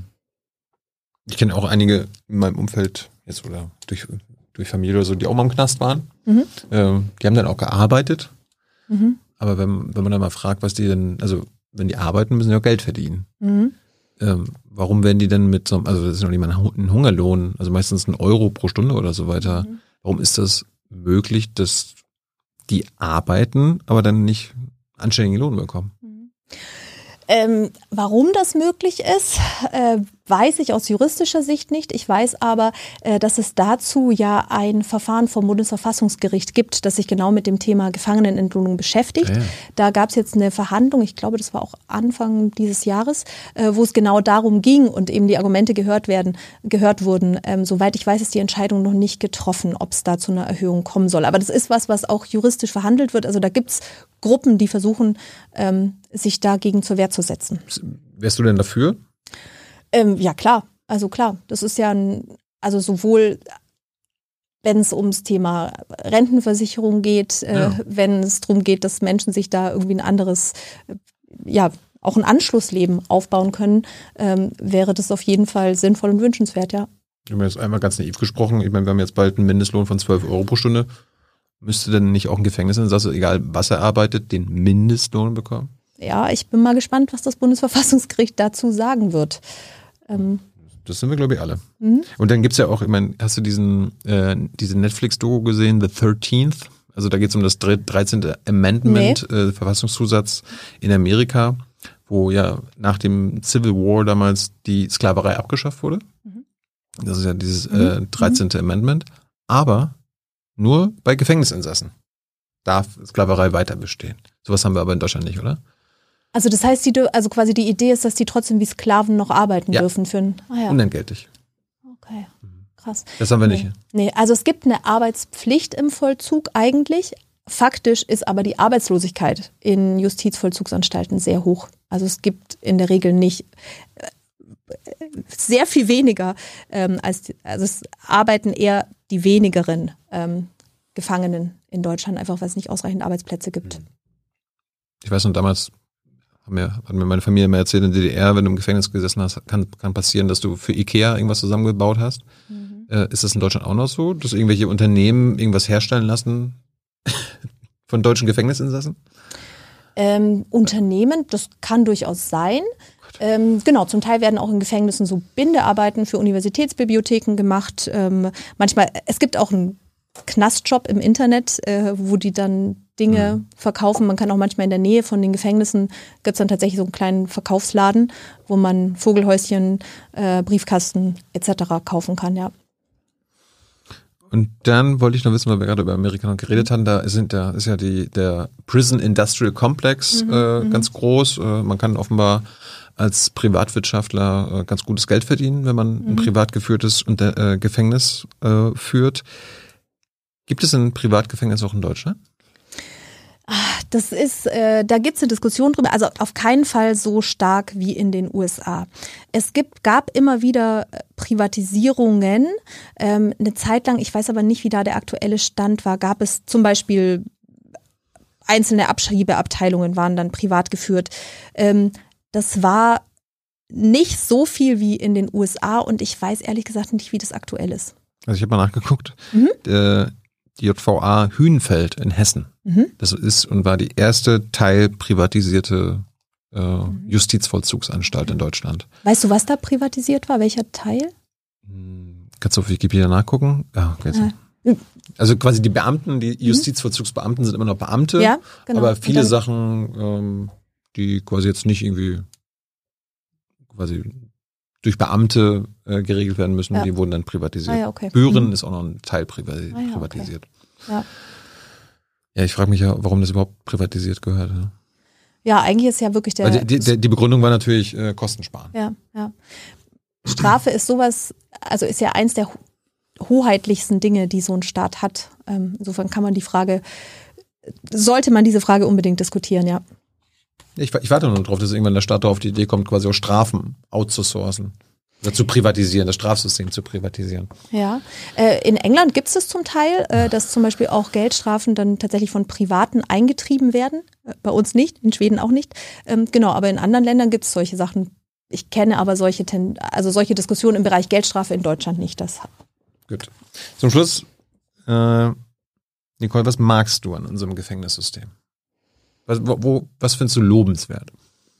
Ich kenne auch einige in meinem Umfeld jetzt oder durch, durch Familie oder so, die auch mal im Knast waren. Mhm. Ähm, die haben dann auch gearbeitet. Mhm. Aber wenn, wenn man dann mal fragt, was die denn, also wenn die arbeiten, müssen die auch Geld verdienen. Mhm. Ähm, warum werden die denn mit so, also das ist noch nicht mal ein Hungerlohn, also meistens ein Euro pro Stunde oder so weiter. Mhm. Warum ist das möglich, dass die arbeiten, aber dann nicht anständigen Lohn bekommen? Mhm. Ähm, warum das möglich ist, äh, weiß ich aus juristischer Sicht nicht. Ich weiß aber, äh, dass es dazu ja ein Verfahren vom Bundesverfassungsgericht gibt, das sich genau mit dem Thema Gefangenenentlohnung beschäftigt. Ja. Da gab es jetzt eine Verhandlung, ich glaube, das war auch Anfang dieses Jahres, äh, wo es genau darum ging und eben die Argumente gehört werden, gehört wurden. Ähm, soweit ich weiß, ist die Entscheidung noch nicht getroffen, ob es da zu einer Erhöhung kommen soll. Aber das ist was, was auch juristisch verhandelt wird. Also da gibt es Gruppen, die versuchen, ähm, sich dagegen zur Wehr zu setzen. Wärst du denn dafür? Ähm, ja, klar. Also klar, das ist ja ein, also sowohl wenn es ums Thema Rentenversicherung geht, äh, ja. wenn es darum geht, dass Menschen sich da irgendwie ein anderes, äh, ja, auch ein Anschlussleben aufbauen können, ähm, wäre das auf jeden Fall sinnvoll und wünschenswert, ja. Wir haben jetzt einmal ganz naiv gesprochen. Ich meine, wir haben jetzt bald einen Mindestlohn von zwölf Euro pro Stunde. Müsste denn nicht auch ein Gefängnisinsasse, egal was er arbeitet, den Mindestlohn bekommen? Ja, ich bin mal gespannt, was das Bundesverfassungsgericht dazu sagen wird. Ähm Das sind wir, glaube ich, alle. Mhm. Und dann gibt es ja auch, ich meine, hast du diesen äh, diese Netflix-Doku gesehen, The thirteenth? Also da geht es um das dreizehnte Amendment, nee. äh, Verfassungszusatz in Amerika, wo ja nach dem Civil War damals die Sklaverei abgeschafft wurde. Mhm. Das ist ja dieses mhm. äh, dreizehnte Mhm. Amendment. Aber nur bei Gefängnisinsassen darf Sklaverei weiter bestehen. Sowas haben wir aber in Deutschland nicht, oder? Also das heißt, die, also quasi die Idee ist, dass die trotzdem wie Sklaven noch arbeiten ja. dürfen. Für ein, ah ja. Unentgeltlich. Okay, krass. Das haben wir nee. nicht. Nee, also es gibt eine Arbeitspflicht im Vollzug eigentlich. Faktisch ist aber die Arbeitslosigkeit in Justizvollzugsanstalten sehr hoch. Also es gibt in der Regel nicht sehr viel weniger, ähm, als also es arbeiten eher die wenigeren ähm, Gefangenen in Deutschland, einfach weil es nicht ausreichend Arbeitsplätze gibt. Ich weiß noch, damals hat mir, hat mir meine Familie mal erzählt, in der D D R, wenn du im Gefängnis gesessen hast, kann, kann passieren, dass du für Ikea irgendwas zusammengebaut hast. Mhm. Äh, ist das in Deutschland auch noch so, dass irgendwelche Unternehmen irgendwas herstellen lassen von deutschen Gefängnisinsassen? Ähm, Unternehmen, das kann durchaus sein. Ähm, genau, zum Teil werden auch in Gefängnissen so Bindearbeiten für Universitätsbibliotheken gemacht. Ähm, manchmal, es gibt auch einen Knastjob im Internet, äh, wo die dann Dinge mhm. verkaufen. Man kann auch manchmal in der Nähe von den Gefängnissen, gibt es dann tatsächlich so einen kleinen Verkaufsladen, wo man Vogelhäuschen, äh, Briefkasten et cetera kaufen kann, ja. Und dann wollte ich noch wissen, weil wir gerade über Amerika noch geredet haben, da sind da ist ja die der Prison Industrial Complex mhm, äh, mhm. ganz groß. Äh, man kann offenbar als Privatwirtschaftler äh, ganz gutes Geld verdienen, wenn man mhm. ein privat geführtes äh, Gefängnis äh, führt. Gibt es ein Privatgefängnis auch in Deutschland? Das ist, äh, da gibt es eine Diskussion drüber, also auf keinen Fall so stark wie in den U S A. Es gibt, gab immer wieder Privatisierungen. Ähm, eine Zeit lang, ich weiß aber nicht, wie da der aktuelle Stand war, gab es zum Beispiel einzelne Abschiebeabteilungen waren dann privat geführt. Ähm, das war nicht so viel wie in den U S A und ich weiß ehrlich gesagt nicht, wie das aktuell ist. Also ich habe mal nachgeguckt. Mhm. Der Die J V A Hünfeld in Hessen. Mhm. Das ist und war die erste teilprivatisierte äh, mhm. Justizvollzugsanstalt in Deutschland. Weißt du, was da privatisiert war? Welcher Teil? Kannst du auf Wikipedia nachgucken? Ja, okay. Ja. Also quasi die Beamten, die Justizvollzugsbeamten sind immer noch Beamte, ja, genau. aber viele Sachen, ähm, die quasi jetzt nicht irgendwie quasi durch Beamte äh, geregelt werden müssen, ja. die wurden dann privatisiert. Ah, ja, okay. Büren mhm. ist auch noch ein Teil privat- ah, ja, privatisiert. Okay. Ja. ja, ich frage mich ja, warum das überhaupt privatisiert gehört. Ja, ja eigentlich ist ja wirklich der... Weil die, die, die Begründung war natürlich äh, Kosten sparen. Ja, ja. Strafe ist sowas, also ist ja eins der hoheitlichsten Dinge, die so ein Staat hat. Ähm, insofern kann man die Frage, sollte man diese Frage unbedingt diskutieren, ja. Ich, ich warte nur darauf, dass irgendwann der Staat auf die Idee kommt, quasi auch Strafen outzusourcen. Oder zu privatisieren, das Strafsystem zu privatisieren. Ja, äh, in England gibt es das zum Teil, äh, dass zum Beispiel auch Geldstrafen dann tatsächlich von Privaten eingetrieben werden. Äh, bei uns nicht, in Schweden auch nicht. Ähm, genau, aber in anderen Ländern gibt es solche Sachen. Ich kenne aber solche, Ten- also solche Diskussionen im Bereich Geldstrafe in Deutschland nicht. Das Gut. Zum Schluss, äh, Nicole, was magst du an unserem Gefängnissystem? Was, wo, wo, was findest du lobenswert?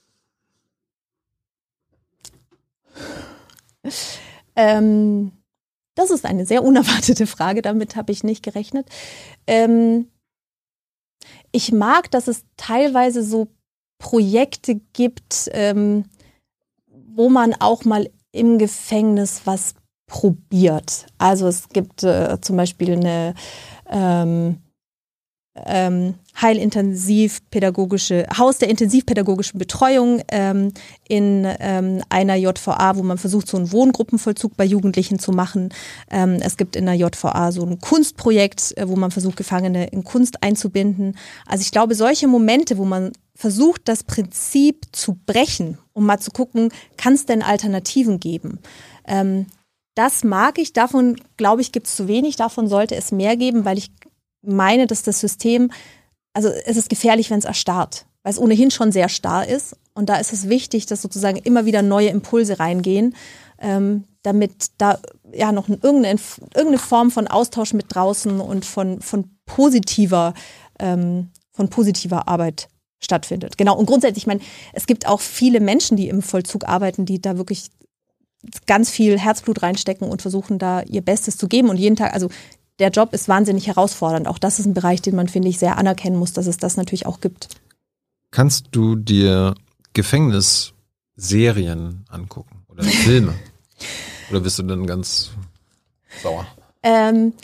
Ähm, das ist eine sehr unerwartete Frage, damit habe ich nicht gerechnet. Ähm, ich mag, dass es teilweise so Projekte gibt, ähm, wo man auch mal im Gefängnis was probiert. Also es gibt äh, zum Beispiel eine ähm, ähm, heilintensivpädagogische, Haus der intensivpädagogischen Betreuung ähm, in ähm, einer J V A, wo man versucht, so einen Wohngruppenvollzug bei Jugendlichen zu machen. Ähm, es gibt in der J V A so ein Kunstprojekt, äh, wo man versucht, Gefangene in Kunst einzubinden. Also ich glaube, solche Momente, wo man versucht, das Prinzip zu brechen, um mal zu gucken, kann es denn Alternativen geben? Ähm, das mag ich, davon glaube ich, gibt es zu wenig, davon sollte es mehr geben, weil ich meine, dass das System, also es ist gefährlich, wenn es erstarrt, weil es ohnehin schon sehr starr ist und da ist es wichtig, dass sozusagen immer wieder neue Impulse reingehen, ähm, damit da ja noch irgendeine, irgendeine Form von Austausch mit draußen und von, von positiver, ähm, von positiver Arbeit stattfindet. Genau, und grundsätzlich, ich meine, es gibt auch viele Menschen, die im Vollzug arbeiten, die da wirklich ganz viel Herzblut reinstecken und versuchen, da ihr Bestes zu geben und jeden Tag, also der Job ist wahnsinnig herausfordernd. Auch das ist ein Bereich, den man, finde ich, sehr anerkennen muss, dass es das natürlich auch gibt. Kannst du dir Gefängnisserien angucken oder Filme? Oder bist du dann ganz sauer? Ähm,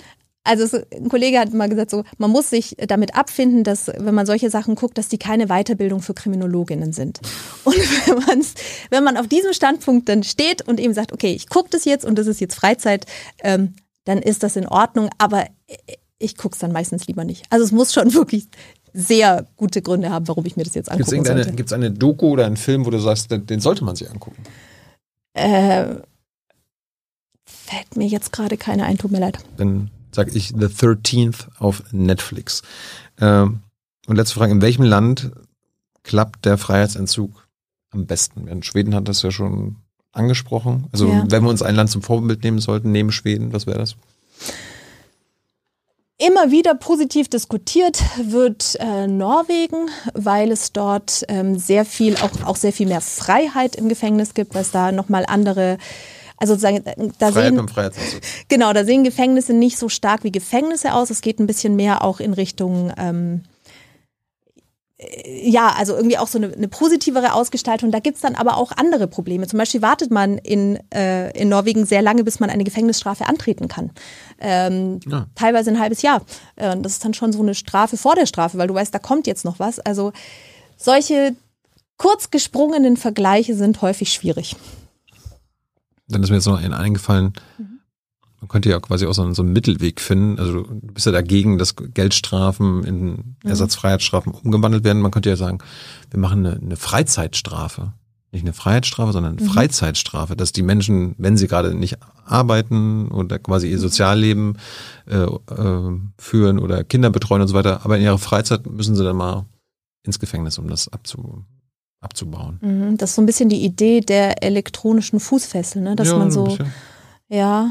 Also ein Kollege hat mal gesagt, so, man muss sich damit abfinden, dass, wenn man solche Sachen guckt, dass die keine Weiterbildung für Kriminologinnen sind. Und wenn, man's, wenn man auf diesem Standpunkt dann steht und eben sagt, okay, ich gucke das jetzt und das ist jetzt Freizeit, ähm, dann ist das in Ordnung, aber ich gucke es dann meistens lieber nicht. Also es muss schon wirklich sehr gute Gründe haben, warum ich mir das jetzt angucken sollte. Gibt es eine Doku oder einen Film, wo du sagst, den sollte man sich angucken? Äh, fällt mir jetzt gerade keine ein, tut mir leid. Dann sage ich The thirteenth auf Netflix. Ähm, und letzte Frage, in welchem Land klappt der Freiheitsentzug am besten? In Schweden hat das ja schon angesprochen. Also ja. Wenn wir uns ein Land zum Vorbild nehmen sollten, neben Schweden, was wäre das? Immer wieder positiv diskutiert wird äh, Norwegen, weil es dort ähm, sehr viel, auch, auch sehr viel mehr Freiheit im Gefängnis gibt, weil es da nochmal andere, also sozusagen, da Freiheit sehen, beim Freiheitsentzug. Genau, da sehen Gefängnisse nicht so stark wie Gefängnisse aus. Es geht ein bisschen mehr auch in Richtung, ähm, ja, also irgendwie auch so eine, eine positivere Ausgestaltung. Da gibt's dann aber auch andere Probleme. Zum Beispiel wartet man in, äh, in Norwegen sehr lange, bis man eine Gefängnisstrafe antreten kann. Ähm, ja. Teilweise ein halbes Jahr. Äh, das ist dann schon so eine Strafe vor der Strafe, weil du weißt, da kommt jetzt noch was. Also solche kurz gesprungenen Vergleiche sind häufig schwierig. Dann ist mir jetzt noch eingefallen, mhm. Man könnte ja quasi auch so einen, so einen Mittelweg finden. Also du bist ja dagegen, dass Geldstrafen in Ersatzfreiheitsstrafen umgewandelt werden. Man könnte ja sagen, wir machen eine, eine Freizeitstrafe. Nicht eine Freiheitsstrafe, sondern eine mhm. Freizeitstrafe. Dass die Menschen, wenn sie gerade nicht arbeiten oder quasi ihr Sozialleben äh, äh, führen oder Kinder betreuen und so weiter, aber in ihrer Freizeit müssen sie dann mal ins Gefängnis, um das abzu, abzubauen. Mhm. Das ist so ein bisschen die Idee der elektronischen Fußfessel, ne? Dass ja, man so, ja...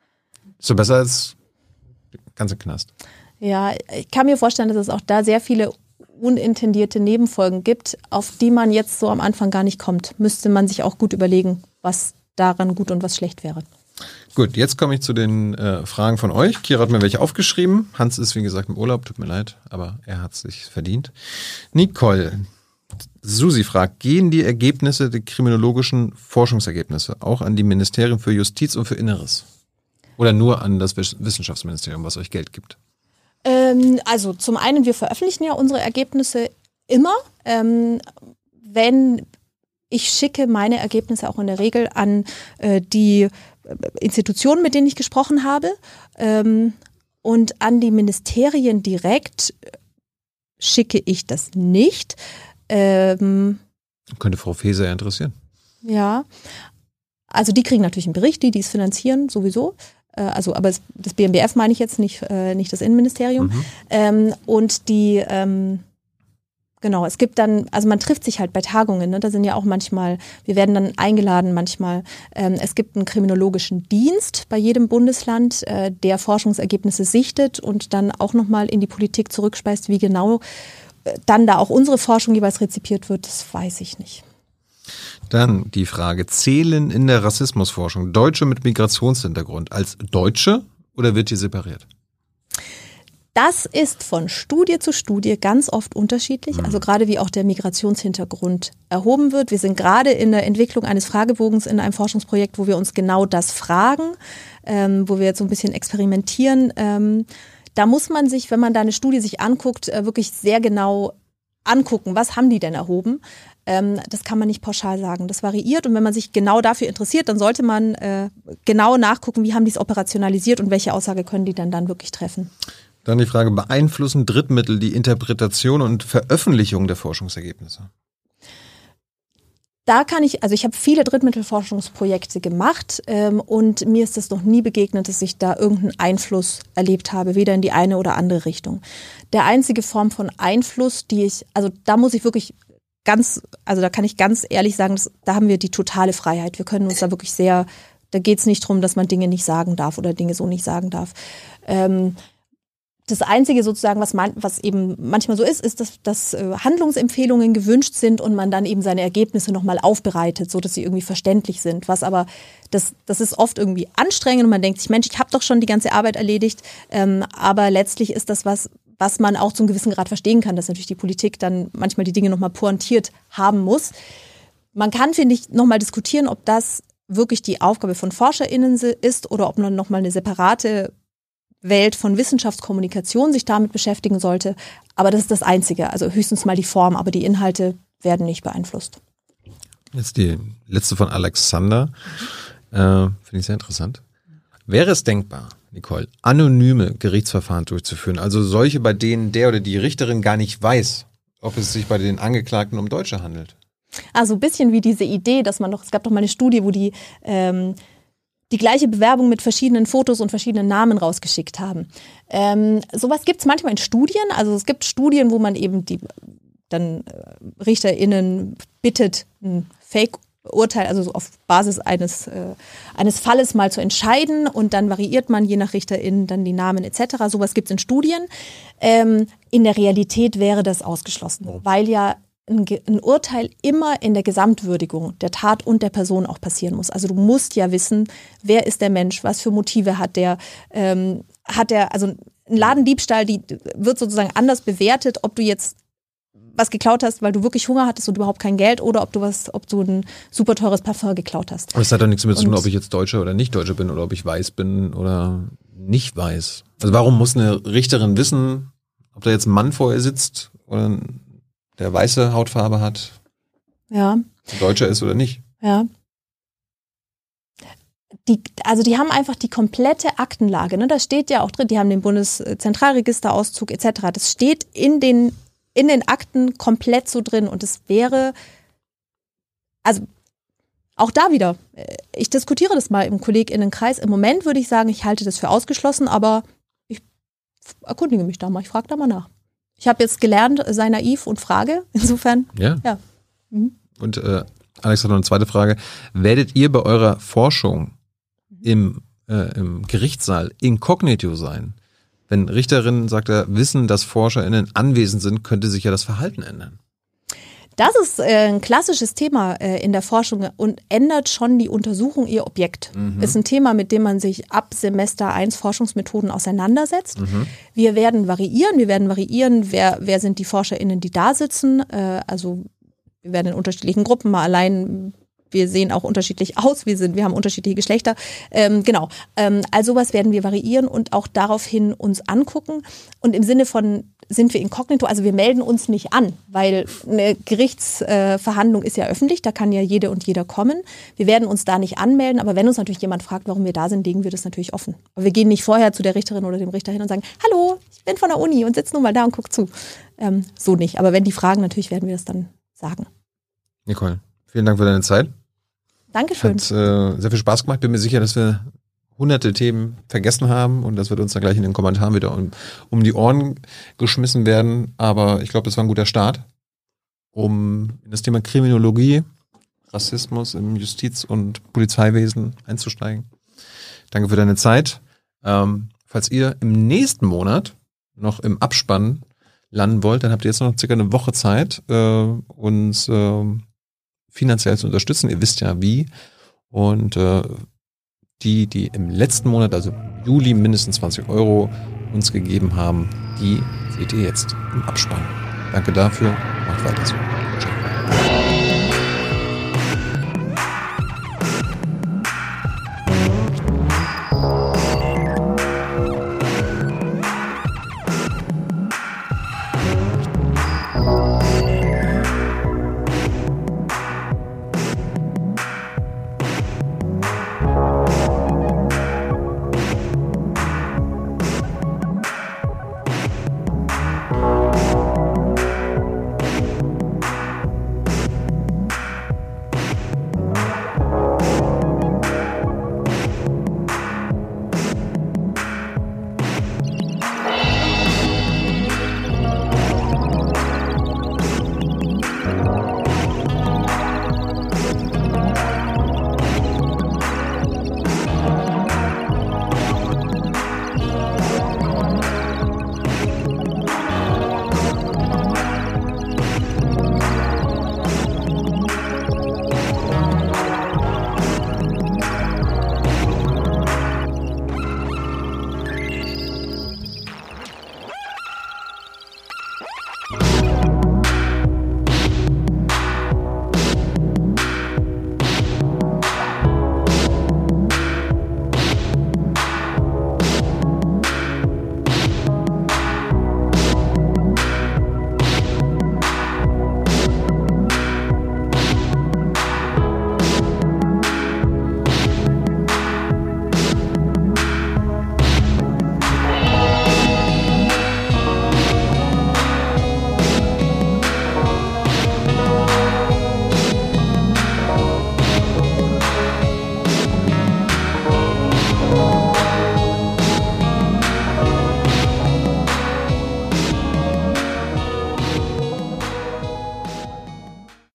So besser als der ganze Knast. Ja, ich kann mir vorstellen, dass es auch da sehr viele unintendierte Nebenfolgen gibt, auf die man jetzt so am Anfang gar nicht kommt. Müsste man sich auch gut überlegen, was daran gut und was schlecht wäre. Gut, jetzt komme ich zu den äh, Fragen von euch. Kira hat mir welche aufgeschrieben. Hans ist, wie gesagt, im Urlaub, tut mir leid, aber er hat es sich verdient. Nicole, Susi fragt, gehen die Ergebnisse, die kriminologischen Forschungsergebnisse auch an die Ministerien für Justiz und für Inneres? Oder nur an das Wissenschaftsministerium, was euch Geld gibt? Ähm, also zum einen, wir veröffentlichen ja unsere Ergebnisse immer. Ähm, wenn ich schicke meine Ergebnisse auch in der Regel an äh, die Institutionen, mit denen ich gesprochen habe. Ähm, und an die Ministerien direkt schicke ich das nicht. Ähm, Könnte Frau Faeser ja interessieren. Ja, also die kriegen natürlich einen Bericht, die, die es finanzieren, sowieso. Also, aber das B M B F meine ich jetzt, nicht, äh, nicht das Innenministerium. Mhm. Ähm, und die, ähm, genau, es gibt dann, also man trifft sich halt bei Tagungen, ne? Da sind ja auch manchmal, wir werden dann eingeladen manchmal. Ähm, es gibt einen kriminologischen Dienst bei jedem Bundesland, äh, der Forschungsergebnisse sichtet und dann auch nochmal in die Politik zurückspeist, wie genau äh, dann da auch unsere Forschung jeweils rezipiert wird, das weiß ich nicht. Dann die Frage, zählen in der Rassismusforschung Deutsche mit Migrationshintergrund als Deutsche oder wird die separiert? Das ist von Studie zu Studie ganz oft unterschiedlich, mhm. also gerade wie auch der Migrationshintergrund erhoben wird. Wir sind gerade in der Entwicklung eines Fragebogens in einem Forschungsprojekt, wo wir uns genau das fragen, ähm, wo wir jetzt so ein bisschen experimentieren. Ähm, da muss man sich, wenn man da eine Studie sich anguckt, äh, wirklich sehr genau angucken, was haben die denn erhoben. Ähm, das kann man nicht pauschal sagen. Das variiert und wenn man sich genau dafür interessiert, dann sollte man äh, genau nachgucken, wie haben die es operationalisiert und welche Aussage können die denn dann wirklich treffen. Dann die Frage, beeinflussen Drittmittel die Interpretation und Veröffentlichung der Forschungsergebnisse? Da kann ich, also ich habe viele Drittmittelforschungsprojekte gemacht ähm, und mir ist es noch nie begegnet, dass ich da irgendeinen Einfluss erlebt habe, weder in die eine oder andere Richtung. Der einzige Form von Einfluss, die ich, also da muss ich wirklich ganz, also da kann ich ganz ehrlich sagen, dass, da haben wir die totale Freiheit. Wir können uns da wirklich sehr, da geht es nicht darum, dass man Dinge nicht sagen darf oder Dinge so nicht sagen darf. Ähm, Das Einzige sozusagen, was, man, was eben manchmal so ist, ist, dass, dass äh, Handlungsempfehlungen gewünscht sind und man dann eben seine Ergebnisse nochmal aufbereitet, so dass sie irgendwie verständlich sind. Was aber, das, das ist oft irgendwie anstrengend und man denkt sich, Mensch, ich habe doch schon die ganze Arbeit erledigt. Ähm, aber letztlich ist das was, was man auch zu einem gewissen Grad verstehen kann, dass natürlich die Politik dann manchmal die Dinge nochmal pointiert haben muss. Man kann, finde ich, nochmal diskutieren, ob das wirklich die Aufgabe von ForscherInnen ist oder ob man nochmal eine separate Welt von Wissenschaftskommunikation sich damit beschäftigen sollte. Aber das ist das Einzige. Also höchstens mal die Form, aber die Inhalte werden nicht beeinflusst. Jetzt die letzte von Alexander. Äh, Finde ich sehr interessant. Wäre es denkbar, Nicole, anonyme Gerichtsverfahren durchzuführen, also solche, bei denen der oder die Richterin gar nicht weiß, ob es sich bei den Angeklagten um Deutsche handelt? Also ein bisschen wie diese Idee, dass man doch, es gab doch mal eine Studie, wo die ähm, die gleiche Bewerbung mit verschiedenen Fotos und verschiedenen Namen rausgeschickt haben. Ähm, sowas gibt es manchmal in Studien. Also es gibt Studien, wo man eben die dann äh, RichterInnen bittet, ein Fake-Urteil, also so auf Basis eines, äh, eines Falles mal zu entscheiden und dann variiert man je nach RichterInnen dann die Namen et cetera. Sowas gibt es in Studien. Ähm, in der Realität wäre das ausgeschlossen, oh. weil ja ein, ein Urteil immer in der Gesamtwürdigung der Tat und der Person auch passieren muss. Also du musst ja wissen, wer ist der Mensch, was für Motive hat der, ähm, hat der, also ein Ladendiebstahl, die wird sozusagen anders bewertet, ob du jetzt was geklaut hast, weil du wirklich Hunger hattest und überhaupt kein Geld, oder ob du was, ob du ein super teures Parfum geklaut hast. Aber es hat doch nichts damit zu tun, ob ich jetzt Deutscher oder nicht Deutscher bin oder ob ich weiß bin oder nicht weiß. Also warum muss eine Richterin wissen, ob da jetzt ein Mann vor ihr sitzt oder der weiße Hautfarbe hat, ja, Deutscher ist oder nicht? Ja. Die, also die haben einfach die komplette Aktenlage. Ne? Da steht ja auch drin, die haben den Bundeszentralregisterauszug et cetera. Das steht in den, in den Akten komplett so drin. Und es wäre, also auch da wieder, ich diskutiere das mal im KollegInnenkreis. Im Moment würde ich sagen, ich halte das für ausgeschlossen, aber ich erkundige mich da mal, ich frage da mal nach. Ich habe jetzt gelernt, sei naiv und frage. Insofern, ja. ja. Mhm. Und äh, Alex hat noch eine zweite Frage. Werdet ihr bei eurer Forschung im, äh, im Gerichtssaal inkognito sein? Wenn Richterinnen, sagt er, wissen, dass ForscherInnen anwesend sind, könnte sich ja das Verhalten ändern. Das ist äh, ein klassisches Thema äh, in der Forschung und ändert schon die Untersuchung ihr Objekt. Mhm. Ist ein Thema, mit dem man sich ab Semester eins Forschungsmethoden auseinandersetzt. Mhm. Wir werden variieren, wir werden variieren, wer, wer sind die ForscherInnen, die da sitzen. Äh, also wir werden in unterschiedlichen Gruppen mal allein, wir sehen auch unterschiedlich aus, wir sind, wir haben unterschiedliche Geschlechter. Ähm, genau, ähm, also sowas werden wir variieren und auch daraufhin uns angucken. Und im Sinne von, sind wir inkognito, also wir melden uns nicht an, weil eine Gerichtsverhandlung äh, ist ja öffentlich, da kann ja jede und jeder kommen. Wir werden uns da nicht anmelden, aber wenn uns natürlich jemand fragt, warum wir da sind, legen wir das natürlich offen. Aber wir gehen nicht vorher zu der Richterin oder dem Richter hin und sagen, hallo, ich bin von der Uni und sitze nun mal da und guck zu. Ähm, so nicht, aber wenn die fragen, natürlich werden wir das dann sagen. Nicole, vielen Dank für deine Zeit. Dankeschön. Hat äh, sehr viel Spaß gemacht. Bin mir sicher, dass wir hunderte Themen vergessen haben und das wird uns dann gleich in den Kommentaren wieder um, um die Ohren geschmissen werden. Aber ich glaube, das war ein guter Start, um in das Thema Kriminologie, Rassismus im Justiz- und Polizeiwesen einzusteigen. Danke für deine Zeit. Ähm, falls ihr im nächsten Monat noch im Abspann landen wollt, dann habt ihr jetzt noch circa eine Woche Zeit, äh, uns äh, finanziell zu unterstützen. Ihr wisst ja wie. Und äh, die, die im letzten Monat, also im Juli, mindestens zwanzig Euro uns gegeben haben, die seht ihr jetzt im Abspann. Danke dafür. Macht weiter so.